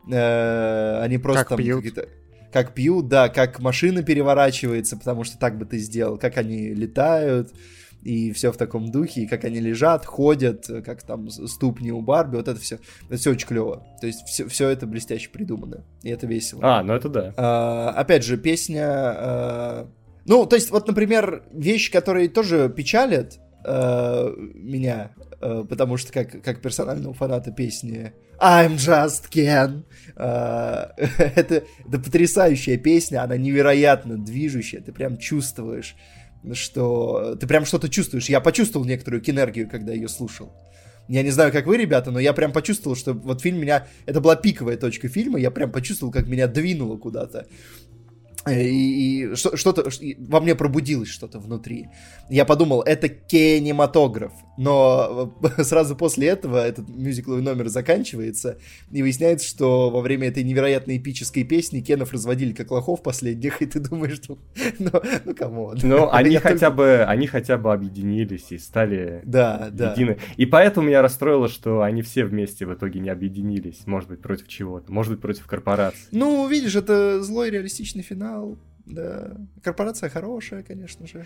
э, они просто Как там пьют. какие-то... Как пьют, да, как машина переворачивается, потому что так бы ты сделал, как они летают, и все в таком духе, и как они лежат, ходят, как там ступни у Барби, вот это все, это все очень клево. То есть все, все это блестяще придумано, и это весело. А, ну это да. А, опять же, песня... а, ну, то есть, вот, например, вещи, которые тоже печалят а, меня, а, потому что как, как персонального фаната песни I'm just Ken. А, это, это потрясающая песня, она невероятно движущая, ты прям чувствуешь, что... Ты прям что-то чувствуешь. Я почувствовал некоторую кинергию, когда ее слушал. Я не знаю, как вы, ребята, но я прям почувствовал, что вот фильм меня... Это была пиковая точка фильма, я прям почувствовал, как меня двинуло куда-то. И, и что-то во мне пробудилось что-то внутри. Я подумал, это кинематограф. Но сразу после этого этот мюзикловый номер заканчивается, и выясняется, что во время этой невероятно эпической песни Кенов разводили как лохов последних, и ты думаешь, что... Ну, ну камон. Ну, они Я хотя только- бы, они хотя бы объединились и стали Да, да. едины. И поэтому меня расстроило, что они все вместе в итоге не объединились. Может быть, против чего-то. Может быть, против корпорации. Ну, видишь, это злой реалистичный финал. Да. Корпорация хорошая, конечно же.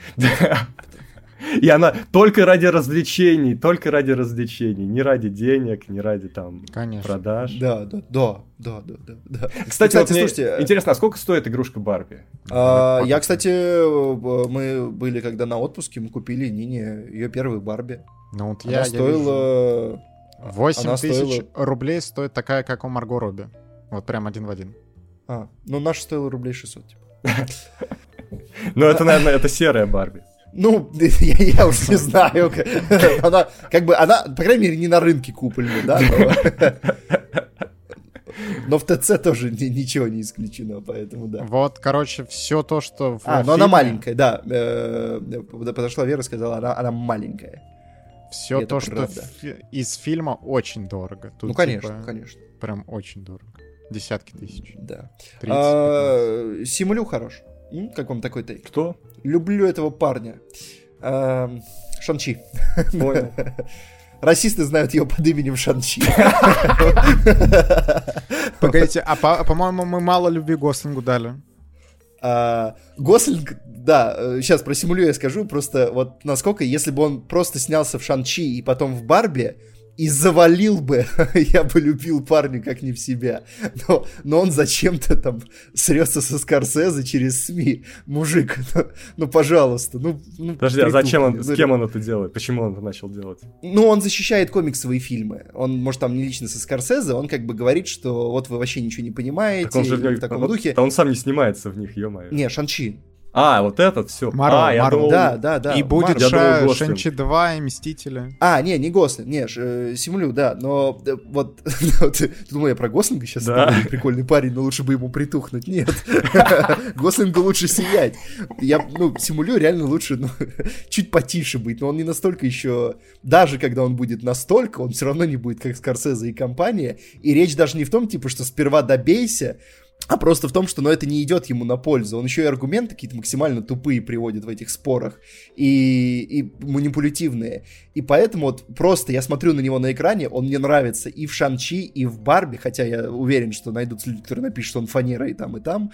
И она только ради развлечений, только ради развлечений. Не ради денег, не ради там Конечно. продаж. Да, да, да, да, да, да, да. Кстати, вот мне слушайте, интересно, а сколько стоит игрушка Барби? а, я, кстати, э, мы были когда на отпуске, мы купили Нине ее первую Барби. Ну вот Она я, я вижу, стоила... восемь она тысяч стоила- рублей стоит такая, как у Марго Робби. Вот прям один в один. А, ну, наша стоила рублей шестьсот. Типа. Ну, это, наверное, это серая Барби. Ну, я, я уж не знаю. Она, как бы, она, по крайней мере, не на рынке куплена, да, но... Но в ТЦ тоже ни- ничего не исключено, поэтому да. Вот, короче, все то, что в А, фильме, но она маленькая, да. Э, Подошла Вера и сказала, она, она маленькая. все это то, что правда. фи- из фильма очень дорого. Тут, Ну, конечно, типа, конечно. прям очень дорого. Десятки тысяч. Да. тридцать, пятнадцать. А, Симулю хорош. М, Как вам такой тейк? Кто? Люблю этого парня. А, Шан-Чи. Понял. Расисты знают его под именем Шан-Чи. Погодите, а по- а по-моему, мы мало любви Гослингу дали. А, Гослинг, да, сейчас про Симулю я скажу, просто вот насколько, если бы он просто снялся в Шан-Чи и потом в Барби, и завалил бы, я бы любил парня как не в себя. Но, но он зачем-то там срется со Скорсезе через СМИ. Мужик, ну, ну пожалуйста. Ну, ну, Подожди, а зачем он, с кем он это делает? Почему он это начал делать? Ну, он защищает комиксовые фильмы. Он, может, там не лично со Скорсезе, он как бы говорит, что вот вы вообще ничего не понимаете. Так он же в, в таком вот, духе. Да он сам не снимается в них, ё-моё. Не, Шан-Чи. А, вот этот, все. Марвел, а, я Марвел. думал... Да, да, да. И будет Марвел. Ша- Шэн-Чи два и Мстители. А, не, не Гослинг, не, э, Симулю, да, но э, вот, ты думал, я про Гослинга сейчас да. говорю, прикольный парень, но лучше бы ему притухнуть, нет, Гослингу лучше сиять, я, ну, Симулю реально лучше, ну, чуть потише быть, но он не настолько еще, даже когда он будет настолько, он все равно не будет как Скорсезе и компания, и речь даже не в том, типа, что сперва добейся, а просто в том, что ну, это не идет ему на пользу. Он еще и аргументы какие-то максимально тупые приводит в этих спорах. И, и манипулятивные. И поэтому вот просто я смотрю на него на экране, он мне нравится и в Шан-Чи, и в Барби. Хотя я уверен, что найдутся люди, которые напишут, что он фанера и там, и там.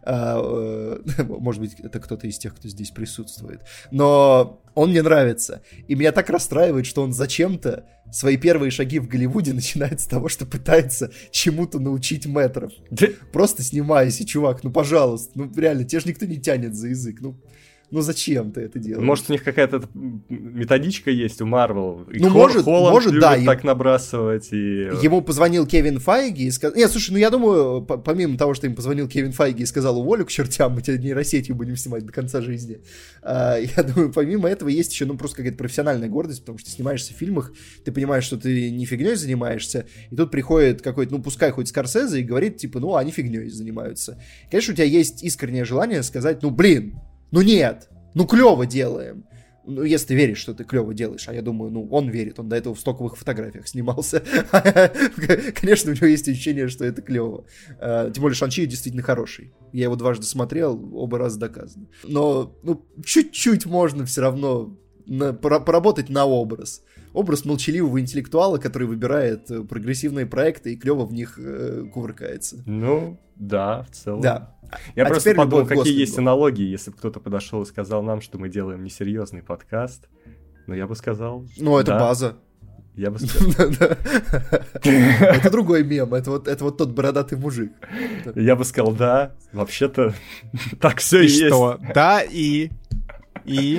А, э, может быть, это кто-то из тех, кто здесь присутствует. Но он мне нравится. И меня так расстраивает, что он зачем-то свои первые шаги в Голливуде начинает с того, что пытается чему-то научить мэтров. Просто снимайся, чувак, ну пожалуйста. Ну реально, тебя же никто не тянет за язык. Ну, ну зачем ты это делаешь? Может, у них какая-то методичка есть у Марвел. Ну, может, Холланд может, любит да. так набрасывать. И... Ему позвонил Кевин Файги и сказал... Нет, слушай, ну я думаю, помимо того, что им позвонил Кевин Файги и сказал, уволю к чертям, мы тебя нейросетью будем снимать до конца жизни. А, я думаю, помимо этого есть еще, ну, просто какая-то профессиональная гордость, потому что ты снимаешься в фильмах, ты понимаешь, что ты не фигней занимаешься, и тут приходит какой-то, ну, пускай хоть Скорсезе и говорит, типа, ну, они фигней занимаются. Конечно, у тебя есть искреннее желание сказать, ну, блин, ну нет, ну клево делаем. Ну, если ты веришь, что ты клево делаешь, а я думаю, ну, он верит, он до этого в стоковых фотографиях снимался. Конечно, у него есть ощущение, что это клево. Тем более Шан-Чи действительно хороший. Я его дважды смотрел, оба раза доказано. Но, ну, чуть-чуть можно все равно на, поработать на образ. Образ молчаливого интеллектуала, который выбирает прогрессивные проекты и клево в них э, кувыркается. Ну, да, в целом. Да. Я а просто подумал, какие Гослингу. есть аналогии, если бы кто-то подошел и сказал нам, что мы делаем несерьезный подкаст. Но я бы сказал... Ну, это да. база. Я бы сказал... Это другой мем, это вот тот бородатый мужик. Я бы сказал, да, вообще-то так все и есть. Что? Да, и... И...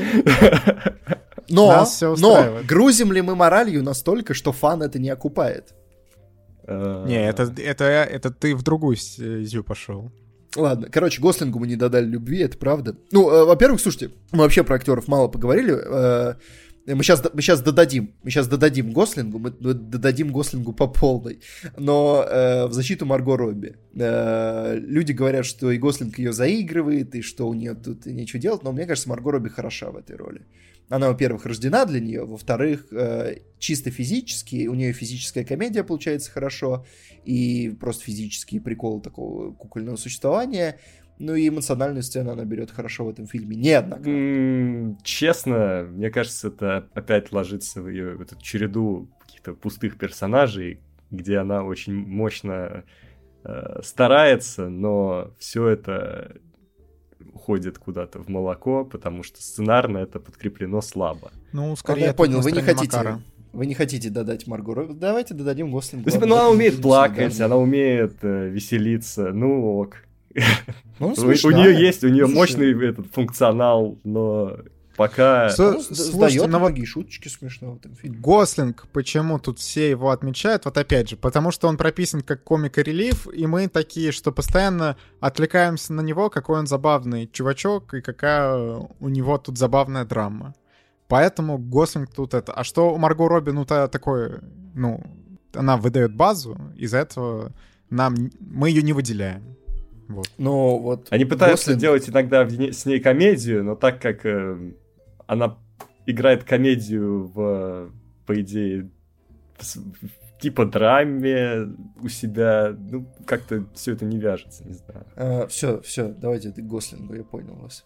Но, но грузим ли мы моралью настолько, что фан это не окупает? Не, это, это, это ты в другую стезю пошел. Ладно, короче, Гослингу мы не додали любви, это правда. Ну, э, во-первых, слушайте, мы вообще про актеров мало поговорили. Э, мы, сейчас, мы сейчас додадим, мы сейчас додадим Гослингу, мы додадим Гослингу по полной. Но э, в защиту Марго Робби. Э, люди говорят, что и Гослинг ее заигрывает, и что у нее тут нечего делать, но мне кажется, Марго Робби хороша в этой роли. Она, во-первых, рождена для нее, во-вторых, э, чисто физически, у нее физическая комедия получается хорошо, и просто физические приколы такого кукольного существования, ну и эмоциональную сцену она берет хорошо в этом фильме, неоднократно. Mm, честно, мне кажется, это опять ложится в ее в эту череду каких-то пустых персонажей, где она очень мощно э, старается, но все это... уходит куда-то в молоко, потому что сценарно это подкреплено слабо. Ну, скорее, я понял, вы не хотите, Макара. вы не хотите додать Марго Робби. Давайте додадим Гослингу. Ну, она умеет плакать, она умеет э, веселиться, ну ок. Ну, у, у нее есть, у нее мощный этот функционал, но пока... Ну, сдает многие шуточки смешно в этом фильме. Гослинг, почему тут все его отмечают? Вот опять же, потому что он прописан как комик-релиф, и мы такие, что постоянно отвлекаемся на него, какой он забавный чувачок, и какая у него тут забавная драма. Поэтому Гослинг тут это... А что у Марго Робби, ну, то такое... Ну, она выдает базу, из-за этого нам... мы ее не выделяем. Вот. Но вот Они пытаются Гослинг... делать иногда с ней комедию, но так как э, она играет комедию в, по идее, в, типа драме у себя, ну, как-то все это не вяжется, не знаю. А, все, все, давайте ты Гослингу, я понял вас.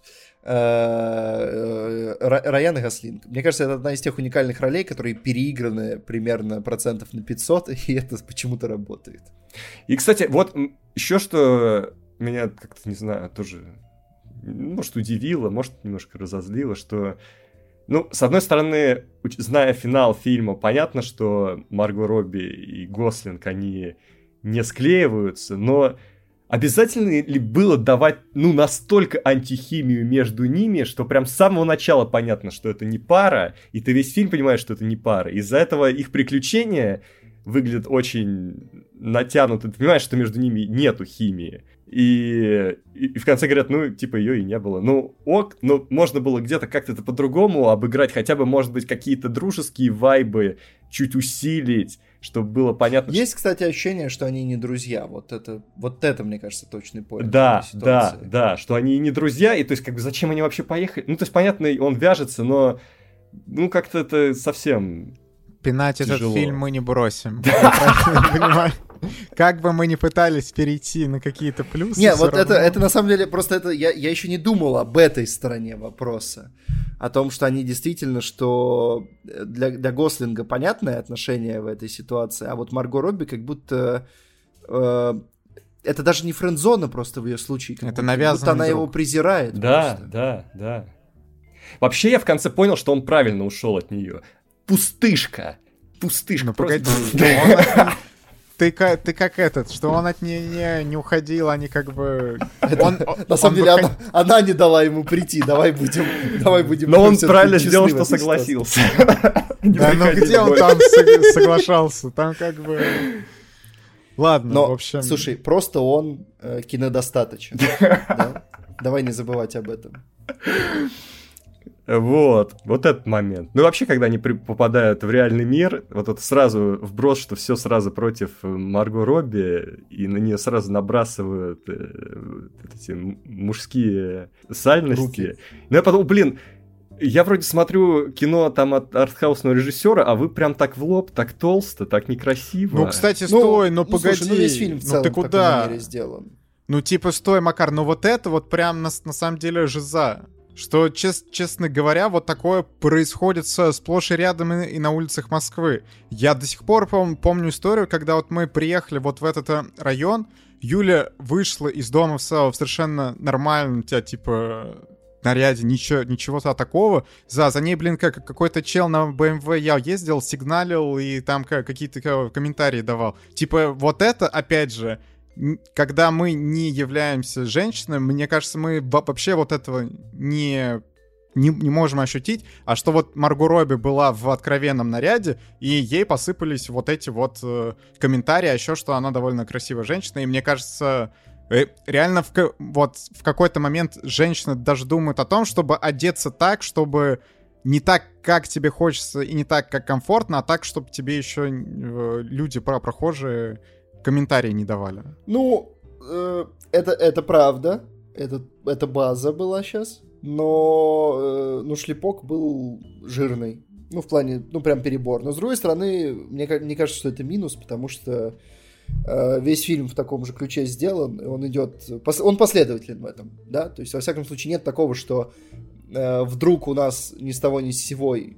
А, Райан Гослинг. Мне кажется, это одна из тех уникальных ролей, которые переиграны примерно процентов на пятьсот, и это почему-то работает. И, кстати, вот еще что меня как-то, не знаю, тоже, может, удивило, может, немножко разозлило, что Ну, с одной стороны, зная финал фильма, понятно, что Марго Робби и Гослинг, они не склеиваются, но обязательно ли было давать, ну, настолько антихимию между ними, что прям с самого начала понятно, что это не пара, и ты весь фильм понимаешь, что это не пара. Из-за этого их приключения выглядят очень натянуто. Ты понимаешь, что между ними нету химии. И, и, и в конце говорят, ну, типа, ее и не было. Ну, ок, но можно было где-то как-то это по-другому обыграть, хотя бы, может быть, какие-то дружеские вайбы чуть усилить, чтобы было понятно. Есть, что... кстати, ощущение, что они не друзья. Вот это, вот это, мне кажется, точный поинт. Да, да, да, что они не друзья, и то есть, как бы, зачем они вообще поехали? Ну, то есть, понятно, он вяжется, но, ну, как-то это совсем... Пинать тяжело. Этот фильм мы не бросим. Как бы мы ни пытались перейти на какие-то плюсы. Не, вот это, это на самом деле просто это я, я еще не думал об этой стороне вопроса. О том, что они действительно, что для, для Гослинга понятное отношение в этой ситуации, а вот Марго Робби как будто... Э, это даже не френдзона просто в ее случае. Как это будто, навязанный будто она друг. его презирает. Да, просто. да, да. Вообще я в конце понял, что он правильно ушел от нее. Пустышка. Пустышка. Ну, просто... погоди. Ты, ты как этот, что он от нее не, не уходил, они как бы... Это, он, на он, самом он деле, выход... она, она не дала ему прийти. Давай будем... Давай будем Но он правильно сделал, что согласился. Да, ну где он там соглашался? Там как бы... Ладно, Но, в общем... слушай, просто он э, кинодостаточен. Да? Давай не забывать об этом. Вот, вот этот момент. Ну, вообще, когда они при- попадают в реальный мир, вот это сразу вброс, что все сразу против Марго Робби, и на нее сразу набрасывают э, вот эти мужские сальности. Руки. Ну, я подумал, блин, я вроде смотрю кино там от артхаусного режиссера, а вы прям так в лоб, так толсто, так некрасиво. Ну, кстати, стой, ну, ну погоди. Слушай, ну весь фильм в целом ну, ты в куда? такой манере сделан. Ну, типа, стой, Макар, ну вот это вот прям на, на самом деле жиза. Что, чес- честно говоря, вот такое происходит со, сплошь и рядом и, и на улицах Москвы. Я до сих пор пом- помню историю, когда вот мы приехали вот в этот э, район, Юля вышла из дома в, в совершенно нормальном, у тебя, типа, наряде, ничего, ничего-то такого. За, за ней, блин, как какой-то чел на бэ эм вэ я ездил, сигналил и там как, какие-то комментарии давал. Типа, вот это, опять же, когда мы не являемся женщинами, мне кажется, мы вообще вот этого не, не, не можем ощутить. А что вот Марго Робби была в откровенном наряде, и ей посыпались вот эти вот э, комментарии, а еще что она довольно красивая женщина. И мне кажется, э, реально в, вот в какой-то момент женщина даже думает о том, чтобы одеться так, чтобы не так, как тебе хочется, и не так, как комфортно, а так, чтобы тебе еще э, люди, прохожие, комментарии не давали. Ну, э, это, это правда. Это, это база была сейчас. Но, э, ну, шлепок был жирный. Ну, в плане, ну, прям перебор. Но, с другой стороны, мне, мне кажется, что это минус, потому что э, весь фильм в таком же ключе сделан, и он идет... Он последователен в этом, да? То есть, во всяком случае, нет такого, что э, вдруг у нас ни с того ни с сего э,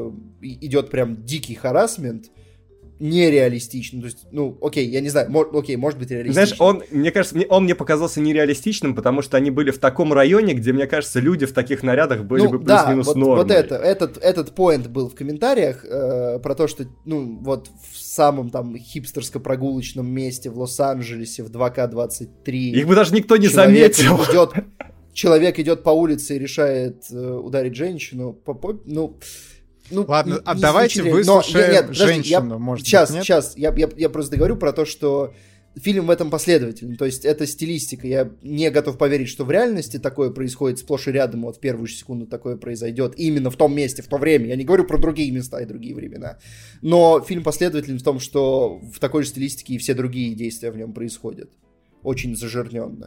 идет прям дикий харассмент, нереалистично. То есть, ну, окей, я не знаю, мо- окей, может быть реалистично. Знаешь, он, мне кажется, мне, он мне показался нереалистичным, потому что они были в таком районе, где, мне кажется, люди в таких нарядах были ну, бы да, плюс-минус вот, нормой. вот это, этот, этот поинт был в комментариях э, про то, что, ну, вот в самом там хипстерско-прогулочном месте в Лос-Анджелесе в два ка двадцать три их бы даже никто не человек заметил. Идет, человек идет по улице и решает э, ударить женщину, по, по, ну... Ну, ладно, не, а не давайте но, выслушаем нет, подожди, женщину, я, может сейчас, быть, нет? Сейчас, я, я, я просто говорю про то, что фильм в этом последовательный, то есть это стилистика. Я не готов поверить, что в реальности такое происходит сплошь и рядом, вот в первую же секунду такое произойдет именно в том месте, в то время. Я не говорю про другие места и другие времена. Но фильм последовательный в том, что в такой же стилистике и все другие действия в нем происходят. Очень зажирненно.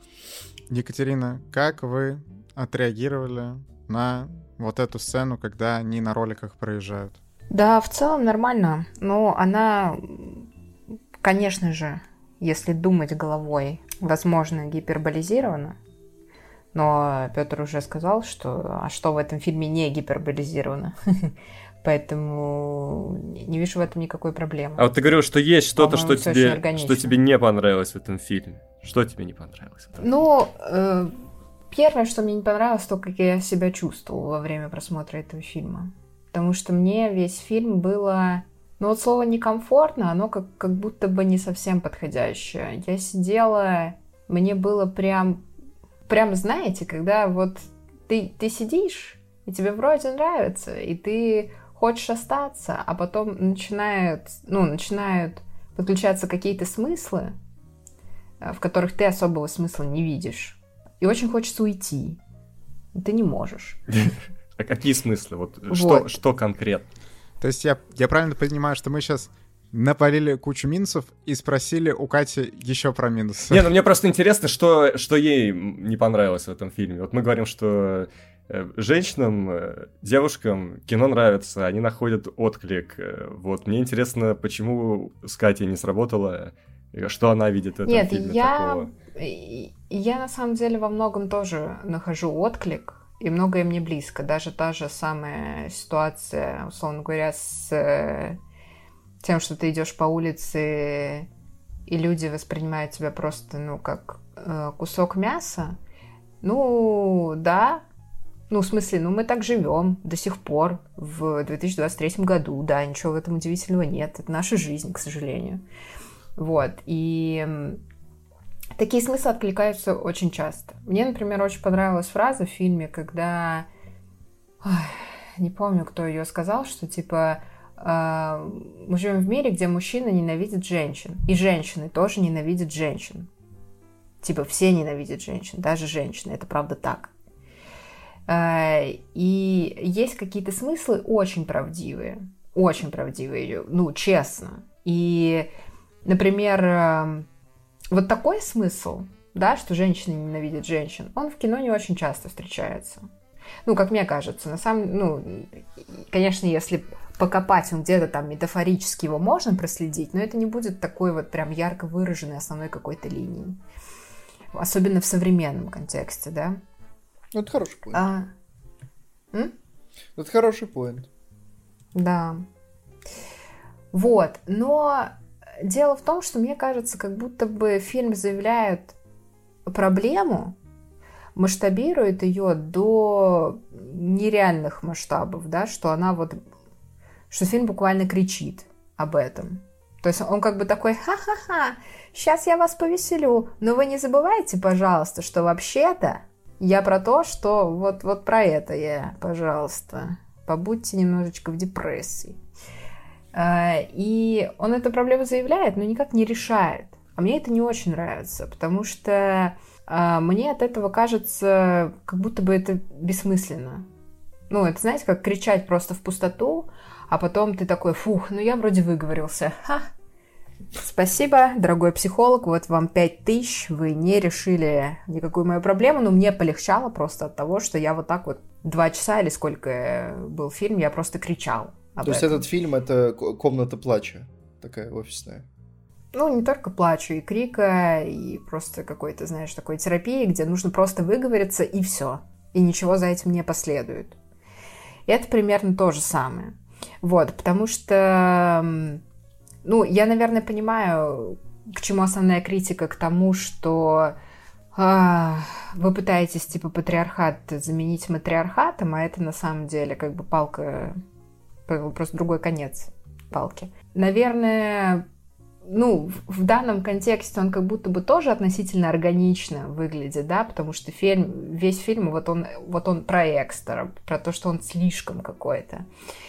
Екатерина, как вы отреагировали на вот эту сцену, когда они на роликах проезжают? Да, в целом нормально. Но она, конечно же, если думать головой, возможно, гиперболизирована. Но Петр уже сказал, что а что в этом фильме не гиперболизировано. Поэтому не вижу в этом никакой проблемы. А вот ты говорил, что есть что-то, что всё тебе, что тебе не понравилось в этом фильме. Что тебе не понравилось? Ну, э, Первое, что мне не понравилось, то, как я себя чувствовала во время просмотра этого фильма. Потому что мне весь фильм было... Ну вот слово «некомфортно», оно как, как будто бы не совсем подходящее. Я сидела, мне было прям... Прям, знаете, когда вот ты, ты сидишь, и тебе вроде нравится, и ты хочешь остаться, а потом начинают, ну, начинают подключаться какие-то смыслы, в которых ты особого смысла не видишь. И очень хочется уйти. Ты не можешь. А какие смыслы? Вот, Вот. Что, что конкретно? То есть я, я правильно понимаю, что мы сейчас напалили кучу минусов и спросили у Кати еще про минусы? Не, ну мне просто интересно, что, что ей не понравилось в этом фильме. Вот мы говорим, что женщинам, девушкам кино нравится, они находят отклик. Вот мне интересно, почему с Катей не сработало, что она видит в этом Нет, фильме я... такого. Я на самом деле во многом тоже нахожу отклик, и многое мне близко. Даже та же самая ситуация, условно говоря, с тем, что ты идешь по улице, и люди воспринимают тебя просто, ну, как э, кусок мяса. Ну, да. Ну, в смысле, ну, мы так живем до сих пор, в две тысячи двадцать третьем году. Да, ничего в этом удивительного нет. Это наша жизнь, к сожалению. Вот. И такие смыслы откликаются очень часто. Мне, например, очень понравилась фраза в фильме, когда... Ой, не помню, кто ее сказал, что, типа... Мы живем в мире, где мужчины ненавидят женщин. И женщины тоже ненавидят женщин. Типа все ненавидят женщин, даже женщины. Это правда так. И есть какие-то смыслы очень правдивые. Очень правдивые, ну, честно. И, например, вот такой смысл, да, что женщины ненавидят женщин, он в кино не очень часто встречается. Ну, как мне кажется, на самом... Ну, конечно, если покопать, он где-то там метафорически его можно проследить, но это не будет такой вот прям ярко выраженной основной какой-то линией. Особенно в современном контексте, да? Ну, это хороший поинт. А... М? Это хороший поинт. Да. Вот. Но дело в том, что мне кажется, как будто бы фильм заявляет проблему, масштабирует ее до нереальных масштабов, да, что она вот, что фильм буквально кричит об этом. То есть он как бы такой: ха-ха-ха, сейчас я вас повеселю, но вы не забывайте, пожалуйста, что вообще-то я про то, что вот, вот про это я, пожалуйста, побудьте немножечко в депрессии. И он эту проблему заявляет, но никак не решает. А мне это не очень нравится, потому что мне от этого кажется, как будто бы это бессмысленно. Ну, это, знаете, как кричать просто в пустоту, а потом ты такой: фух, ну я вроде выговорился. Ха. Спасибо, дорогой психолог, вот вам пять тысяч, вы не решили никакую мою проблему, но мне полегчало просто от того, что я вот так вот два часа или сколько был фильм, я просто кричал об То есть этом. этот фильм — это комната плача, такая офисная? Ну, не только плачу, и крика, и просто какой-то, знаешь, такой терапии, где нужно просто выговориться, и все. И ничего за этим не последует. И это примерно то же самое. Вот, потому что, ну, я, наверное, понимаю, к чему основная критика, к тому, что а, вы пытаетесь, типа, патриархат заменить матриархатом, а это на самом деле как бы палка, просто другой конец палки. Наверное... Ну, в данном контексте он как будто бы тоже относительно органично выглядит, да, потому что фильм, весь фильм, вот он, вот он про Экстера, про то, что он слишком какой-то.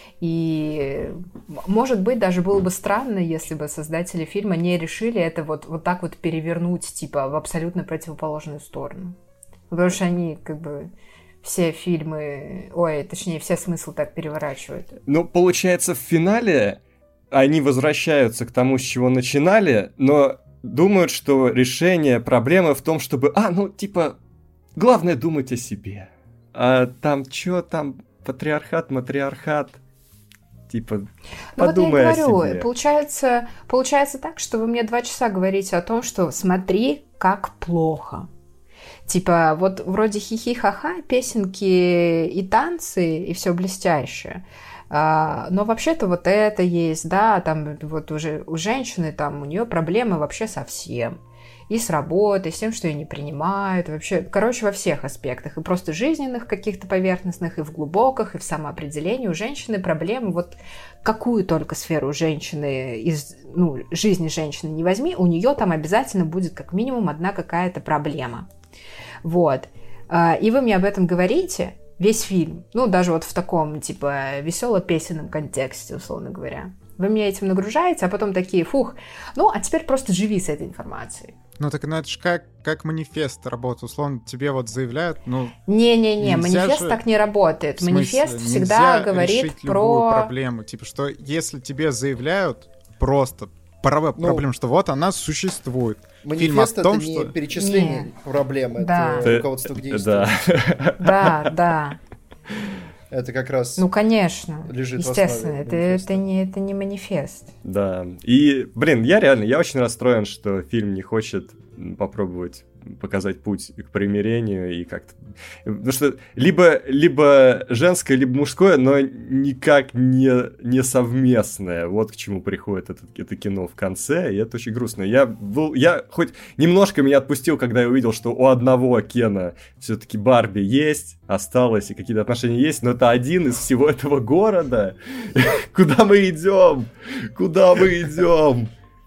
И, может быть, даже было бы странно, если бы создатели фильма не решили это вот, вот так вот перевернуть, типа, в абсолютно противоположную сторону. Потому что они, как бы, все фильмы, ой, точнее, все смыслы так переворачивают. Ну, получается, в финале... Они возвращаются к тому, с чего начинали, но думают, что решение проблемы в том, чтобы... А, ну, типа, главное думать о себе. А там что там, патриархат, матриархат, типа, ну, подумай вот я и говорю, о себе. Получается, получается так, что вы мне два часа говорите о том, что смотри, как плохо. Типа, вот вроде хихи-ха-ха, песенки и танцы, и все блестящее. Но вообще-то вот это есть, да, там вот уже у женщины, там у нее проблемы вообще совсем. и с работой, с тем, что ее не принимают, вообще, короче, во всех аспектах, и просто жизненных каких-то поверхностных, и в глубоких, и в самоопределении. У женщины проблемы, вот какую только сферу женщины, из ну, жизни женщины не возьми, у нее там обязательно будет как минимум одна какая-то проблема. Вот. И вы мне об этом говорите весь фильм, ну, даже вот в таком, типа, весело-песенном контексте, условно говоря. Вы меня этим нагружаете, а потом такие, фух, ну, а теперь просто живи с этой информацией. Ну, так, ну, это же как, как манифест работает. Условно, тебе вот заявляют, ну... Не-не-не, манифест же... так не работает. В смысле, манифест всегда говорит решить про... любую проблему. Типа, что если тебе заявляют просто про ну, проблему, что вот она существует. Манифест — это том, не что... перечисление не. проблемы, Да. это руководство к действию. Да. Да, да. Это как раз ну, конечно, лежит естественно, в это, это, не, это не манифест. Да, и, блин, я реально, я очень расстроен, что фильм не хочет попробовать показать путь к примирению и как-то... Потому что либо, либо женское, либо мужское, но никак не, не совместное. Вот к чему приходит это, это кино в конце, и это очень грустно. Я, был, я хоть немножко меня отпустил, когда я увидел, что у одного Кена все-таки Барби есть, осталось, и какие-то отношения есть, но это один из всего этого города. Куда мы идем? Куда мы идем?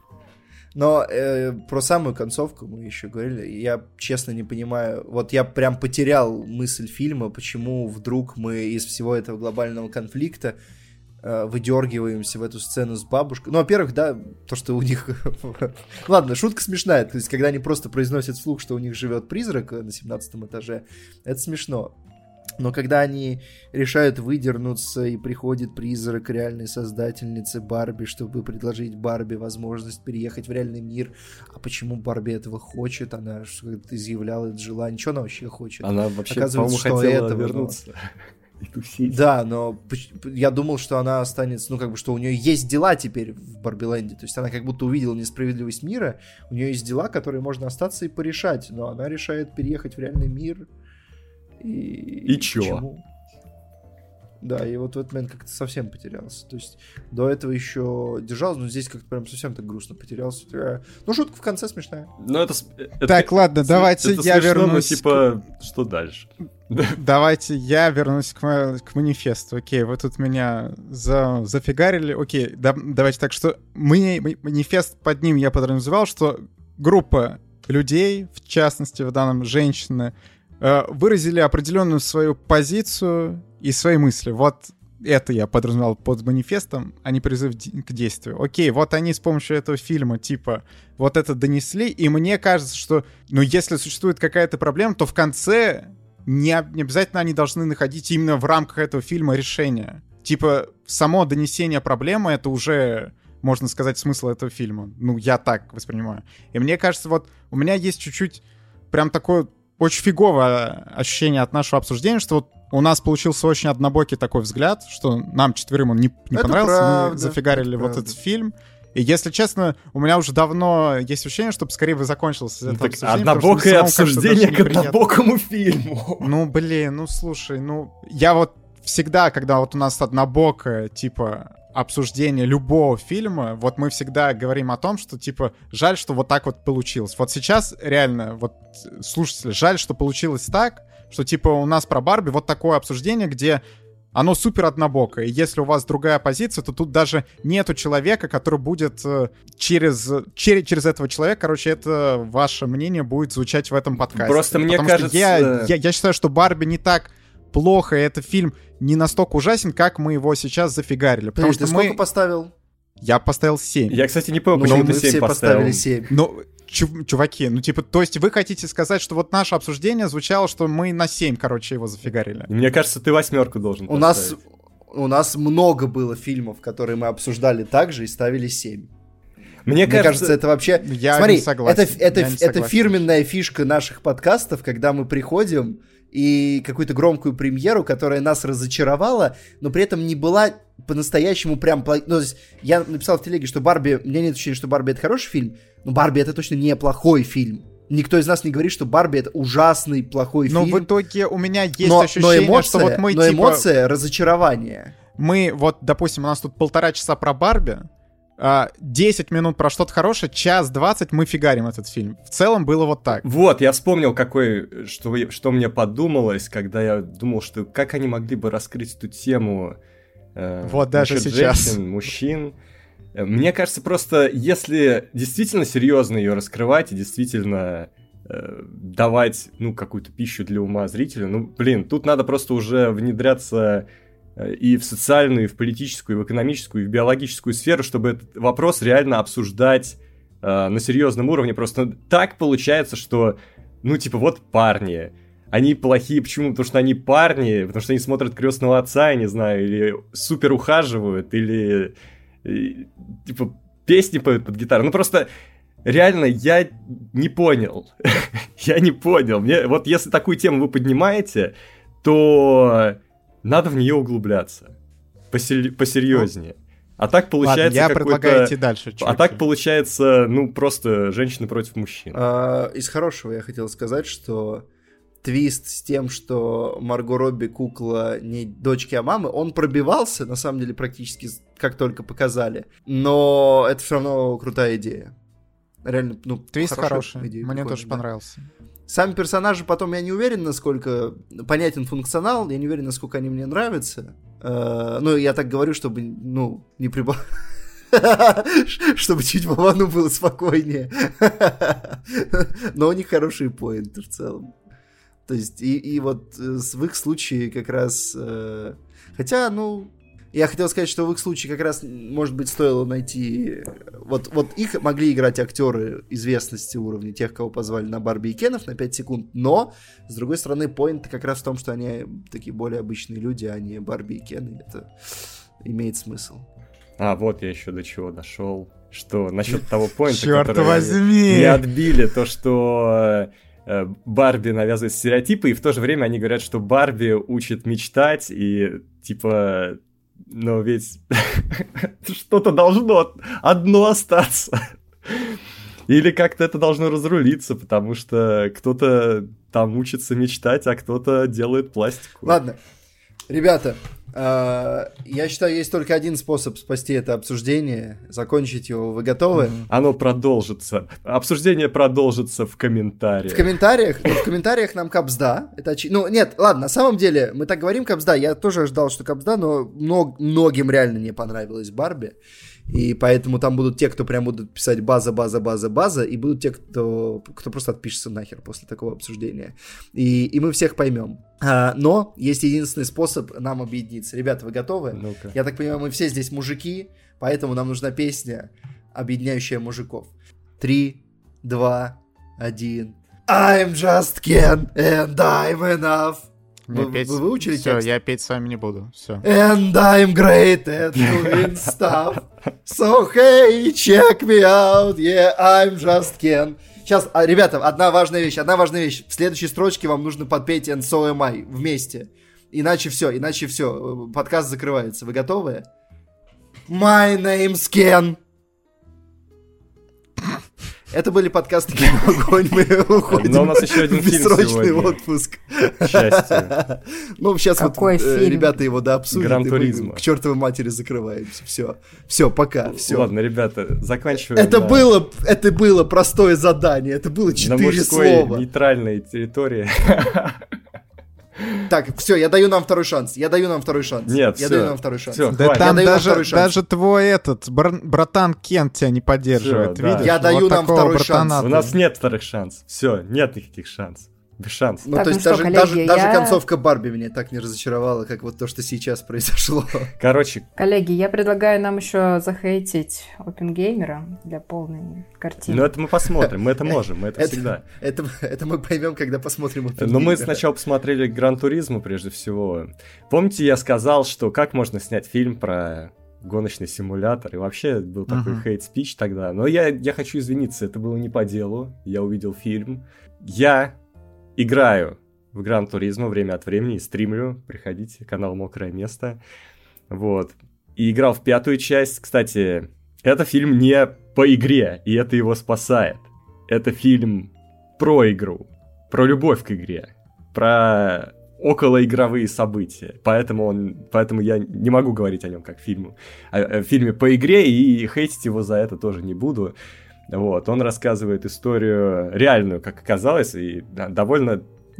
Но э, про самую концовку мы еще говорили. Я честно не понимаю. Вот я прям потерял мысль фильма, почему вдруг мы из всего этого глобального конфликта э, выдергиваемся в эту сцену с бабушкой. Ну, во-первых, да, то, что у них... Ладно, шутка смешная. То есть, когда они просто произносят вслух, что у них живет призрак на семнадцатом этаже, это смешно. Но когда они решают выдернуться, и приходит призрак реальной создательницы Барби, чтобы предложить Барби возможность переехать в реальный мир, а почему Барби этого хочет? Она что-то изъявляла это желание. Что она вообще хочет? Она вообще, Оказывается, по-моему, что хотела этого, вернуться но... и тусить. Да, но я думал, что она останется, ну, как бы, что у нее есть дела теперь в Барбиленде. То есть она как будто увидела несправедливость мира, у нее есть дела, которые можно остаться и порешать, но она решает переехать в реальный мир. И, и чё? Почему? Да, и вот в этот момент как-то совсем потерялся. То есть до этого еще держался, но здесь как-то прям совсем так грустно потерялся. Ну, шутка в конце смешная. Ну, это, это, так, ладно, это, давайте это я смешно, вернусь. Но, типа, к... что дальше? Давайте я вернусь к, к манифесту. Окей, вы тут меня за, зафигарили. Окей, да, давайте так, что мы, манифест под ним я подразумевал, что группа людей, в частности, в данном женщины, выразили определенную свою позицию и свои мысли. Вот это я подразумевал под манифестом, а не призыв к действию. Окей, вот они с помощью этого фильма, типа, вот это донесли, и мне кажется, что, ну, если существует какая-то проблема, то в конце не, не обязательно они должны находить именно в рамках этого фильма решение. Типа, само донесение проблемы — это уже, можно сказать, смысл этого фильма. Ну, я так воспринимаю. И мне кажется, вот у меня есть чуть-чуть прям такое очень фиговое ощущение от нашего обсуждения, что вот у нас получился очень однобокий такой взгляд, что нам четверым он не, не понравился, правда, мы зафигарили вот этот фильм. И, если честно, у меня уже давно есть ощущение, чтобы скорее бы закончилось это так обсуждение. Однобокое обсуждение кажется, к однобокому фильму. Ну, блин, ну, слушай, ну, я вот всегда, когда вот у нас однобокое, типа, обсуждение любого фильма, вот мы всегда говорим о том, что, типа, жаль, что вот так вот получилось. Вот сейчас реально, вот, слушатели, жаль, что получилось так, что, типа, у нас про Барби вот такое обсуждение, где оно супер однобокое. И если у вас другая позиция, то тут даже нету человека, который будет через, через, через этого человека, короче, это ваше мнение будет звучать в этом подкасте. Просто мне Потому кажется... Что я, я, я считаю, что Барби не так плохо, и этот фильм не настолько ужасен, как мы его сейчас зафигарили. Потому Ты, что ты мы... сколько поставил? Я поставил семь. Я, кстати, не помню, Ну, почему мы ты семь все поставил. поставили семь. Ну, чу- чуваки, ну типа, то есть вы хотите сказать, что вот наше обсуждение звучало, что мы на семь, короче, его зафигарили? Мне кажется, ты восьмерку должен У нас, у нас много было фильмов, которые мы обсуждали так же и ставили семь. Мне, Мне кажется... кажется, это вообще... Я Смотри, не согласен. это, это, Я не это согласен. фирменная фишка наших подкастов, когда мы приходим и какую-то громкую премьеру, которая нас разочаровала, но при этом не была по-настоящему прям... Ну, то есть я написал в телеге, что Барби... У меня нет ощущения, что Барби — это хороший фильм, но Барби — это точно не плохой фильм. Никто из нас не говорит, что Барби — это ужасный, плохой но фильм. Но в итоге у меня есть но, ощущение, но эмоция, что вот мы но типа... эмоция разочарования. Мы вот, допустим, у нас тут полтора часа про Барби, десять минут про что-то хорошее, час двадцать мы фигарим этот фильм. В целом было вот так. Вот, я вспомнил, какой, что, что мне подумалось, когда я думал, что как они могли бы раскрыть эту тему э, вот даже сейчас. Женщин, мужчин. Мне кажется, просто если действительно серьезно ее раскрывать и действительно э, давать, ну, какую-то пищу для ума зрителю, ну, блин, тут надо просто уже внедряться и в социальную, и в политическую, и в экономическую, и в биологическую сферу, чтобы этот вопрос реально обсуждать э, на серьезном уровне. Просто так получается, что, ну, типа, вот парни, они плохие, почему? Потому что они парни, потому что они смотрят «Крестного отца», я не знаю, или супер ухаживают, или, и, типа, песни поют под гитару. Ну, просто реально я не понял. Я не понял. Мне, вот если такую тему вы поднимаете, то надо в нее углубляться посер... посерьезнее. А так получается Ладно, я предлагаю идти дальше. Чуть-чуть. А так получается, ну, просто женщины против мужчин. А, из хорошего я хотел сказать, что твист с тем, что Марго Робби кукла не дочки, а мамы, он пробивался, на самом деле, практически как только показали. Но это все равно крутая идея. Реально, ну, твист хороший. Идея, мне тоже да. понравился. Сами персонажи потом я не уверен, насколько понятен функционал, я не уверен, насколько они мне нравятся. Э, ну, я так говорю, чтобы, ну, не прибав... чтобы чуть Вовану было спокойнее. Но у них хорошие поинты в целом. То есть, и, и вот в их случае как раз... Э... Хотя, ну... Я хотел сказать, что в их случае как раз, может быть, стоило найти... Вот, вот их могли играть актеры известности уровня тех, кого позвали на Барби и Кенов на пять секунд, но, с другой стороны, поинт как раз в том, что они такие более обычные люди, а не Барби и Кен, и это имеет смысл. А, вот я еще до чего дошел, что насчет того поинта, Черт который возьми! не отбили, то, что... Барби навязывает стереотипы, и в то же время они говорят, что Барби учит мечтать, и типа... Но ведь что-то должно одно остаться. Или как-то это должно разрулиться, потому что кто-то там учится мечтать, а кто-то делает пластику. Ладно, ребята, э, я считаю, есть только один способ спасти это обсуждение, закончить его. Вы готовы? Оно продолжится. Обсуждение продолжится в комментариях. В комментариях? Ну, в комментариях нам капсда. Это оч... Ну, нет, ладно, на самом деле, мы так говорим капсда. Я тоже ждал, что капсда, но мног... многим реально не понравилась Барби. И поэтому там будут те, кто прям будут писать база, база, база, база, и будут те, кто, кто просто отпишется нахер после такого обсуждения. И, и мы всех поймем. А, но есть единственный способ нам объединиться. Ребята, вы готовы? Ну-ка. Я так понимаю, мы все здесь мужики, поэтому нам нужна песня, объединяющая мужиков. Три, два, один. I'm just Ken, and I'm enough. Вы, петь... вы выучили Все, текст? я петь с вами не буду. Все. And I'm great at doing stuff. So hey, check me out. Yeah, I'm just Ken. Сейчас, а, ребята, одна важная вещь, одна важная вещь. В следующей строчке вам нужно подпеть And so am I вместе. Иначе все, иначе все. Подкаст закрывается. Вы готовы? My name's Ken. Это были подкасты «Кино Огонь». Мы уходим. Но у нас еще один в фильм бессрочный сегодня. отпуск. К счастью. Ну, сейчас Какой вот э, фильм? ребята его дообсудят. Гран и мы Туризмо. К чертовой матери закрываемся. Все. Все, пока. Все. Ладно, ребята, заканчиваем. Это на... было, это было простое задание. Это было на четыре мужской слова. нейтральной территории. Так, все, я даю нам второй шанс. Я даю нам второй шанс. Нет, я всё. даю нам второй шанс. Всё, Да хватит. там Я даю нам даже, второй шанс. даже твой этот, бр- братан Кент тебя не поддерживает. Всё, да. Видишь? Я даю Вот нам такого второй братана шанс. У ты. нас нет вторых шансов. Все, нет никаких шансов. Без шансов. Ну, Так, то ну есть что, даже, коллеги, даже, даже я- концовка Барби меня так не разочаровала, как вот то, что сейчас произошло. Короче, Коллеги, я предлагаю нам еще захейтить Оппенгеймера для полной картины. ну это мы посмотрим, мы это можем, мы это Это- всегда. Это, это мы поймем, когда посмотрим Но Оппенгеймера. мы сначала посмотрели Гран Туризмо прежде всего. Помните, я сказал, что как можно снять фильм про гоночный симулятор, и вообще был такой Мгм. хейт-спич тогда. Но я, я хочу извиниться, это было не по делу, я увидел фильм. Я играю в Гран Туризмо время от времени и стримлю, приходите, канал Мокрое Место. Вот. И играл в пятую часть. Кстати, это фильм не по игре, и это его спасает. Это фильм про игру, про любовь к игре, про околоигровые события. Поэтому, он, поэтому я не могу говорить о нем как фильму. О, о фильме по игре, и хейтить его за это тоже не буду. Вот. Он рассказывает историю реальную, как оказалось, и да, довольно,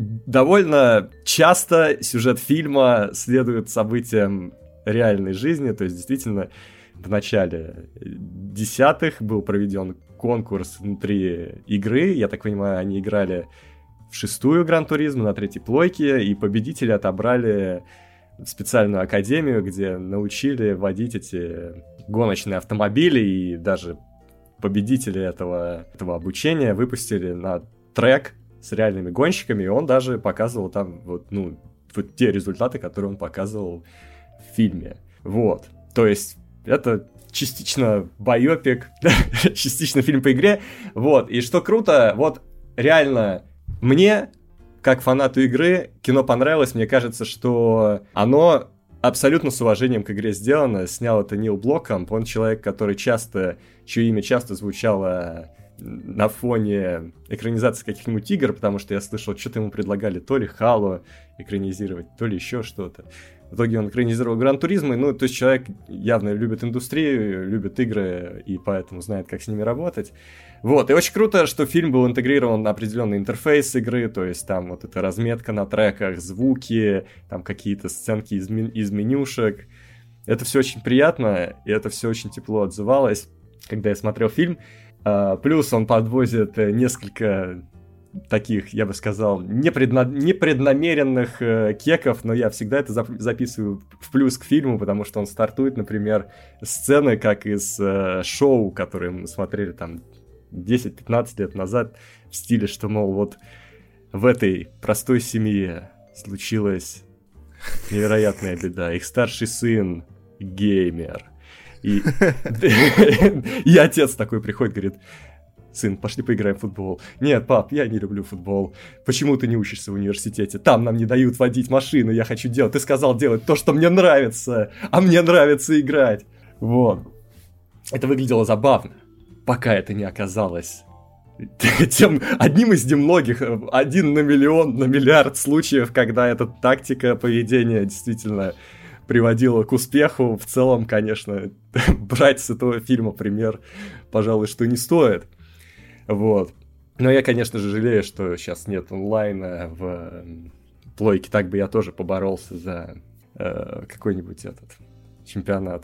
довольно часто сюжет фильма следует событиям реальной жизни. То есть, действительно, в начале десятых был проведен конкурс внутри игры. Я так понимаю, они играли в шестую Гран-туризмо на третьей плойке, и победители отобрали в специальную академию, где научили водить эти гоночные автомобили, и даже победители этого, этого обучения выпустили на трек с реальными гонщиками, и он даже показывал там вот, ну, вот те результаты, которые он показывал в фильме. Вот. То есть это частично байопик, частично фильм по игре. Вот. И что круто, вот реально мне, как фанату игры, кино понравилось. Мне кажется, что оно абсолютно с уважением к игре сделано. Снял это Нил Блокхамп. Он человек, который часто, чье имя часто звучало на фоне экранизации каких-нибудь игр, потому что я слышал, что-то ему предлагали то ли Halo экранизировать, то ли еще что-то. В итоге он экранизировал Гран-туризмо, ну, то есть человек явно любит индустрию, любит игры, и поэтому знает, как с ними работать. Вот, и очень круто, что фильм был интегрирован на определенный интерфейс игры, то есть там вот эта разметка на треках, звуки, там какие-то сценки из, ми- из менюшек. Это все очень приятно, и это все очень тепло отзывалось, когда я смотрел фильм. А, плюс он подвозит несколько таких, я бы сказал, непредна... непреднамеренных э, кеков, но я всегда это зап... записываю в плюс к фильму, потому что он стартует, например, сцены, как из э, шоу, которые мы смотрели там десять-пятнадцать лет назад, в стиле, что, мол, вот в этой простой семье случилась невероятная беда. Их старший сын геймер. И, и отец такой приходит, говорит: сын, пошли поиграем в футбол. Нет, пап, я не люблю футбол. Почему ты не учишься в университете? Там нам не дают водить машину, я хочу делать. Ты сказал делать то, что мне нравится, а мне нравится играть. Вот. Это выглядело забавно, пока это не оказалось тем одним из немногих, один на миллион, на миллиард случаев, когда эта тактика поведения действительно приводила к успеху. В целом, конечно, брать с этого фильма пример, пожалуй, что не стоит. Вот. Но я, конечно же, жалею, что сейчас нет онлайна в плойке. Так бы я тоже поборолся за э, какой-нибудь этот чемпионат.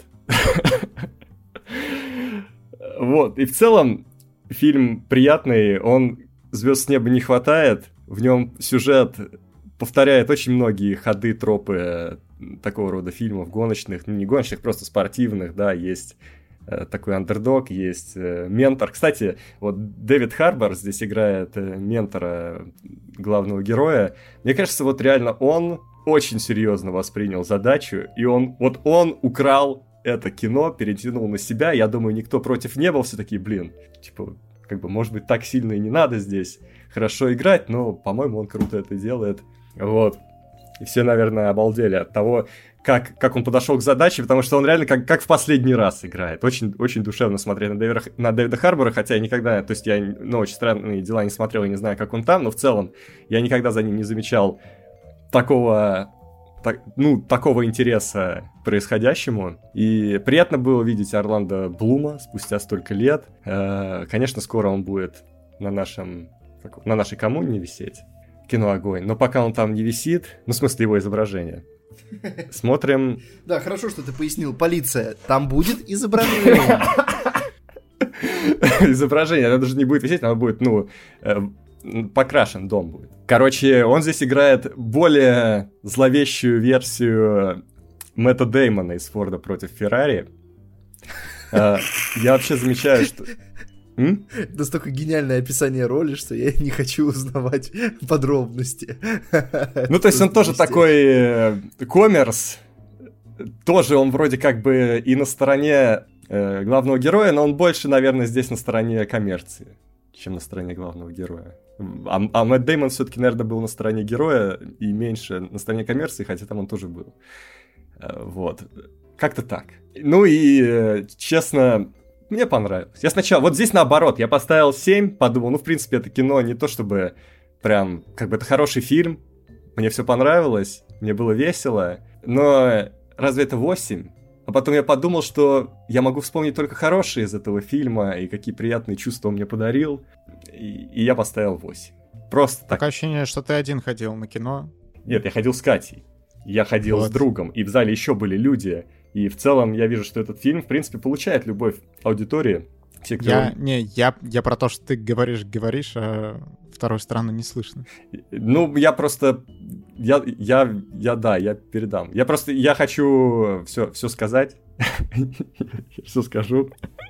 Вот. И в целом фильм приятный. Он звезд с неба не хватает. В нем сюжет повторяет очень многие ходы, тропы такого рода фильмов гоночных. Ну, не гоночных, просто спортивных, да, есть такой андердог, есть э, ментор. Кстати, вот Дэвид Харбор здесь играет э, ментора главного героя. Мне кажется, вот реально он очень серьезно воспринял задачу, и он, вот он украл это кино, перетянул на себя. Я думаю, никто против не был. Все такие, блин, типа, как бы, может быть, так сильно и не надо здесь хорошо играть, но, по-моему, он круто это делает. Вот. И все, наверное, обалдели от того, как, как он подошел к задаче, потому что он реально как, как в последний раз играет. Очень, очень душевно смотреть на Дэвида, на Дэвида Харбора, хотя я никогда, то есть я, ну, очень странные дела не смотрел и не знаю, как он там, но в целом я никогда за ним не замечал такого, так, ну, такого интереса к происходящему. И приятно было видеть Орландо Блума спустя столько лет. Э, конечно, скоро он будет на нашем, как, на нашей коммуне висеть. Кино «Огонь». Но пока он там не висит, ну, в смысле его изображение, смотрим... Да, хорошо, что ты пояснил. Полиция, там будет изображение. Изображение, оно даже не будет висеть, оно будет, ну, покрашен дом будет. Короче, он здесь играет более зловещую версию Мэтта Дэймона из «Форда против Феррари». Я вообще замечаю, что... М? Настолько гениальное описание роли, что я не хочу узнавать подробности. Ну, то есть он тоже такой коммерс. Тоже он вроде как бы и на стороне э, главного героя, но он больше, наверное, здесь на стороне коммерции, чем на стороне главного героя. А, а Мэтт Дэймон все-таки, наверное, был на стороне героя и меньше на стороне коммерции, хотя там он тоже был. Э, вот. Как-то так. Ну и, э, честно... Мне понравилось. Я сначала... Вот здесь наоборот. Я поставил семь, подумал, ну, в принципе, это кино не то чтобы прям... Как бы это хороший фильм. мне все понравилось, мне было весело, но разве это восемь? А потом я подумал, что я могу вспомнить только хорошие из этого фильма, и какие приятные чувства он мне подарил, и, и я поставил восемь. Просто так. Такое ощущение, что ты один ходил на кино. Нет, я ходил с Катей, я ходил вот. с другом, и в зале еще были люди, и в целом я вижу, что этот фильм, в принципе, получает любовь аудитории. Все, кто... Я, не, я, я про то, что ты говоришь, говоришь, а вторую сторону не слышно. Ну, я просто... Я, я, я, да, я передам. Я просто, я хочу все, все сказать. Все скажу.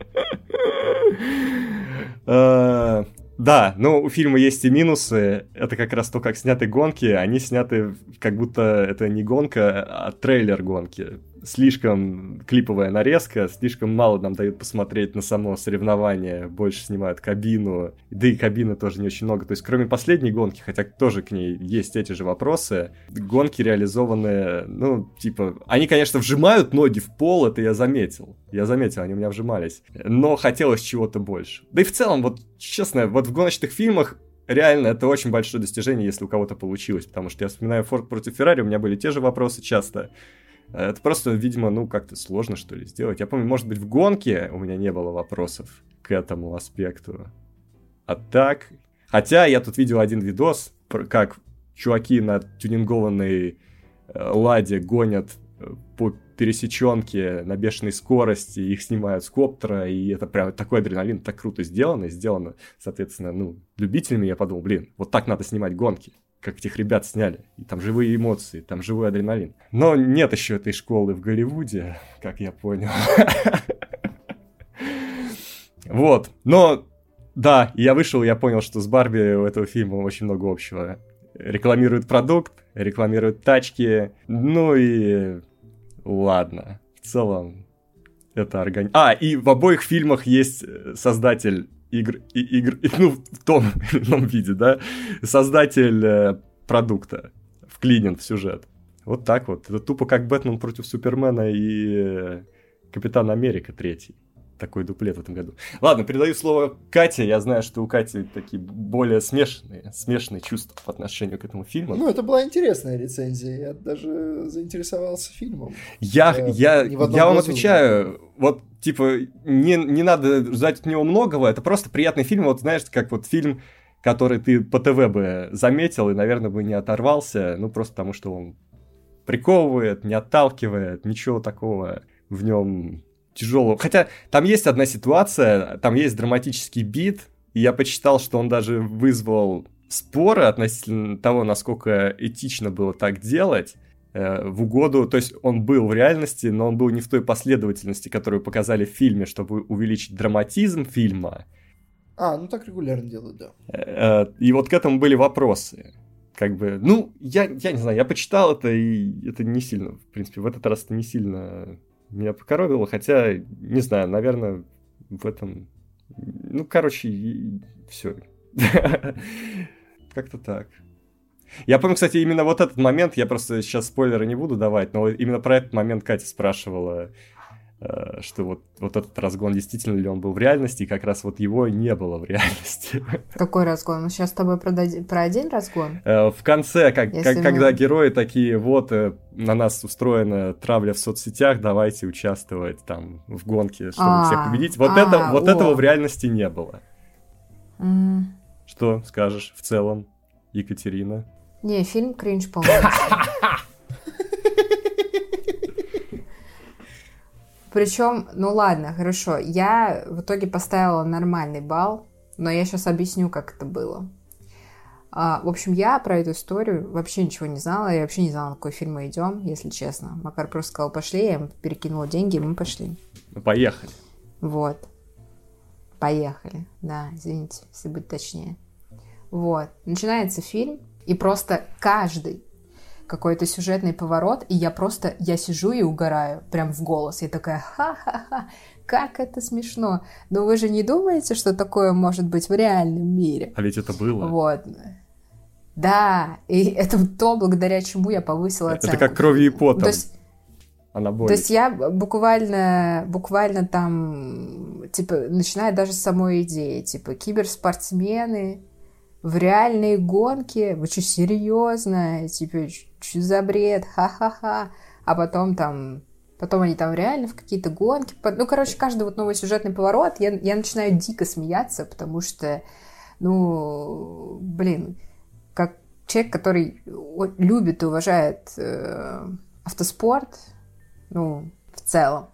Да, но у фильма есть и минусы. Это как раз то, как сняты гонки. Они сняты, как будто это не гонка, а трейлер гонки. Слишком клиповая нарезка, слишком мало нам дают посмотреть на само соревнование, больше снимают кабину, да и кабины тоже не очень много. То есть кроме последней гонки, хотя тоже к ней есть эти же вопросы, гонки реализованы, ну, типа, они, конечно, вжимают ноги в пол, это я заметил. Я заметил, они у меня вжимались. Но хотелось чего-то больше. Да и в целом, вот, честно, вот в гоночных фильмах реально это очень большое достижение, если у кого-то получилось, потому что я вспоминаю Форд против Феррари, у меня были те же вопросы часто. Это просто, видимо, ну, как-то сложно, что ли, сделать. Я помню, может быть, в гонке у меня не было вопросов к этому аспекту. А так... Хотя я тут видел один видос, как чуваки на тюнингованной ладе гонят по пересеченке на бешеной скорости, их снимают с коптера, и это прям такой адреналин, так круто сделано. И сделано, соответственно, ну, любителями. Я подумал, блин, вот так надо снимать гонки, как этих ребят сняли. И там живые эмоции, там живой адреналин. Но нет еще этой школы в Голливуде, как я понял. Вот. Но, да, я вышел, я понял, что с Барби у этого фильма очень много общего. Рекламируют продукт, рекламируют тачки. Ну и ладно. В целом, это органи... А, и в обоих фильмах есть создатель игр, и, игр, ну, в том или ином виде, да, создатель э, продукта, вклинен в сюжет. Вот так вот. Это тупо как Бэтмен против Супермена и э, Капитан Америка третий. Такой дуплет в этом году. Ладно, передаю слово Кате. Я знаю, что у Кати такие более смешанные, смешанные чувства по отношению к этому фильму. Ну, это была интересная рецензия. Я даже заинтересовался фильмом. Я, э, я, я вам отвечаю, вот, типа, не, не надо ждать от него многого, это просто приятный фильм. Вот, знаешь, как вот фильм, который ты по ТВ бы заметил и, наверное, бы не оторвался, ну, просто потому что он приковывает, не отталкивает, ничего такого в нем тяжелого. Хотя там есть одна ситуация, там есть драматический бит, и я почитал, что он даже вызвал споры относительно того, насколько этично было так делать, э, в угоду, то есть он был в реальности, но он был не в той последовательности, которую показали в фильме, чтобы увеличить драматизм фильма. А, ну так регулярно делают, да. Э, э, и вот к этому были вопросы. Как бы, ну, я, я не знаю, я почитал это, и это не сильно, в принципе, в этот раз это не сильно меня покоробило, хотя, не знаю, наверное, в этом... Ну, короче, все. Как-то так. Я помню, кстати, именно вот этот момент, я просто сейчас спойлеры не буду давать, но именно про этот момент Катя спрашивала, что вот, вот этот разгон, действительно ли он был в реальности, и как раз вот его не было в реальности. Какой разгон? Мы сейчас с тобой про, про один разгон? В конце, как, как, мы... когда герои такие, вот, на нас устроена травля в соцсетях, давайте участвовать там в гонке, чтобы а, всех победить. Вот, а, это, вот этого в реальности не было. Mm. Что скажешь в целом, Екатерина? Не, фильм кринж полностью. Причем, ну ладно, хорошо, я в итоге поставила нормальный балл, но я сейчас объясню, как это было. А, в общем, я про эту историю вообще ничего не знала, я вообще не знала, на какой фильм мы идем, если честно. Макар просто сказал, пошли, я ему перекинула деньги, и мы пошли. Ну, поехали. Вот. Поехали, да, извините, если быть точнее. Вот, начинается фильм, и просто каждый какой-то сюжетный поворот, и я просто, я сижу и угораю, прям в голос. Я такая, ха-ха-ха, как это смешно. Но вы же не думаете, что такое может быть в реальном мире? А ведь это было. Вот. Да, и это то, благодаря чему я повысила оценку. Это как кровью и потом. То есть, анаболик. То есть я буквально, буквально там, типа, начиная даже с самой идеи, типа, киберспортсмены, в реальные гонки, вы что, серьезно? Типа, что за бред? Ха-ха-ха. А потом там... Потом они там реально в какие-то гонки... Ну, короче, каждый вот новый сюжетный поворот, я, я начинаю дико смеяться, потому что, ну, блин, как человек, который любит и уважает э, автоспорт, ну, в целом,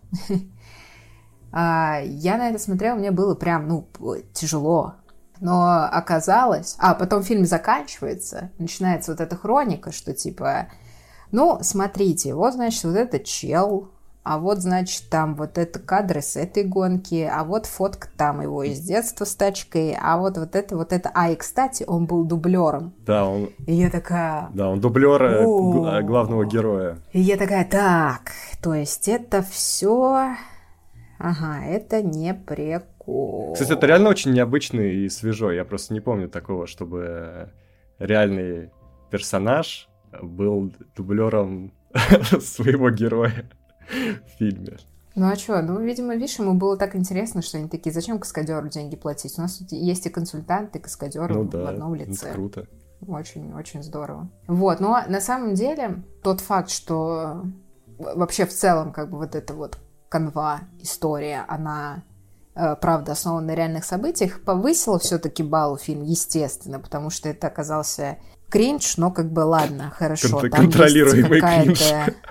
я на это смотрела, мне было прям, ну, тяжело. Но оказалось... А, потом фильм заканчивается, начинается вот эта хроника, что типа... Ну, смотрите, вот, значит, вот это чел, а вот, значит, там вот это кадры с этой гонки, а вот фотка там его из детства с тачкой, а вот вот это, вот это. А, и, кстати, он был дублером. Да, он... И я такая... Да, он дублер г- главного героя. И я такая, так, то есть это все... Ага, это не прикол. Кстати, это реально очень необычно и свежо. Я просто не помню такого, чтобы реальный персонаж был дублером своего героя в фильме. Ну а что? Ну, видимо, видишь, ему было так интересно, что они такие, зачем каскадеру деньги платить? У нас тут есть и консультанты, и каскадеры ну, да, в одном лице. Это круто. Очень, очень здорово. Вот, но на самом деле тот факт, что вообще в целом как бы вот эта вот канва, история, она, э, правда, основана на реальных событиях, повысила все-таки балл фильм, естественно, потому что это оказался кринж, но как бы ладно, хорошо. Кон- контролируемый кринж.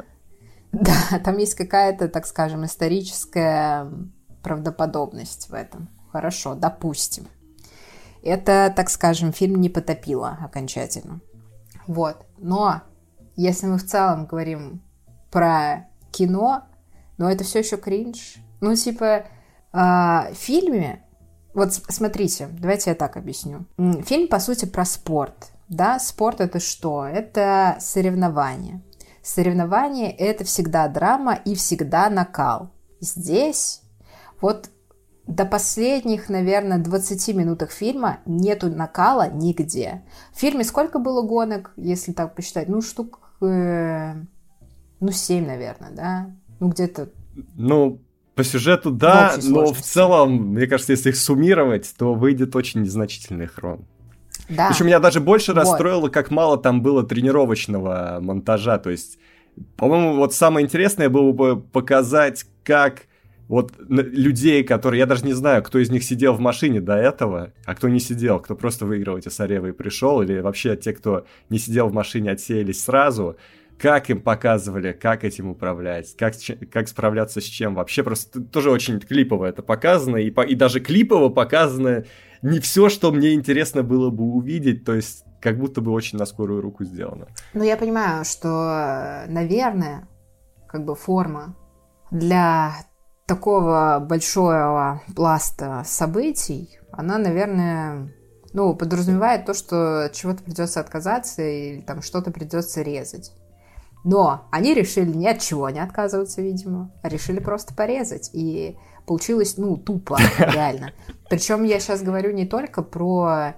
Да, там есть какая-то, так скажем, историческая правдоподобность в этом. Хорошо, допустим. Это, так скажем, фильм не потопило окончательно. Вот. Но если мы в целом говорим про кино, но это все еще кринж. Ну, типа, э, в фильме... Вот смотрите, давайте я так объясню. Фильм, по сути, про спорт. Да, спорт — это что? Это соревнование. Соревнование — это всегда драма и всегда накал. Здесь вот до последних, наверное, двадцати минутах фильма нету накала нигде. В фильме сколько было гонок, если так посчитать? Ну, штук... Э, ну, семь, наверное, да? Ну, где-то... Ну, по сюжету, да, но в целом, мне кажется, если их суммировать, то выйдет очень незначительный хрон. Да. Причем меня даже больше вот. расстроило, как мало там было тренировочного монтажа. То есть, по-моему, вот самое интересное было бы показать, как вот людей, которые... Я даже не знаю, кто из них сидел в машине до этого, а кто не сидел, кто просто выиграл эти Саревы и пришел, или вообще те, кто не сидел в машине, отсеялись сразу. Как им показывали, как этим управлять, как, как справляться с чем. Вообще просто тоже очень клипово это показано, и, по, и даже клипово показано не все, что мне интересно было бы увидеть, то есть как будто бы очень на скорую руку сделано. Ну, я понимаю, что, наверное, как бы форма для такого большого пласта событий, она, наверное, ну, подразумевает то, что от чего-то придется отказаться или там что-то придется резать. Но они решили ни от чего не отказываться, видимо, а решили просто порезать. И получилось, ну, тупо, реально. Причем я сейчас говорю не только про,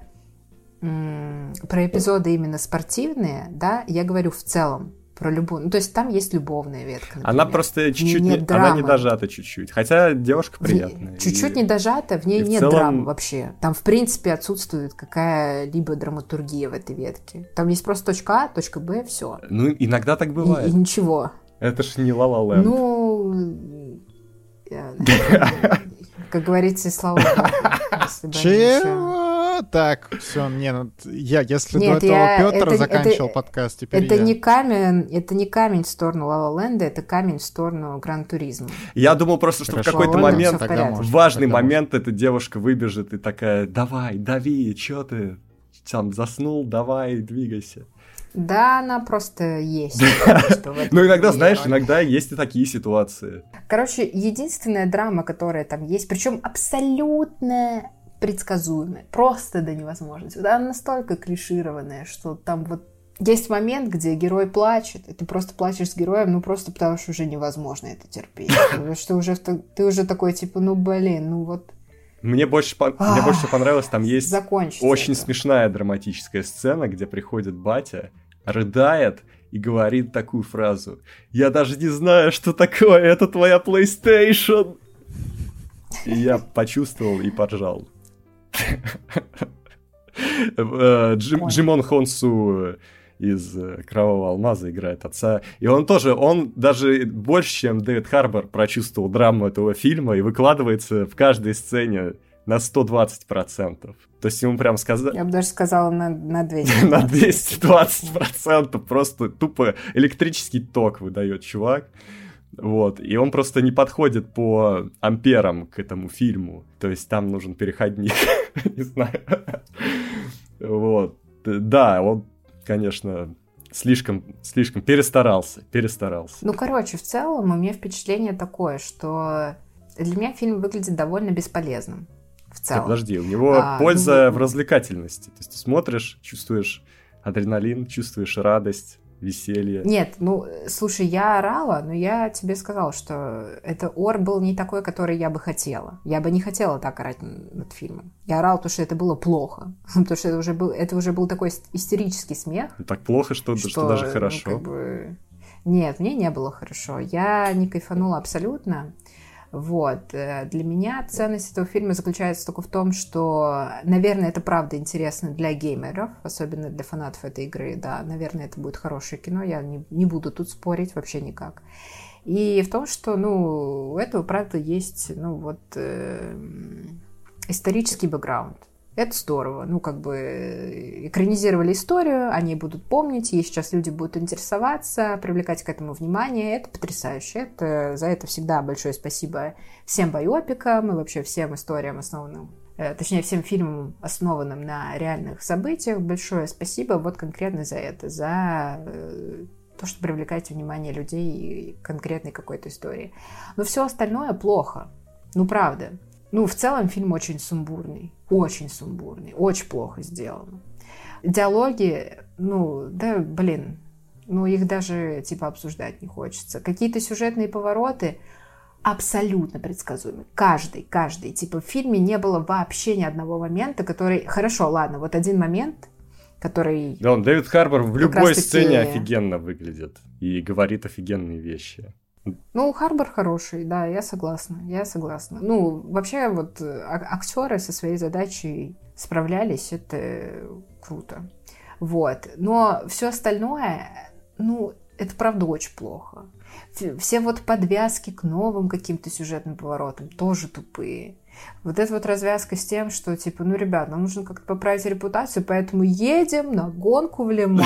м- про эпизоды именно спортивные, да, я говорю в целом про любовь. Ну, то есть там есть любовная ветка, например. Она просто чуть-чуть, не, она не дожата чуть-чуть, хотя девушка приятная. Чуть-чуть и... не дожата, в ней нет в целом... драмы вообще. Там, в принципе, отсутствует какая-либо драматургия в этой ветке. Там есть просто точка А, точка Б, все. Ну, иногда так бывает. И, и ничего. Это ж не La La Land. Ну, как говорится, слава богу. Чего? Так, все, не, ну, я, если Нет, до этого я, Петр это, заканчивал это, подкаст, теперь это я. не камень, это не камень в сторону La La Land, это камень в сторону Гран-туризма. Я думал просто, что Хорошо, в какой-то ладно, момент, может, важный тогда момент, может. Эта девушка выбежит и такая, давай, дави, чё ты там заснул, давай, двигайся. Да, она просто есть. Ну, иногда, знаешь, иногда есть и такие ситуации. Короче, единственная драма, которая там есть, причем абсолютно предсказуемая, просто до невозможности. Она настолько клишированная, что там вот есть момент, где герой плачет, и ты просто плачешь с героем, ну просто потому что уже невозможно это терпеть. Потому что уже, ты уже такой, типа, ну блин, ну вот... Мне больше, мне больше понравилось, там есть Закончить очень это. смешная драматическая сцена, где приходит батя, рыдает и говорит такую фразу: «Я даже не знаю, что такое, это твоя PlayStation!» И я почувствовал и поржал. Джим, Джимон Хонсу из «Кровавого алмаза» играет отца. И он тоже, он даже больше, чем Дэвид Харбор, прочувствовал драму этого фильма и выкладывается в каждой сцене на сто двадцать процентов. То есть ему прям сказали... Я бы даже сказала на, на двести. На двести двадцать процентов. Просто тупо электрический ток выдает чувак. Вот. И он просто не подходит по амперам к этому фильму. То есть там нужен переходник. Не знаю. Вот. Да, он, конечно, слишком, слишком перестарался, перестарался. Ну, короче, в целом у меня впечатление такое, что для меня фильм выглядит довольно бесполезным. В целом. Так, подожди, у него а, польза ну... в развлекательности. То есть ты смотришь, чувствуешь адреналин, чувствуешь радость, веселье. Нет, ну, слушай, я орала, но я тебе сказала, что это ор был не такой, который я бы хотела. Я бы не хотела так орать над фильмом. Я орала, потому что это было плохо. Потому что это уже был, это уже был такой истерический смех. Так плохо, что, что, что даже хорошо. Ну, как бы... Нет, мне не было хорошо. Я не кайфанула абсолютно. Вот. Для меня ценность этого фильма заключается только в том, что, наверное, это правда интересно для геймеров, особенно для фанатов этой игры. Да, наверное, это будет хорошее кино, я не, не буду тут спорить вообще никак. И в том, что, ну, у этого, правда, есть, ну, вот, э, исторический бэкграунд. Это здорово. Ну, как бы экранизировали историю, они будут помнить, и сейчас люди будут интересоваться, привлекать к этому внимание. Это потрясающе. Это, за это всегда большое спасибо всем байопикам и вообще всем историям, основанным, э, точнее, всем фильмам, основанным на реальных событиях. Большое спасибо вот конкретно за это, за э, то, что привлекаете внимание людей к конкретной какой-то истории. Но все остальное плохо. Ну, правда. Ну, в целом фильм очень сумбурный, очень сумбурный, очень плохо сделан. Диалоги, ну, да, блин, ну, их даже, типа, обсуждать не хочется. Какие-то сюжетные повороты абсолютно предсказуемы. Каждый, каждый. Типа, в фильме не было вообще ни одного момента, который... Хорошо, ладно, вот один момент, который... Да, он, Дэвид Харбор в любой сцене офигенно выглядит и говорит офигенные вещи. Ну, Харбор хороший, да, я согласна, я согласна. Ну, вообще, вот актеры со своей задачей справлялись, это круто. Вот. Но все остальное, ну, это правда очень плохо. Все вот подвязки к новым каким-то сюжетным поворотам тоже тупые. Вот эта вот развязка с тем, что, типа, ну, ребят, нам нужно как-то поправить репутацию, поэтому едем на гонку в Ле-Ман.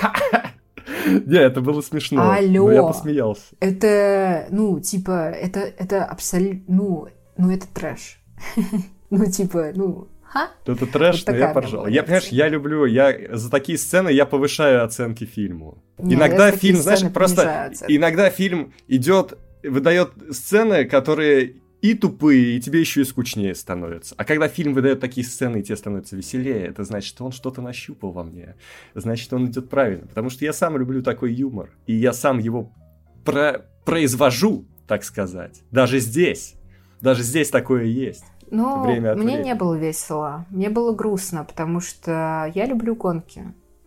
Не, это было смешно. Алло. Но я посмеялся. Это, ну, типа, это, это абсолютно, ну, ну, это трэш. Ну, типа, ну, ха? Это трэш, но я поржал. Я, понимаешь, я люблю, я за такие сцены я повышаю оценки фильму. Иногда фильм, знаешь, просто, иногда фильм идет, выдает сцены, которые и тупые, и тебе еще и скучнее становятся. А когда фильм выдает такие сцены, и тебе становится веселее, это значит, что он что-то нащупал во мне. Значит, он идет правильно. Потому что я сам люблю такой юмор. И я сам его про- произвожу, так сказать. Даже здесь. Даже здесь такое есть. Ну, мне времени. Не было весело. Мне было грустно, потому что я люблю гонки.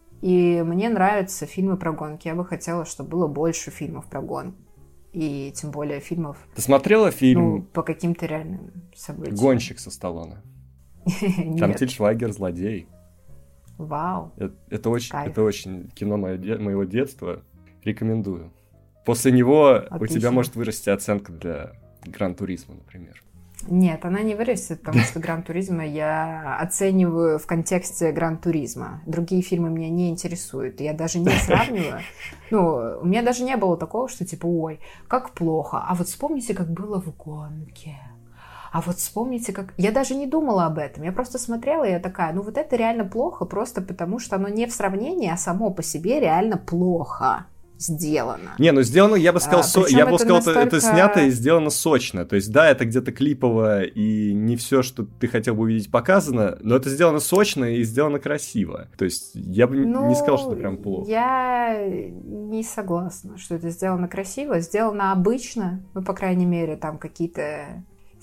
И мне нравятся фильмы про гонки. Я бы хотела, чтобы было больше фильмов про гонки. И тем более фильмов... Ты смотрела фильм... Ну, по каким-то реальным событиям. «Гонщик» со Сталлоне? Там Тиль Швайгер злодей. Вау. Это, это, очень, это очень кино мое, моего детства. Рекомендую. После него Отлично. У тебя может вырасти оценка для Гран-туризма, например. Нет, она не вырастет, потому что Гран-туризма я оцениваю в контексте Гран-туризма. Другие фильмы меня не интересуют. Я даже не сравниваю. Ну, у меня даже не было такого, что типа, ой, как плохо. А вот вспомните, как было в гонке. А вот вспомните, как... Я даже не думала об этом. Я просто смотрела, и я такая, ну вот это реально плохо, просто потому что оно не в сравнении, а само по себе реально плохо сделано. Не, ну сделано, я бы сказал, а, со... я бы это сказал, настолько... это снято и сделано сочно. То есть, да, это где-то клипово, и не все, что ты хотел бы увидеть, показано, но это сделано сочно и сделано красиво. То есть, я бы ну, не сказал, что это прям плохо. Я не согласна, что это сделано красиво. Сделано обычно, ну, по крайней мере, там какие-то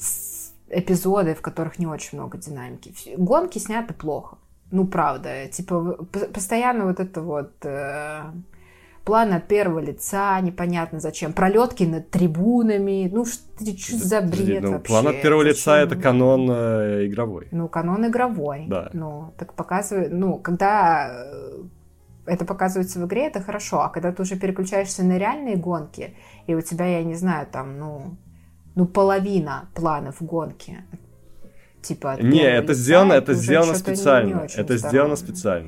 эпизоды, в которых не очень много динамики. Гонки сняты плохо. Ну, правда. Типа, постоянно вот это вот... план от первого лица, непонятно зачем, пролетки над трибунами, ну что, что за бред ну, вообще? План от первого зачем? лица — это канон э, игровой. Ну, канон игровой. Да. Ну, так показывает, ну, когда это показывается в игре, это хорошо, а когда ты уже переключаешься на реальные гонки, и у тебя, я не знаю, там, ну, ну половина планов гонки, типа... Не, это лица, сделано, это сделано не, специально. не это здорово. сделано специально.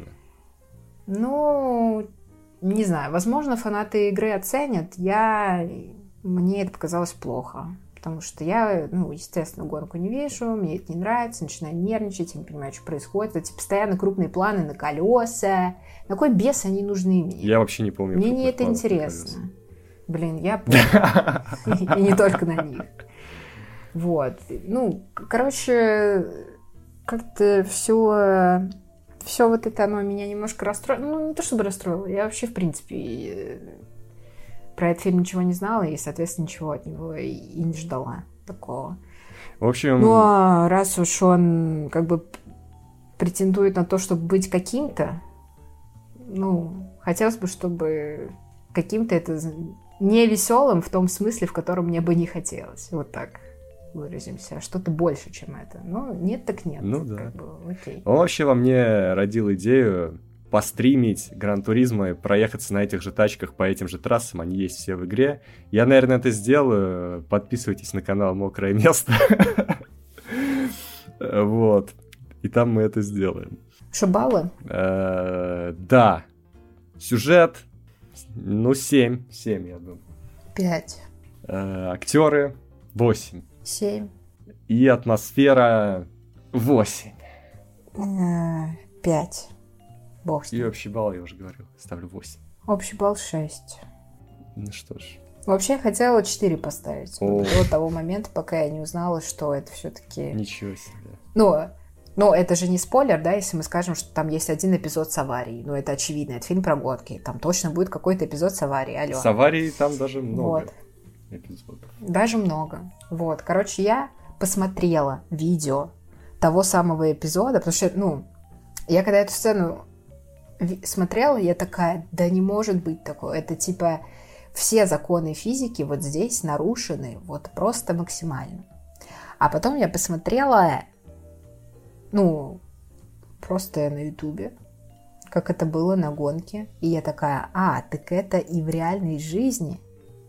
Ну, не знаю, возможно, фанаты игры оценят. Я... Мне это показалось плохо. Потому что я, ну, естественно, гонку не вижу, мне это не нравится, начинаю нервничать, я не понимаю, что происходит. Эти постоянно крупные планы на колеса. На кой бес они нужны мне? Я вообще не помню. Мне не это интересно. Блин, я помню. И не только на них. Вот. Ну, короче, как-то все... Все вот это, оно меня немножко расстроило. Ну, не то чтобы расстроило, я вообще, в принципе, про этот фильм ничего не знала, и, соответственно, ничего от него и, и не ждала такого. В общем... Ну, а раз уж он как бы претендует на то, чтобы быть каким-то, ну, хотелось бы, чтобы каким-то это не веселым в том смысле, в котором мне бы не хотелось. Вот так выразимся. Что-то больше, чем это. Ну, нет так нет. Ну да. Как бы, окей. Он вообще во мне родил идею постримить Гран-туризмо и проехаться на этих же тачках по этим же трассам. Они есть все в игре. Я, наверное, это сделаю. Подписывайтесь на канал «Мокрое место». Вот. И там мы это сделаем. Шибалы? Да. Сюжет, ну, семь. семь, я думаю. Пять. Актеры восемь. Семь. И атмосфера восемь. Пять. Бог с И ним. общий балл, я уже говорил, ставлю восемь. Общий балл шесть. Ну что ж. Вообще я хотела четыре поставить. О. До того момента, пока я не узнала, что это все-таки... Ничего себе. Ну, ну, это же не спойлер, да, если мы скажем, что там есть один эпизод с аварией. Ну, это очевидно, это фильм про гонки. Там точно будет какой-то эпизод с аварией. Алло. С аварией там даже много Вот. эпизодов. Даже много. Вот. Короче, я посмотрела видео того самого эпизода, потому что, ну, я когда эту сцену ви- смотрела, я такая, да не может быть такого. Это типа все законы физики вот здесь нарушены вот просто максимально. А потом я посмотрела, ну, просто на ютубе, как это было на гонке. И я такая, а, так это и в реальной жизни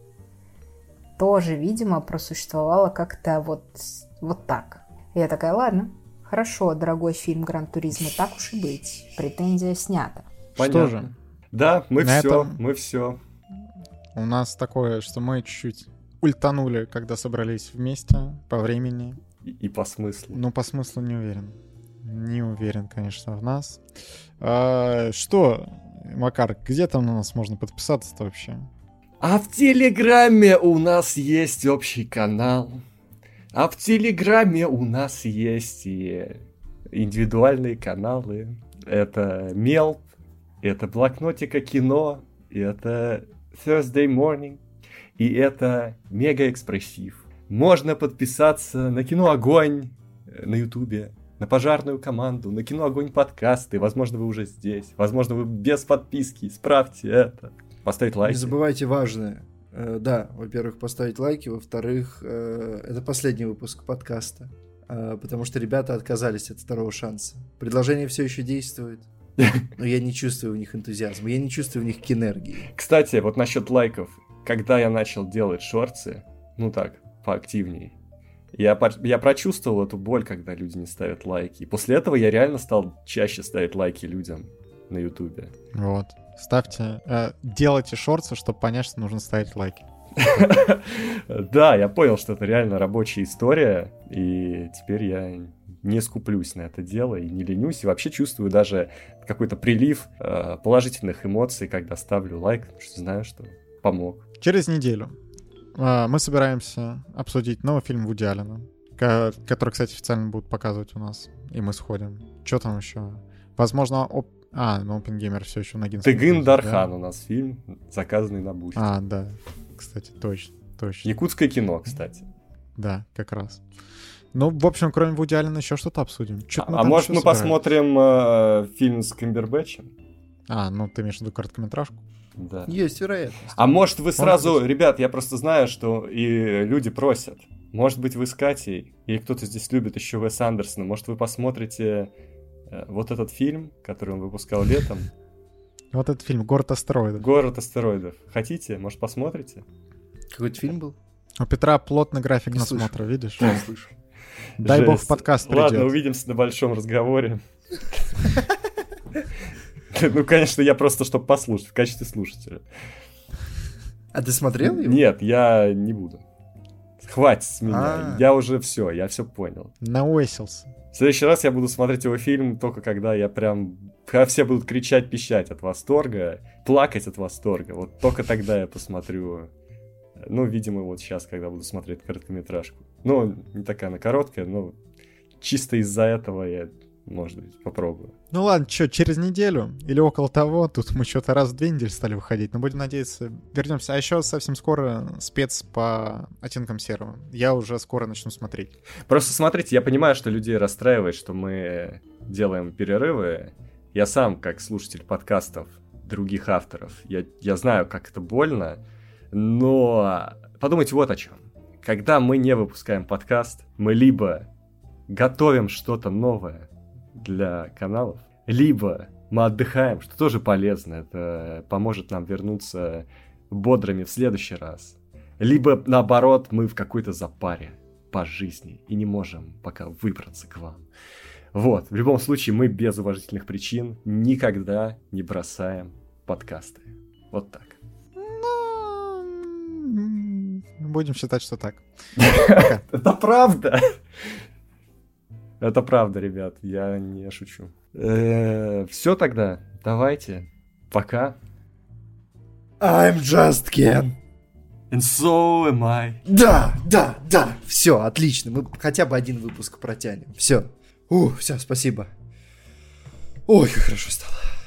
тоже, видимо, просуществовало как-то вот, вот так. И я такая, ладно, хорошо, дорогой фильм «Гран-туризмо», так уж и быть. Претензия снята. Понятно. Что же? Да, мы На все, этом- мы все. У нас такое, что мы чуть-чуть ультанули, когда собрались вместе по времени. И, и по смыслу. Ну, по смыслу не уверен. Не уверен, конечно, в нас. А, что, Макар, где там на нас можно подписаться-то вообще? А в Телеграме у нас есть общий канал. А в Телеграме у нас есть и индивидуальные каналы. Это Мелп, это Блокнотика кино, это Thursday Morning, и это Мега Экспрессив. Можно подписаться на Кино Огонь на Ютубе, на Пожарную команду, на Кино Огонь подкасты. Возможно, вы уже здесь. Возможно, вы без подписки. Исправьте это. Поставить лайки. Не забывайте важное. Э, да, во-первых, поставить лайки, во-вторых, э, это последний выпуск подкаста, э, потому что ребята отказались от второго шанса. Предложение все еще действует, но я не чувствую в них энтузиазма, я не чувствую в них кинергии. Кстати, вот насчет лайков. Когда я начал делать шорты, ну так, поактивнее, я, по- я прочувствовал эту боль, когда люди не ставят лайки. И после этого я реально стал чаще ставить лайки людям на Ютубе. Вот. Ставьте, э, делайте шорты, чтобы понять, что нужно ставить лайки. Да, я понял, что это реально рабочая история, и теперь я не скуплюсь на это дело и не ленюсь, и вообще чувствую даже какой-то прилив э, положительных эмоций, когда ставлю лайк, потому что знаю, что помог. Через неделю э, мы собираемся обсудить новый фильм Вуди Аллена, ко- который, кстати, официально будут показывать у нас, и мы сходим. Что там еще? Возможно, оп... а, ну, Оппенгеймер все еще на Гинском. Тыгын Дархан у нас фильм, заказанный на Бусти. А, да. Кстати, точно, точно. Якутское кино, кстати. Да, как раз. Ну, в общем, кроме Вуди Аллена еще что-то обсудим. Чё-то А там может ещё мы собираемся. посмотрим э, фильм с Камбербэтчем? А, ну ты имеешь в виду короткометражку? Да. Есть вероятность. А может вы сразу, Может быть. ребят, я просто знаю, что и люди просят. Может быть, вы с Катей, или кто-то здесь любит еще Уэса Андерсона, может, вы посмотрите э, вот этот фильм, который он выпускал летом, Вот этот фильм «Город астероидов». «Город астероидов». Хотите? Может, посмотрите? Какой-то фильм был? У Петра плотный график Не насмотра, видишь? Не слышу. Дай бог Жесть. в подкаст Ладно, придет. увидимся на большом разговоре. Ну, конечно, я просто, чтобы послушать, в качестве слушателя. А ты смотрел его? Нет, я не буду. Хватит с меня. А. Я уже все, я все понял. Науэсился. В следующий раз я буду смотреть его фильм только когда я прям... Когда все будут кричать, пищать от восторга, плакать от восторга. Вот только тогда я посмотрю... Ну, видимо, вот сейчас, когда буду смотреть короткометражку. Ну, не такая она короткая, но чисто из-за этого я, может быть, попробую. Ну ладно, что, через неделю или около того, тут мы что-то раз в две недели стали выходить, но будем надеяться, вернемся. А еще совсем скоро спец по оттенкам серого. Я уже скоро начну смотреть. Просто смотрите, я понимаю, что людей расстраивает, что мы делаем перерывы. Я сам, как слушатель подкастов других авторов, я, я знаю, как это больно, но подумайте вот о чем. Когда мы не выпускаем подкаст, мы либо готовим что-то новое для каналов, либо мы отдыхаем, что тоже полезно, это поможет нам вернуться бодрыми в следующий раз. Либо, наоборот, мы в какой-то запаре по жизни и не можем пока выбраться к вам. Вот, в любом случае, мы без уважительных причин никогда не бросаем подкасты. Вот так. Ну, будем считать, что так. Это правда. Это правда, ребят, я не шучу. Все тогда, давайте, пока. I'm just Ken. And so am I. Да, да, да. Все, отлично. Мы хотя бы один выпуск протянем. Все. Ух, все, спасибо. Ой, как хорошо стало.